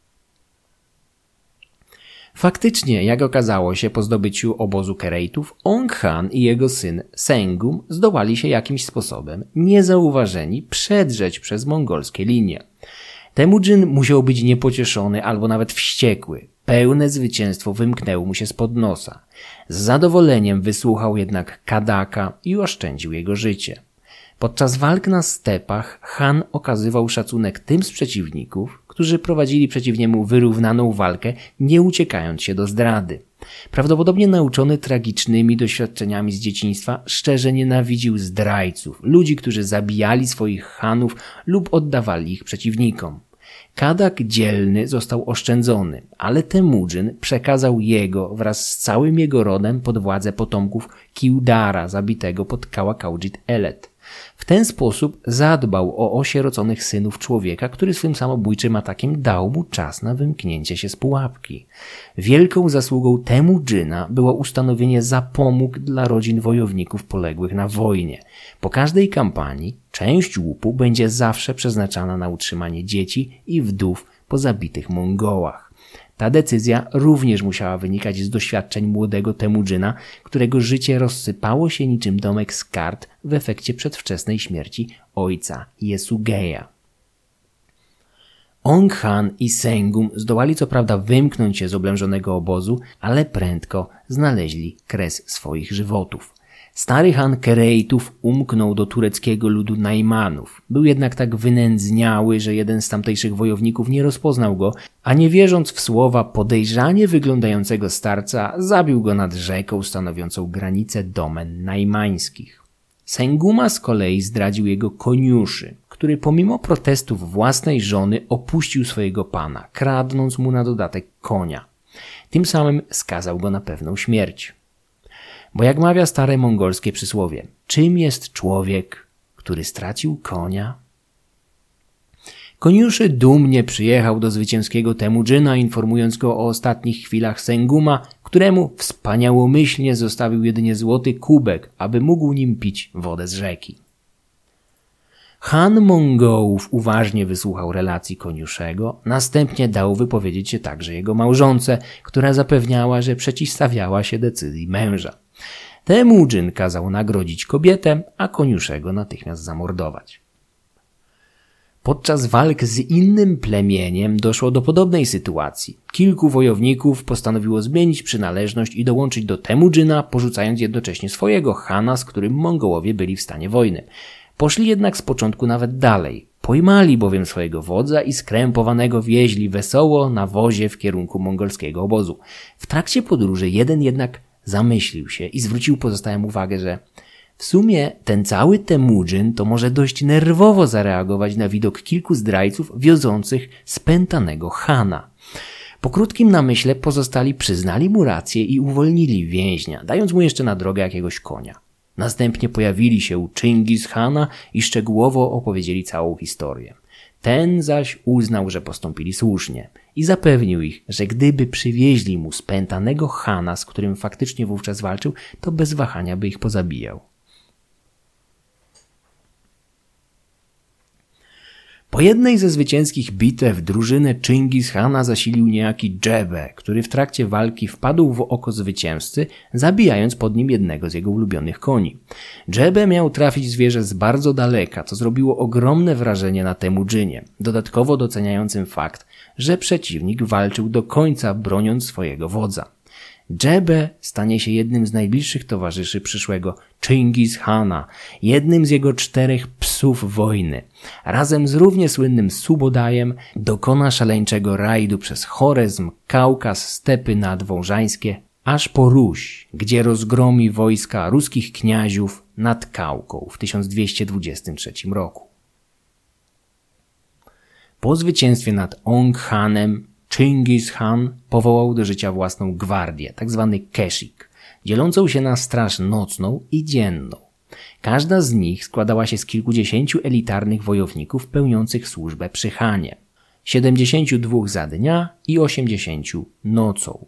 Faktycznie, jak okazało się po zdobyciu obozu Kerejtów, Ong Khan i jego syn Sengum zdołali się jakimś sposobem, niezauważeni, przedrzeć przez mongolskie linie. Temujin musiał być niepocieszony albo nawet wściekły. Pełne zwycięstwo wymknęło mu się spod nosa. Z zadowoleniem wysłuchał jednak Kadaka i oszczędził jego życie. Podczas walk na stepach Han okazywał szacunek tym z przeciwników, którzy prowadzili przeciw niemu wyrównaną walkę, nie uciekając się do zdrady. Prawdopodobnie nauczony tragicznymi doświadczeniami z dzieciństwa, szczerze nienawidził zdrajców, ludzi, którzy zabijali swoich Hanów lub oddawali ich przeciwnikom. Kadak Dzielny został oszczędzony, ale Temujin przekazał jego wraz z całym jego rodem pod władzę potomków Kiłdara, zabitego pod Kałakaudżit Elet. W ten sposób zadbał o osieroconych synów człowieka, który swym samobójczym atakiem dał mu czas na wymknięcie się z pułapki. Wielką zasługą Temujina było ustanowienie zapomóg dla rodzin wojowników poległych na wojnie. Po każdej kampanii część łupu będzie zawsze przeznaczana na utrzymanie dzieci i wdów po zabitych Mongołach. Ta decyzja również musiała wynikać z doświadczeń młodego Temujina, którego życie rozsypało się niczym domek z kart w efekcie przedwczesnej śmierci ojca Jesugeja. Ong Khan i Sengum zdołali co prawda wymknąć się z oblężonego obozu, ale prędko znaleźli kres swoich żywotów. Stary Han Kerejtów umknął do tureckiego ludu Najmanów. Był jednak tak wynędzniały, że jeden z tamtejszych wojowników nie rozpoznał go, a nie wierząc w słowa podejrzanie wyglądającego starca, zabił go nad rzeką stanowiącą granicę domen najmańskich. Senguma z kolei zdradził jego koniuszy, który pomimo protestów własnej żony opuścił swojego pana, kradnąc mu na dodatek konia. Tym samym skazał go na pewną śmierć. Bo jak mawia stare mongolskie przysłowie, czym jest człowiek, który stracił konia? Koniuszy dumnie przyjechał do zwycięskiego Temujina, informując go o ostatnich chwilach Senguma, któremu wspaniałomyślnie zostawił jedynie złoty kubek, aby mógł nim pić wodę z rzeki. Han Mongołów uważnie wysłuchał relacji koniuszego, następnie dał wypowiedzieć się także jego małżonce, która zapewniała, że przeciwstawiała się decyzji męża. Temujin kazał nagrodzić kobietę, a koniuszego natychmiast zamordować. Podczas walk z innym plemieniem doszło do podobnej sytuacji. Kilku wojowników postanowiło zmienić przynależność i dołączyć do Temujina, porzucając jednocześnie swojego Hana, z którym Mongołowie byli w stanie wojny. Poszli jednak z początku nawet dalej. Pojmali bowiem swojego wodza i skrępowanego wieźli wesoło na wozie w kierunku mongolskiego obozu. W trakcie podróży jeden jednak zamyślił się i zwrócił pozostałym uwagę, że w sumie ten cały Temujin to może dość nerwowo zareagować na widok kilku zdrajców wiozących spętanego Hana. Po krótkim namyśle pozostali przyznali mu rację i uwolnili więźnia, dając mu jeszcze na drogę jakiegoś konia. Następnie pojawili się u Chingis Khana i szczegółowo opowiedzieli całą historię. Ten zaś uznał, że postąpili słusznie i zapewnił ich, że gdyby przywieźli mu spętanego Hana, z którym faktycznie wówczas walczył, to bez wahania by ich pozabijał. Po jednej ze zwycięskich bitew drużynę Chingis Khana zasilił niejaki Jebe, który w trakcie walki wpadł w oko zwycięzcy, zabijając pod nim jednego z jego ulubionych koni. Jebe miał trafić zwierzę z bardzo daleka, co zrobiło ogromne wrażenie na Temujinie, dodatkowo doceniającym fakt, że przeciwnik walczył do końca, broniąc swojego wodza. Dżebe stanie się jednym z najbliższych towarzyszy przyszłego Chingis Hana, jednym z jego czterech psów wojny. Razem z równie słynnym Subodajem dokona szaleńczego rajdu przez Chorezm, Kaukaz, stepy nadwołżańskie, aż po Ruś, gdzie rozgromi wojska ruskich kniaziów nad Kauką w tysiąc dwieście dwudziestym trzecim roku. Po zwycięstwie nad Ong Hanem Chingis Khan powołał do życia własną gwardię, tzw. Keshik, dzielącą się na straż nocną i dzienną. Każda z nich składała się z kilkudziesięciu elitarnych wojowników pełniących służbę przy Hanie, siedemdziesięciu dwóch za dnia i osiemdziesięciu nocą.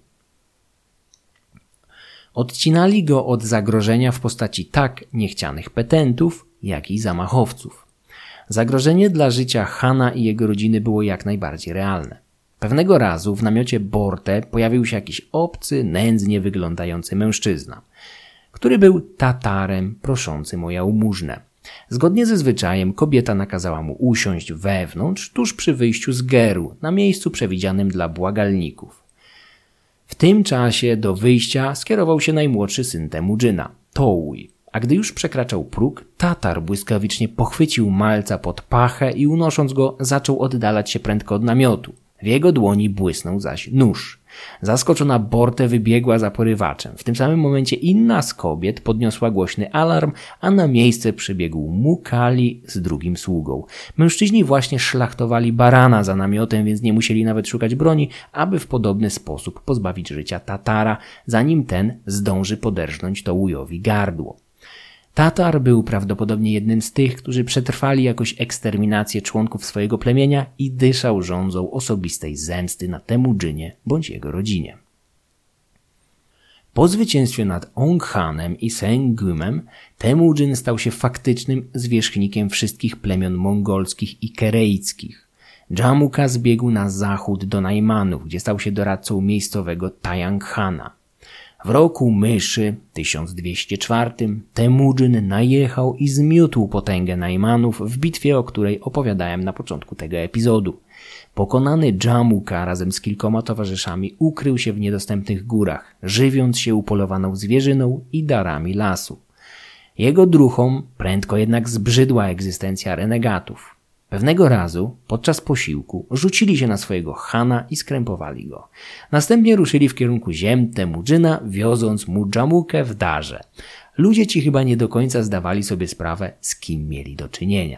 Odcinali go od zagrożenia w postaci tak niechcianych petentów, jak i zamachowców. Zagrożenie dla życia Hana i jego rodziny było jak najbardziej realne. Pewnego razu w namiocie Borte pojawił się jakiś obcy, nędznie wyglądający mężczyzna, który był Tatarem proszącym o jałmużnę. Zgodnie ze zwyczajem kobieta nakazała mu usiąść wewnątrz, tuż przy wyjściu z Geru, na miejscu przewidzianym dla błagalników. W tym czasie do wyjścia skierował się najmłodszy syn Temudżyna, Touj, a gdy już przekraczał próg, Tatar błyskawicznie pochwycił malca pod pachę i unosząc go zaczął oddalać się prędko od namiotu. W jego dłoni błysnął zaś nóż. Zaskoczona Borte wybiegła za porywaczem. W tym samym momencie inna z kobiet podniosła głośny alarm, a na miejsce przybiegł Mukali z drugim sługą. Mężczyźni właśnie szlachtowali barana za namiotem, więc nie musieli nawet szukać broni, aby w podobny sposób pozbawić życia Tatara, zanim ten zdąży poderżnąć Toujowi gardło. Tatar był prawdopodobnie jednym z tych, którzy przetrwali jakoś eksterminację członków swojego plemienia i dyszał żądzą osobistej zemsty na Temudżynie bądź jego rodzinie. Po zwycięstwie nad Ong Hanem i Sengumem Temudżyn stał się faktycznym zwierzchnikiem wszystkich plemion mongolskich i kereickich. Dżamuka zbiegł na zachód do Najmanów, gdzie stał się doradcą miejscowego Tajang Khana. W roku myszy tysiąc dwieście czwartym Temudżyn najechał i zmiótł potęgę Najmanów w bitwie, o której opowiadałem na początku tego epizodu. Pokonany Dżamuka razem z kilkoma towarzyszami ukrył się w niedostępnych górach, żywiąc się upolowaną zwierzyną i darami lasu. Jego druchom prędko jednak zbrzydła egzystencja renegatów. Pewnego razu, podczas posiłku, rzucili się na swojego Hana i skrępowali go. Następnie ruszyli w kierunku ziem Temudżyna, wioząc mu Dżamukę w darze. Ludzie ci chyba nie do końca zdawali sobie sprawę, z kim mieli do czynienia.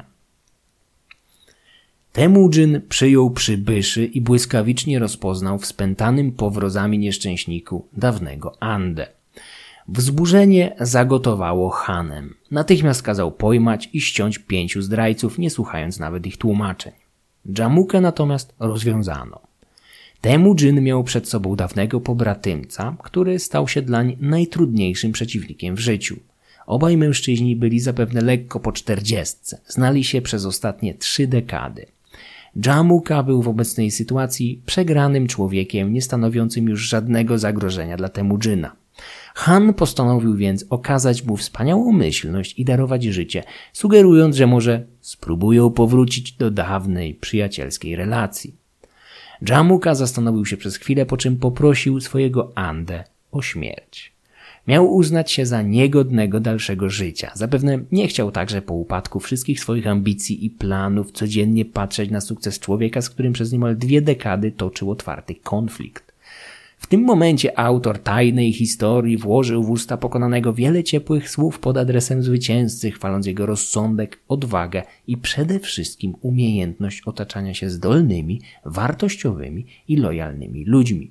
Temudżyn przyjął przybyszy i błyskawicznie rozpoznał w spętanym powrozami nieszczęśniku dawnego Andę. Wzburzenie zagotowało Hanem. Natychmiast kazał pojmać i ściąć pięciu zdrajców, nie słuchając nawet ich tłumaczeń. Dżamukę natomiast rozwiązano. Temudżyn miał przed sobą dawnego pobratymca, który stał się dlań najtrudniejszym przeciwnikiem w życiu. Obaj mężczyźni byli zapewne lekko po czterdziestce, znali się przez ostatnie trzy dekady. Dżamuka był w obecnej sytuacji przegranym człowiekiem, nie stanowiącym już żadnego zagrożenia dla Temudżyna. Han postanowił więc okazać mu wspaniałomyślność i darować życie, sugerując, że może spróbują powrócić do dawnej, przyjacielskiej relacji. Dżamuka zastanowił się przez chwilę, po czym poprosił swojego Andę o śmierć. Miał uznać się za niegodnego dalszego życia. Zapewne nie chciał także po upadku wszystkich swoich ambicji i planów codziennie patrzeć na sukces człowieka, z którym przez niemal dwie dekady toczył otwarty konflikt. W tym momencie autor tajnej historii włożył w usta pokonanego wiele ciepłych słów pod adresem zwycięzcy, chwaląc jego rozsądek, odwagę i przede wszystkim umiejętność otaczania się zdolnymi, wartościowymi i lojalnymi ludźmi.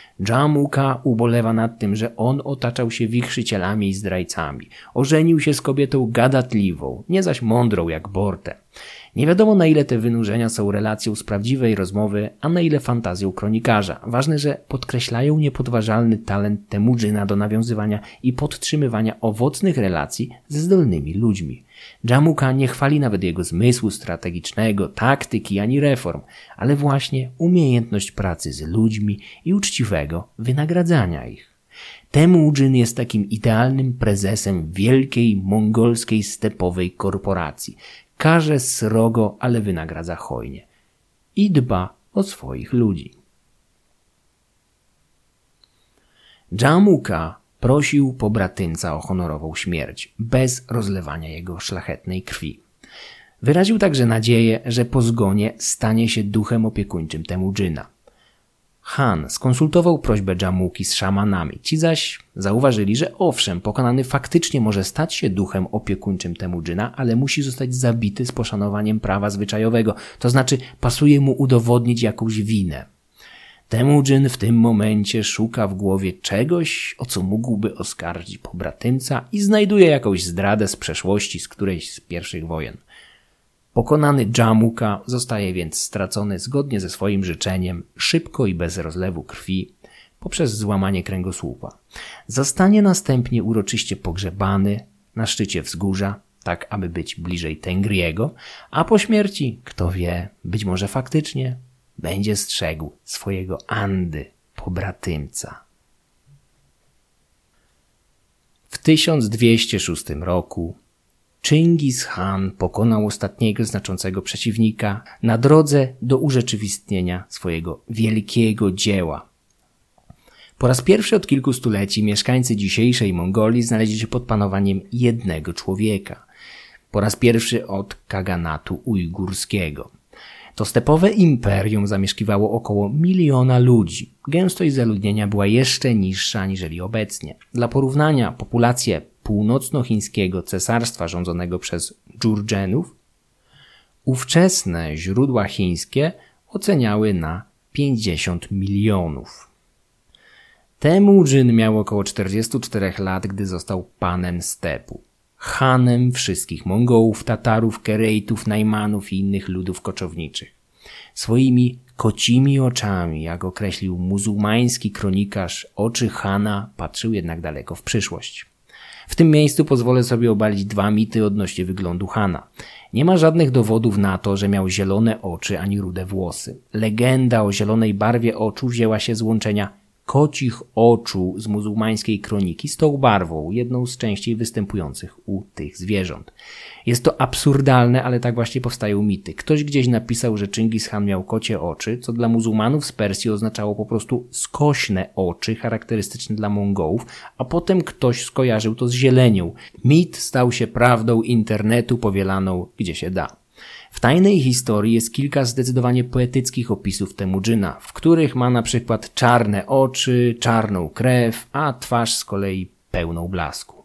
Dżamuka ubolewa nad tym, że on otaczał się wichrzycielami i zdrajcami. Ożenił się z kobietą gadatliwą, nie zaś mądrą jak Borte. Nie wiadomo, na ile te wynurzenia są relacją z prawdziwej rozmowy, a na ile fantazją kronikarza. Ważne, że podkreślają niepodważalny talent Temudżyna do nawiązywania i podtrzymywania owocnych relacji ze zdolnymi ludźmi. Dżamuka nie chwali nawet jego zmysłu strategicznego, taktyki ani reform, ale właśnie umiejętność pracy z ludźmi i uczciwego wynagradzania ich. Temudżyn jest takim idealnym prezesem wielkiej mongolskiej stepowej korporacji. Karze srogo, ale wynagradza hojnie. I dba o swoich ludzi. Dżamuka prosił pobratyńca o honorową śmierć, bez rozlewania jego szlachetnej krwi. Wyraził także nadzieję, że po zgonie stanie się duchem opiekuńczym Temudżyna. Han skonsultował prośbę Dżamuki z szamanami. Ci zaś zauważyli, że owszem, pokonany faktycznie może stać się duchem opiekuńczym Temudżyna, ale musi zostać zabity z poszanowaniem prawa zwyczajowego, to znaczy pasuje mu udowodnić jakąś winę. Temudżyn w tym momencie szuka w głowie czegoś, o co mógłby oskarżyć pobratymca i znajduje jakąś zdradę z przeszłości, z którejś z pierwszych wojen. Pokonany Dżamuka zostaje więc stracony zgodnie ze swoim życzeniem, szybko i bez rozlewu krwi, poprzez złamanie kręgosłupa. Zostanie następnie uroczyście pogrzebany na szczycie wzgórza, tak aby być bliżej Tengriego, a po śmierci, kto wie, być może faktycznie będzie strzegł swojego Andy, pobratymca. W tysiąc dwieście szóstym roku Chingis Khan pokonał ostatniego znaczącego przeciwnika na drodze do urzeczywistnienia swojego wielkiego dzieła. Po raz pierwszy od kilku stuleci mieszkańcy dzisiejszej Mongolii znaleźli się pod panowaniem jednego człowieka. Po raz pierwszy od kaganatu ujgurskiego. To stepowe imperium zamieszkiwało około miliona ludzi. Gęstość zaludnienia była jeszcze niższa aniżeli obecnie. Dla porównania populację północnochińskiego cesarstwa rządzonego przez Dżurdżenów ówczesne źródła chińskie oceniały na pięćdziesiąt milionów. Temudżyn miał około czterdzieści cztery lat, gdy został panem stepu. Hanem wszystkich Mongołów, Tatarów, Kerejtów, Najmanów i innych ludów koczowniczych. Swoimi kocimi oczami, jak określił muzułmański kronikarz, oczy Hana patrzył jednak daleko w przyszłość. W tym miejscu pozwolę sobie obalić dwa mity odnośnie wyglądu Hana. Nie ma żadnych dowodów na to, że miał zielone oczy ani rude włosy. Legenda o zielonej barwie oczu wzięła się z łączenia kocich oczu z muzułmańskiej kroniki z tą barwą, jedną z częściej występujących u tych zwierząt. Jest to absurdalne, ale tak właśnie powstają mity. Ktoś gdzieś napisał, że Chingis Khan miał kocie oczy, co dla muzułmanów z Persji oznaczało po prostu skośne oczy, charakterystyczne dla Mongołów, a potem ktoś skojarzył to z zielenią. Mit stał się prawdą internetu powielaną gdzie się da. W tajnej historii jest kilka zdecydowanie poetyckich opisów Temudżyna, w których ma na przykład czarne oczy, czarną krew, a twarz z kolei pełną blasku.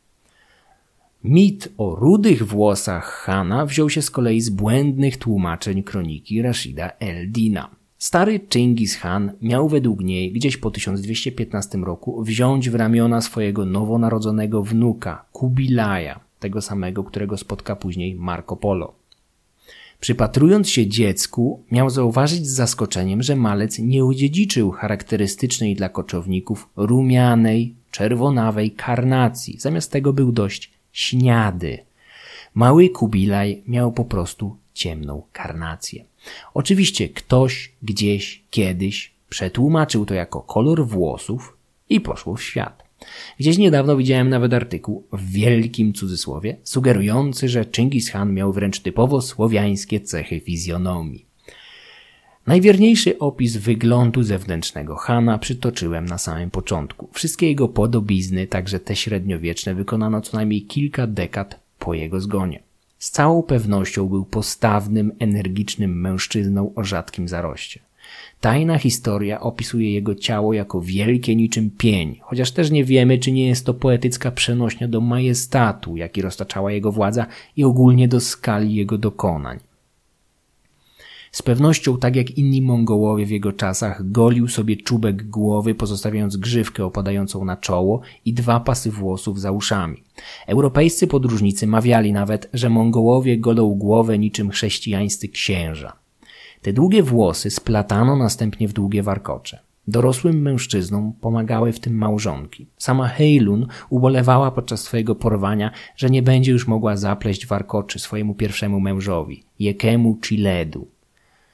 Mit o rudych włosach Hana wziął się z kolei z błędnych tłumaczeń kroniki Rashida el-Dina. Stary Chingis Khan miał według niej gdzieś po tysiąc dwieście piętnastym roku wziąć w ramiona swojego nowonarodzonego wnuka Kubilaja, tego samego, którego spotka później Marco Polo. Przypatrując się dziecku, miał zauważyć z zaskoczeniem, że malec nie odziedziczył charakterystycznej dla koczowników rumianej, czerwonawej karnacji. Zamiast tego był dość śniady. Mały Kubilaj miał po prostu ciemną karnację. Oczywiście ktoś, gdzieś, kiedyś przetłumaczył to jako kolor włosów i poszło w świat. Gdzieś niedawno widziałem nawet artykuł w wielkim cudzysłowie sugerujący, że Chingis Khan miał wręcz typowo słowiańskie cechy fizjonomii. Najwierniejszy opis wyglądu zewnętrznego Hana przytoczyłem na samym początku. Wszystkie jego podobizny, także te średniowieczne, wykonano co najmniej kilka dekad po jego zgonie. Z całą pewnością był postawnym, energicznym mężczyzną o rzadkim zaroście. Tajna historia opisuje jego ciało jako wielkie niczym pień, chociaż też nie wiemy, czy nie jest to poetycka przenośnia do majestatu, jaki roztaczała jego władza i ogólnie do skali jego dokonań. Z pewnością, tak jak inni Mongołowie w jego czasach, golił sobie czubek głowy, pozostawiając grzywkę opadającą na czoło i dwa pasy włosów za uszami. Europejscy podróżnicy mawiali nawet, że Mongołowie golą głowę niczym chrześcijańscy księża. Te długie włosy splatano następnie w długie warkocze. Dorosłym mężczyznom pomagały w tym małżonki. Sama Heilun ubolewała podczas swojego porwania, że nie będzie już mogła zapleść warkoczy swojemu pierwszemu mężowi, Jekemu Chiledu.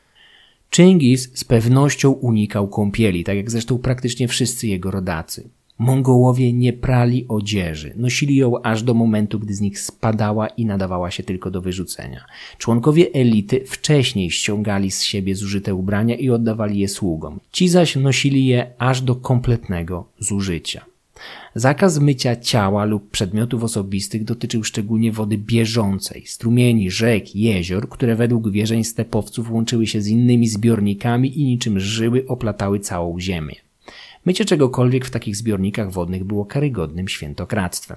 Chingis z pewnością unikał kąpieli, tak jak zresztą praktycznie wszyscy jego rodacy. Mongołowie nie prali odzieży, nosili ją aż do momentu, gdy z nich spadała i nadawała się tylko do wyrzucenia. Członkowie elity wcześniej ściągali z siebie zużyte ubrania i oddawali je sługom. Ci zaś nosili je aż do kompletnego zużycia. Zakaz mycia ciała lub przedmiotów osobistych dotyczył szczególnie wody bieżącej, strumieni, rzek, jezior, które według wierzeń stepowców łączyły się z innymi zbiornikami i niczym żyły oplatały całą ziemię. Mycie czegokolwiek w takich zbiornikach wodnych było karygodnym świętokradztwem.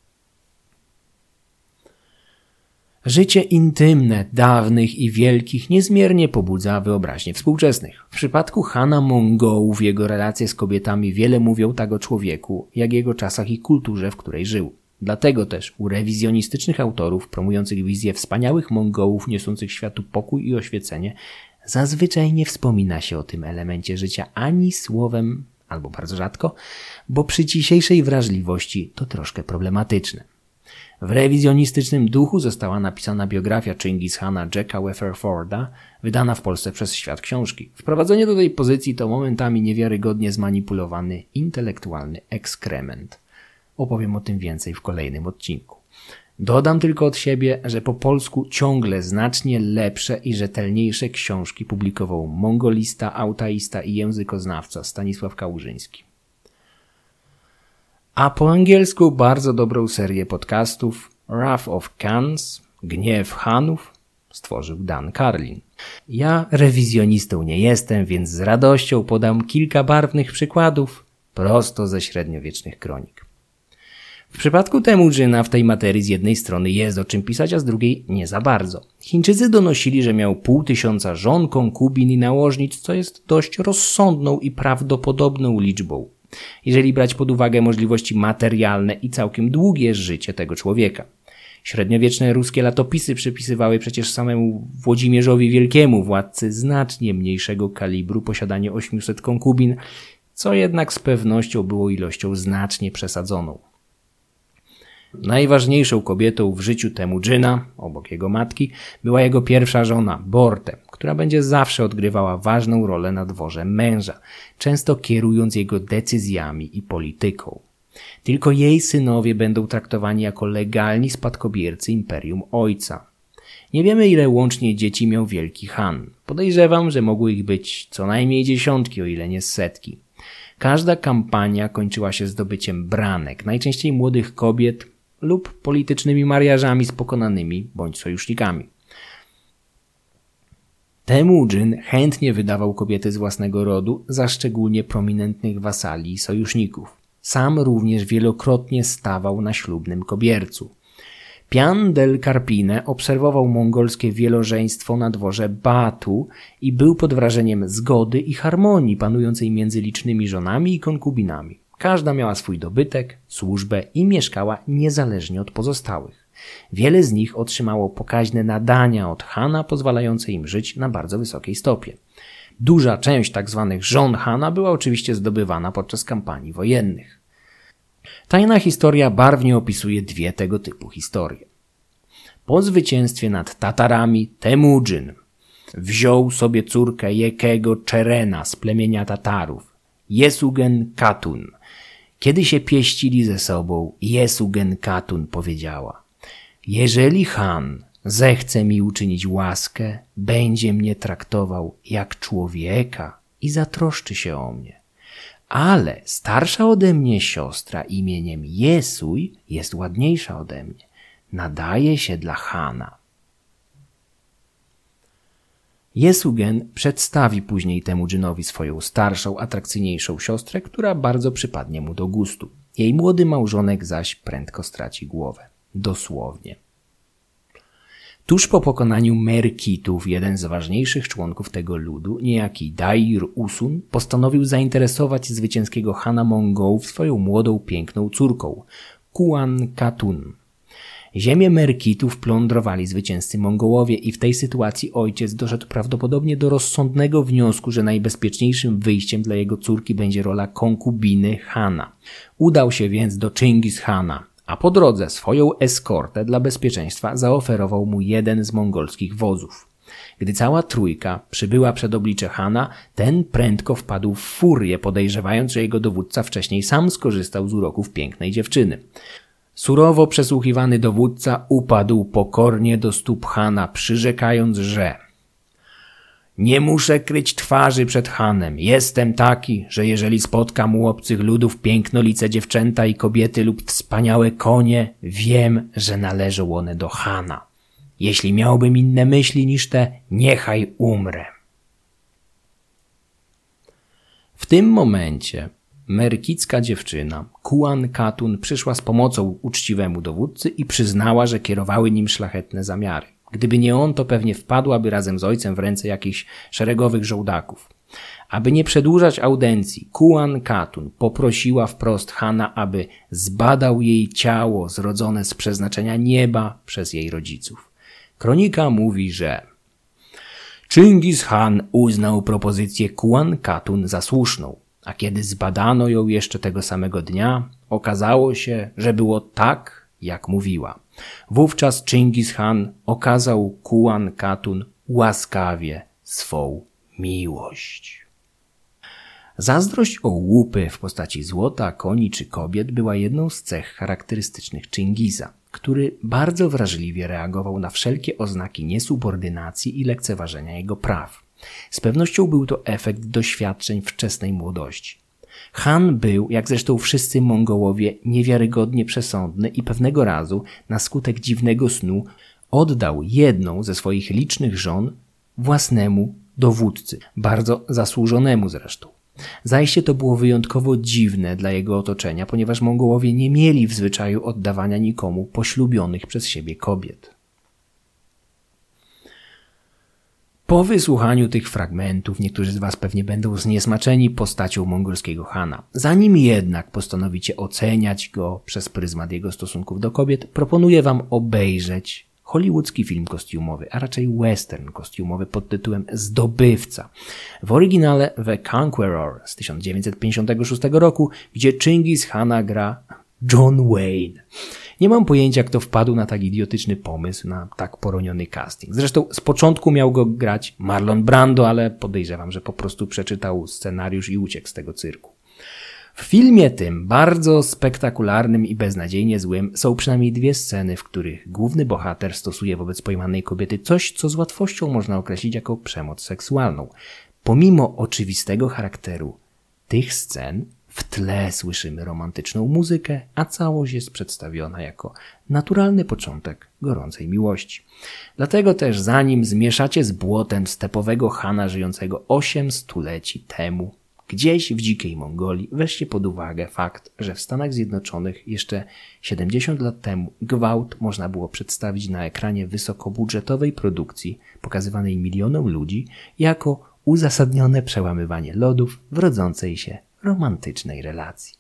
Życie intymne dawnych i wielkich niezmiernie pobudza wyobraźnię współczesnych. W przypadku Hana Mongołów jego relacje z kobietami wiele mówią tak o człowieku, jak jego czasach i kulturze, w której żył. Dlatego też u rewizjonistycznych autorów promujących wizję wspaniałych Mongołów niosących światu pokój i oświecenie zazwyczaj nie wspomina się o tym elemencie życia ani słowem, albo bardzo rzadko, bo przy dzisiejszej wrażliwości to troszkę problematyczne. W rewizjonistycznym duchu została napisana biografia Chingis Hana Jacka Weatherforda, wydana w Polsce przez Świat Książki. Wprowadzenie do tej pozycji to momentami niewiarygodnie zmanipulowany intelektualny ekskrement. Opowiem o tym więcej w kolejnym odcinku. Dodam tylko od siebie, że po polsku ciągle znacznie lepsze i rzetelniejsze książki publikował mongolista, autaista i językoznawca Stanisław Kałużyński. A po angielsku bardzo dobrą serię podcastów Wrath of Khans, Gniew Hanów, stworzył Dan Carlin. Ja rewizjonistą nie jestem, więc z radością podam kilka barwnych przykładów prosto ze średniowiecznych kronik. W przypadku Temujina w tej materii z jednej strony jest o czym pisać, a z drugiej nie za bardzo. Chińczycy donosili, że miał pół tysiąca żon, konkubin i nałożnic, co jest dość rozsądną i prawdopodobną liczbą, jeżeli brać pod uwagę możliwości materialne i całkiem długie życie tego człowieka. Średniowieczne ruskie latopisy przypisywały przecież samemu Włodzimierzowi Wielkiemu, władcy znacznie mniejszego kalibru, posiadanie ośmiuset konkubin, co jednak z pewnością było ilością znacznie przesadzoną. Najważniejszą kobietą w życiu Temujina, obok jego matki, była jego pierwsza żona, Borte, która będzie zawsze odgrywała ważną rolę na dworze męża, często kierując jego decyzjami i polityką. Tylko jej synowie będą traktowani jako legalni spadkobiercy imperium ojca. Nie wiemy, ile łącznie dzieci miał Wielki Han. Podejrzewam, że mogły ich być co najmniej dziesiątki, o ile nie setki. Każda kampania kończyła się zdobyciem branek, najczęściej młodych kobiet lub politycznymi mariażami z pokonanymi bądź sojusznikami. Temujin chętnie wydawał kobiety z własnego rodu za szczególnie prominentnych wasali i sojuszników. Sam również wielokrotnie stawał na ślubnym kobiercu. Pian del Carpine obserwował mongolskie wielożeństwo na dworze Batu i był pod wrażeniem zgody i harmonii panującej między licznymi żonami i konkubinami. Każda miała swój dobytek, służbę i mieszkała niezależnie od pozostałych. Wiele z nich otrzymało pokaźne nadania od Hana, pozwalające im żyć na bardzo wysokiej stopie. Duża część tzw. żon Hana była oczywiście zdobywana podczas kampanii wojennych. Tajna historia barwnie opisuje dwie tego typu historie. Po zwycięstwie nad Tatarami Temujin wziął sobie córkę Jekego Czerena z plemienia Tatarów, Jesugen Katun. Kiedy się pieścili ze sobą, Jesugen Katun powiedziała: jeżeli Han zechce mi uczynić łaskę, będzie mnie traktował jak człowieka i zatroszczy się o mnie. Ale starsza ode mnie siostra imieniem Jesuj jest ładniejsza ode mnie. Nadaje się dla Hana. Jesugen przedstawi później Temujinowi swoją starszą, atrakcyjniejszą siostrę, która bardzo przypadnie mu do gustu. Jej młody małżonek zaś prędko straci głowę. Dosłownie. Tuż po pokonaniu Merkitów jeden z ważniejszych członków tego ludu, niejaki Dair Usun, postanowił zainteresować zwycięskiego Hana Mongołów swoją młodą, piękną córką, Kuan Katun. Ziemię Merkitów plądrowali zwycięzcy Mongołowie i w tej sytuacji ojciec doszedł prawdopodobnie do rozsądnego wniosku, że najbezpieczniejszym wyjściem dla jego córki będzie rola konkubiny Hana. Udał się więc do Chingis Hana, a po drodze swoją eskortę dla bezpieczeństwa zaoferował mu jeden z mongolskich wozów. Gdy cała trójka przybyła przed oblicze Hana, ten prędko wpadł w furię, podejrzewając, że jego dowódca wcześniej sam skorzystał z uroków pięknej dziewczyny. Surowo przesłuchiwany dowódca upadł pokornie do stóp Hana, przyrzekając, że nie muszę kryć twarzy przed Hanem. Jestem taki, że jeżeli spotkam u obcych ludów pięknolice dziewczęta i kobiety lub wspaniałe konie, wiem, że należą one do Hana. Jeśli miałbym inne myśli niż te, niechaj umrę. W tym momencie merkicka dziewczyna, Kuan Katun, przyszła z pomocą uczciwemu dowódcy i przyznała, że kierowały nim szlachetne zamiary. Gdyby nie on, to pewnie wpadłaby razem z ojcem w ręce jakichś szeregowych żołdaków. Aby nie przedłużać audencji, Kuan Katun poprosiła wprost Hana, aby zbadał jej ciało zrodzone z przeznaczenia nieba przez jej rodziców. Kronika mówi, że Chingis Khan uznał propozycję Kuan Katun za słuszną, a kiedy zbadano ją jeszcze tego samego dnia, okazało się, że było tak, jak mówiła. Wówczas Chingis Khan okazał Kuan Katun łaskawie swą miłość. Zazdrość o łupy w postaci złota, koni czy kobiet była jedną z cech charakterystycznych Chingisa, który bardzo wrażliwie reagował na wszelkie oznaki niesubordynacji i lekceważenia jego praw. Z pewnością był to efekt doświadczeń wczesnej młodości. Han był, jak zresztą wszyscy Mongołowie, niewiarygodnie przesądny i pewnego razu, na skutek dziwnego snu, oddał jedną ze swoich licznych żon własnemu dowódcy, bardzo zasłużonemu zresztą. Zajście to było wyjątkowo dziwne dla jego otoczenia, ponieważ Mongołowie nie mieli w zwyczaju oddawania nikomu poślubionych przez siebie kobiet. Po wysłuchaniu tych fragmentów niektórzy z Was pewnie będą zniesmaczeni postacią mongolskiego Hana. Zanim jednak postanowicie oceniać go przez pryzmat jego stosunków do kobiet, proponuję Wam obejrzeć hollywoodzki film kostiumowy, a raczej western kostiumowy pod tytułem Zdobywca. W oryginale The Conqueror z tysiąc dziewięćset pięćdziesiątego szóstego roku, gdzie Chingis Khana gra John Wayne. Nie mam pojęcia, kto wpadł na tak idiotyczny pomysł, na tak poroniony casting. Zresztą z początku miał go grać Marlon Brando, ale podejrzewam, że po prostu przeczytał scenariusz i uciekł z tego cyrku. W filmie tym, bardzo spektakularnym i beznadziejnie złym, są przynajmniej dwie sceny, w których główny bohater stosuje wobec pojmanej kobiety coś, co z łatwością można określić jako przemoc seksualną. Pomimo oczywistego charakteru tych scen, w tle słyszymy romantyczną muzykę, a całość jest przedstawiona jako naturalny początek gorącej miłości. Dlatego też zanim zmieszacie z błotem stepowego Hana żyjącego osiem stuleci temu, gdzieś w dzikiej Mongolii, weźcie pod uwagę fakt, że w Stanach Zjednoczonych jeszcze siedemdziesiąt lat temu gwałt można było przedstawić na ekranie wysokobudżetowej produkcji pokazywanej milionom ludzi jako uzasadnione przełamywanie lodów w rodzącej się romantycznej relacji.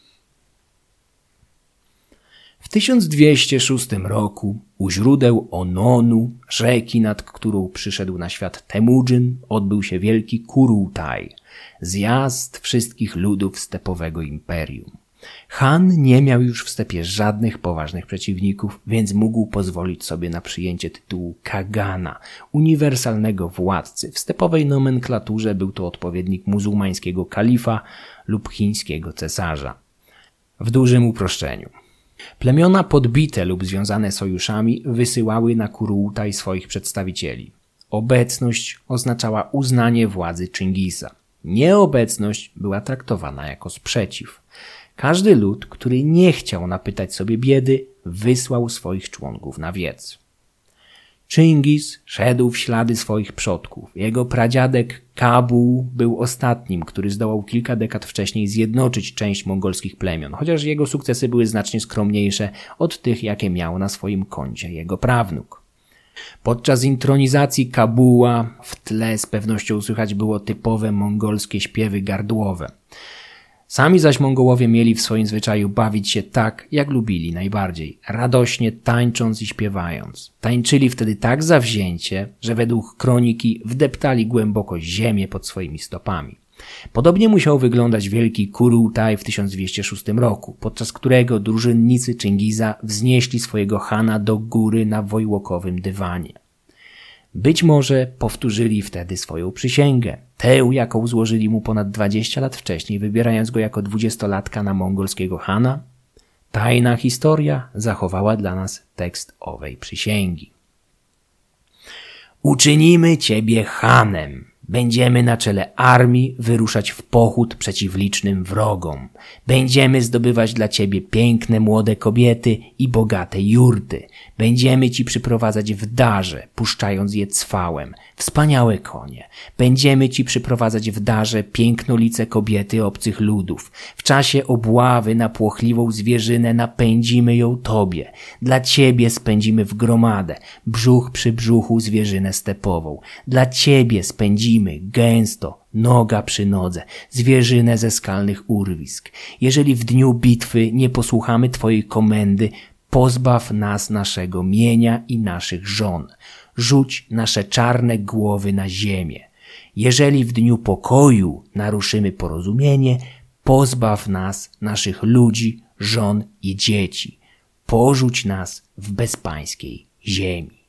W tysiąc dwieście szóstym roku u źródeł Ononu, rzeki, nad którą przyszedł na świat Temujin, odbył się wielki Kurultaj, zjazd wszystkich ludów stepowego imperium. Han nie miał już w stepie żadnych poważnych przeciwników, więc mógł pozwolić sobie na przyjęcie tytułu Kagana, uniwersalnego władcy. W stepowej nomenklaturze był to odpowiednik muzułmańskiego kalifa lub chińskiego cesarza. W dużym uproszczeniu. Plemiona podbite lub związane sojuszami wysyłały na Kurultaj swoich przedstawicieli. Obecność oznaczała uznanie władzy Chingisa. Nieobecność była traktowana jako sprzeciw. Każdy lud, który nie chciał napytać sobie biedy, wysłał swoich członków na wiec. Chingis szedł w ślady swoich przodków. Jego pradziadek Kabu był ostatnim, który zdołał kilka dekad wcześniej zjednoczyć część mongolskich plemion, chociaż jego sukcesy były znacznie skromniejsze od tych, jakie miał na swoim koncie jego prawnuk. Podczas intronizacji Kabuła w tle z pewnością słychać było typowe mongolskie śpiewy gardłowe. Sami zaś Mongołowie mieli w swoim zwyczaju bawić się tak, jak lubili najbardziej, radośnie tańcząc i śpiewając. Tańczyli wtedy tak zawzięcie, że według kroniki wdeptali głęboko ziemię pod swoimi stopami. Podobnie musiał wyglądać wielki Kurultaj w tysiąc dwieście szóstym roku, podczas którego drużynnicy Chingisa wznieśli swojego Hana do góry na wojłokowym dywanie. Być może powtórzyli wtedy swoją przysięgę, tę jaką złożyli mu ponad dwadzieścia lat wcześniej, wybierając go jako dwudziestolatka na mongolskiego chana. Tajna historia zachowała dla nas tekst owej przysięgi. Uczynimy ciebie hanem. Będziemy na czele armii wyruszać w pochód przeciw licznym wrogom. Będziemy zdobywać dla ciebie piękne młode kobiety i bogate jurty. Będziemy ci przyprowadzać w darze, puszczając je cwałem, wspaniałe konie. Będziemy ci przyprowadzać w darze pięknolice kobiety obcych ludów. W czasie obławy na płochliwą zwierzynę napędzimy ją tobie. Dla ciebie spędzimy w gromadę, brzuch przy brzuchu zwierzynę stepową. Dla ciebie spędzimy gęsto, noga przy nodze, zwierzynę ze skalnych urwisk. Jeżeli w dniu bitwy nie posłuchamy twojej komendy, pozbaw nas naszego mienia i naszych żon. Rzuć nasze czarne głowy na ziemię. Jeżeli w dniu pokoju naruszymy porozumienie, pozbaw nas naszych ludzi, żon i dzieci. Porzuć nas w bezpańskiej ziemi.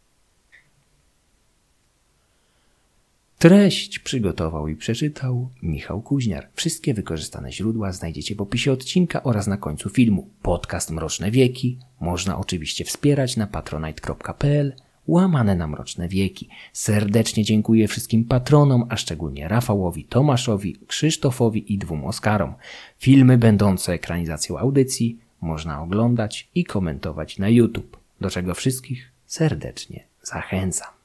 Treść przygotował i przeczytał Michał Kuźniar. Wszystkie wykorzystane źródła znajdziecie w opisie odcinka oraz na końcu filmu. Podcast Mroczne Wieki można oczywiście wspierać na patronite kropka p l łamane na Mroczne Wieki. Serdecznie dziękuję wszystkim patronom, a szczególnie Rafałowi, Tomaszowi, Krzysztofowi i dwóm Oskarom. Filmy będące ekranizacją audycji można oglądać i komentować na YouTube, do czego wszystkich serdecznie zachęcam.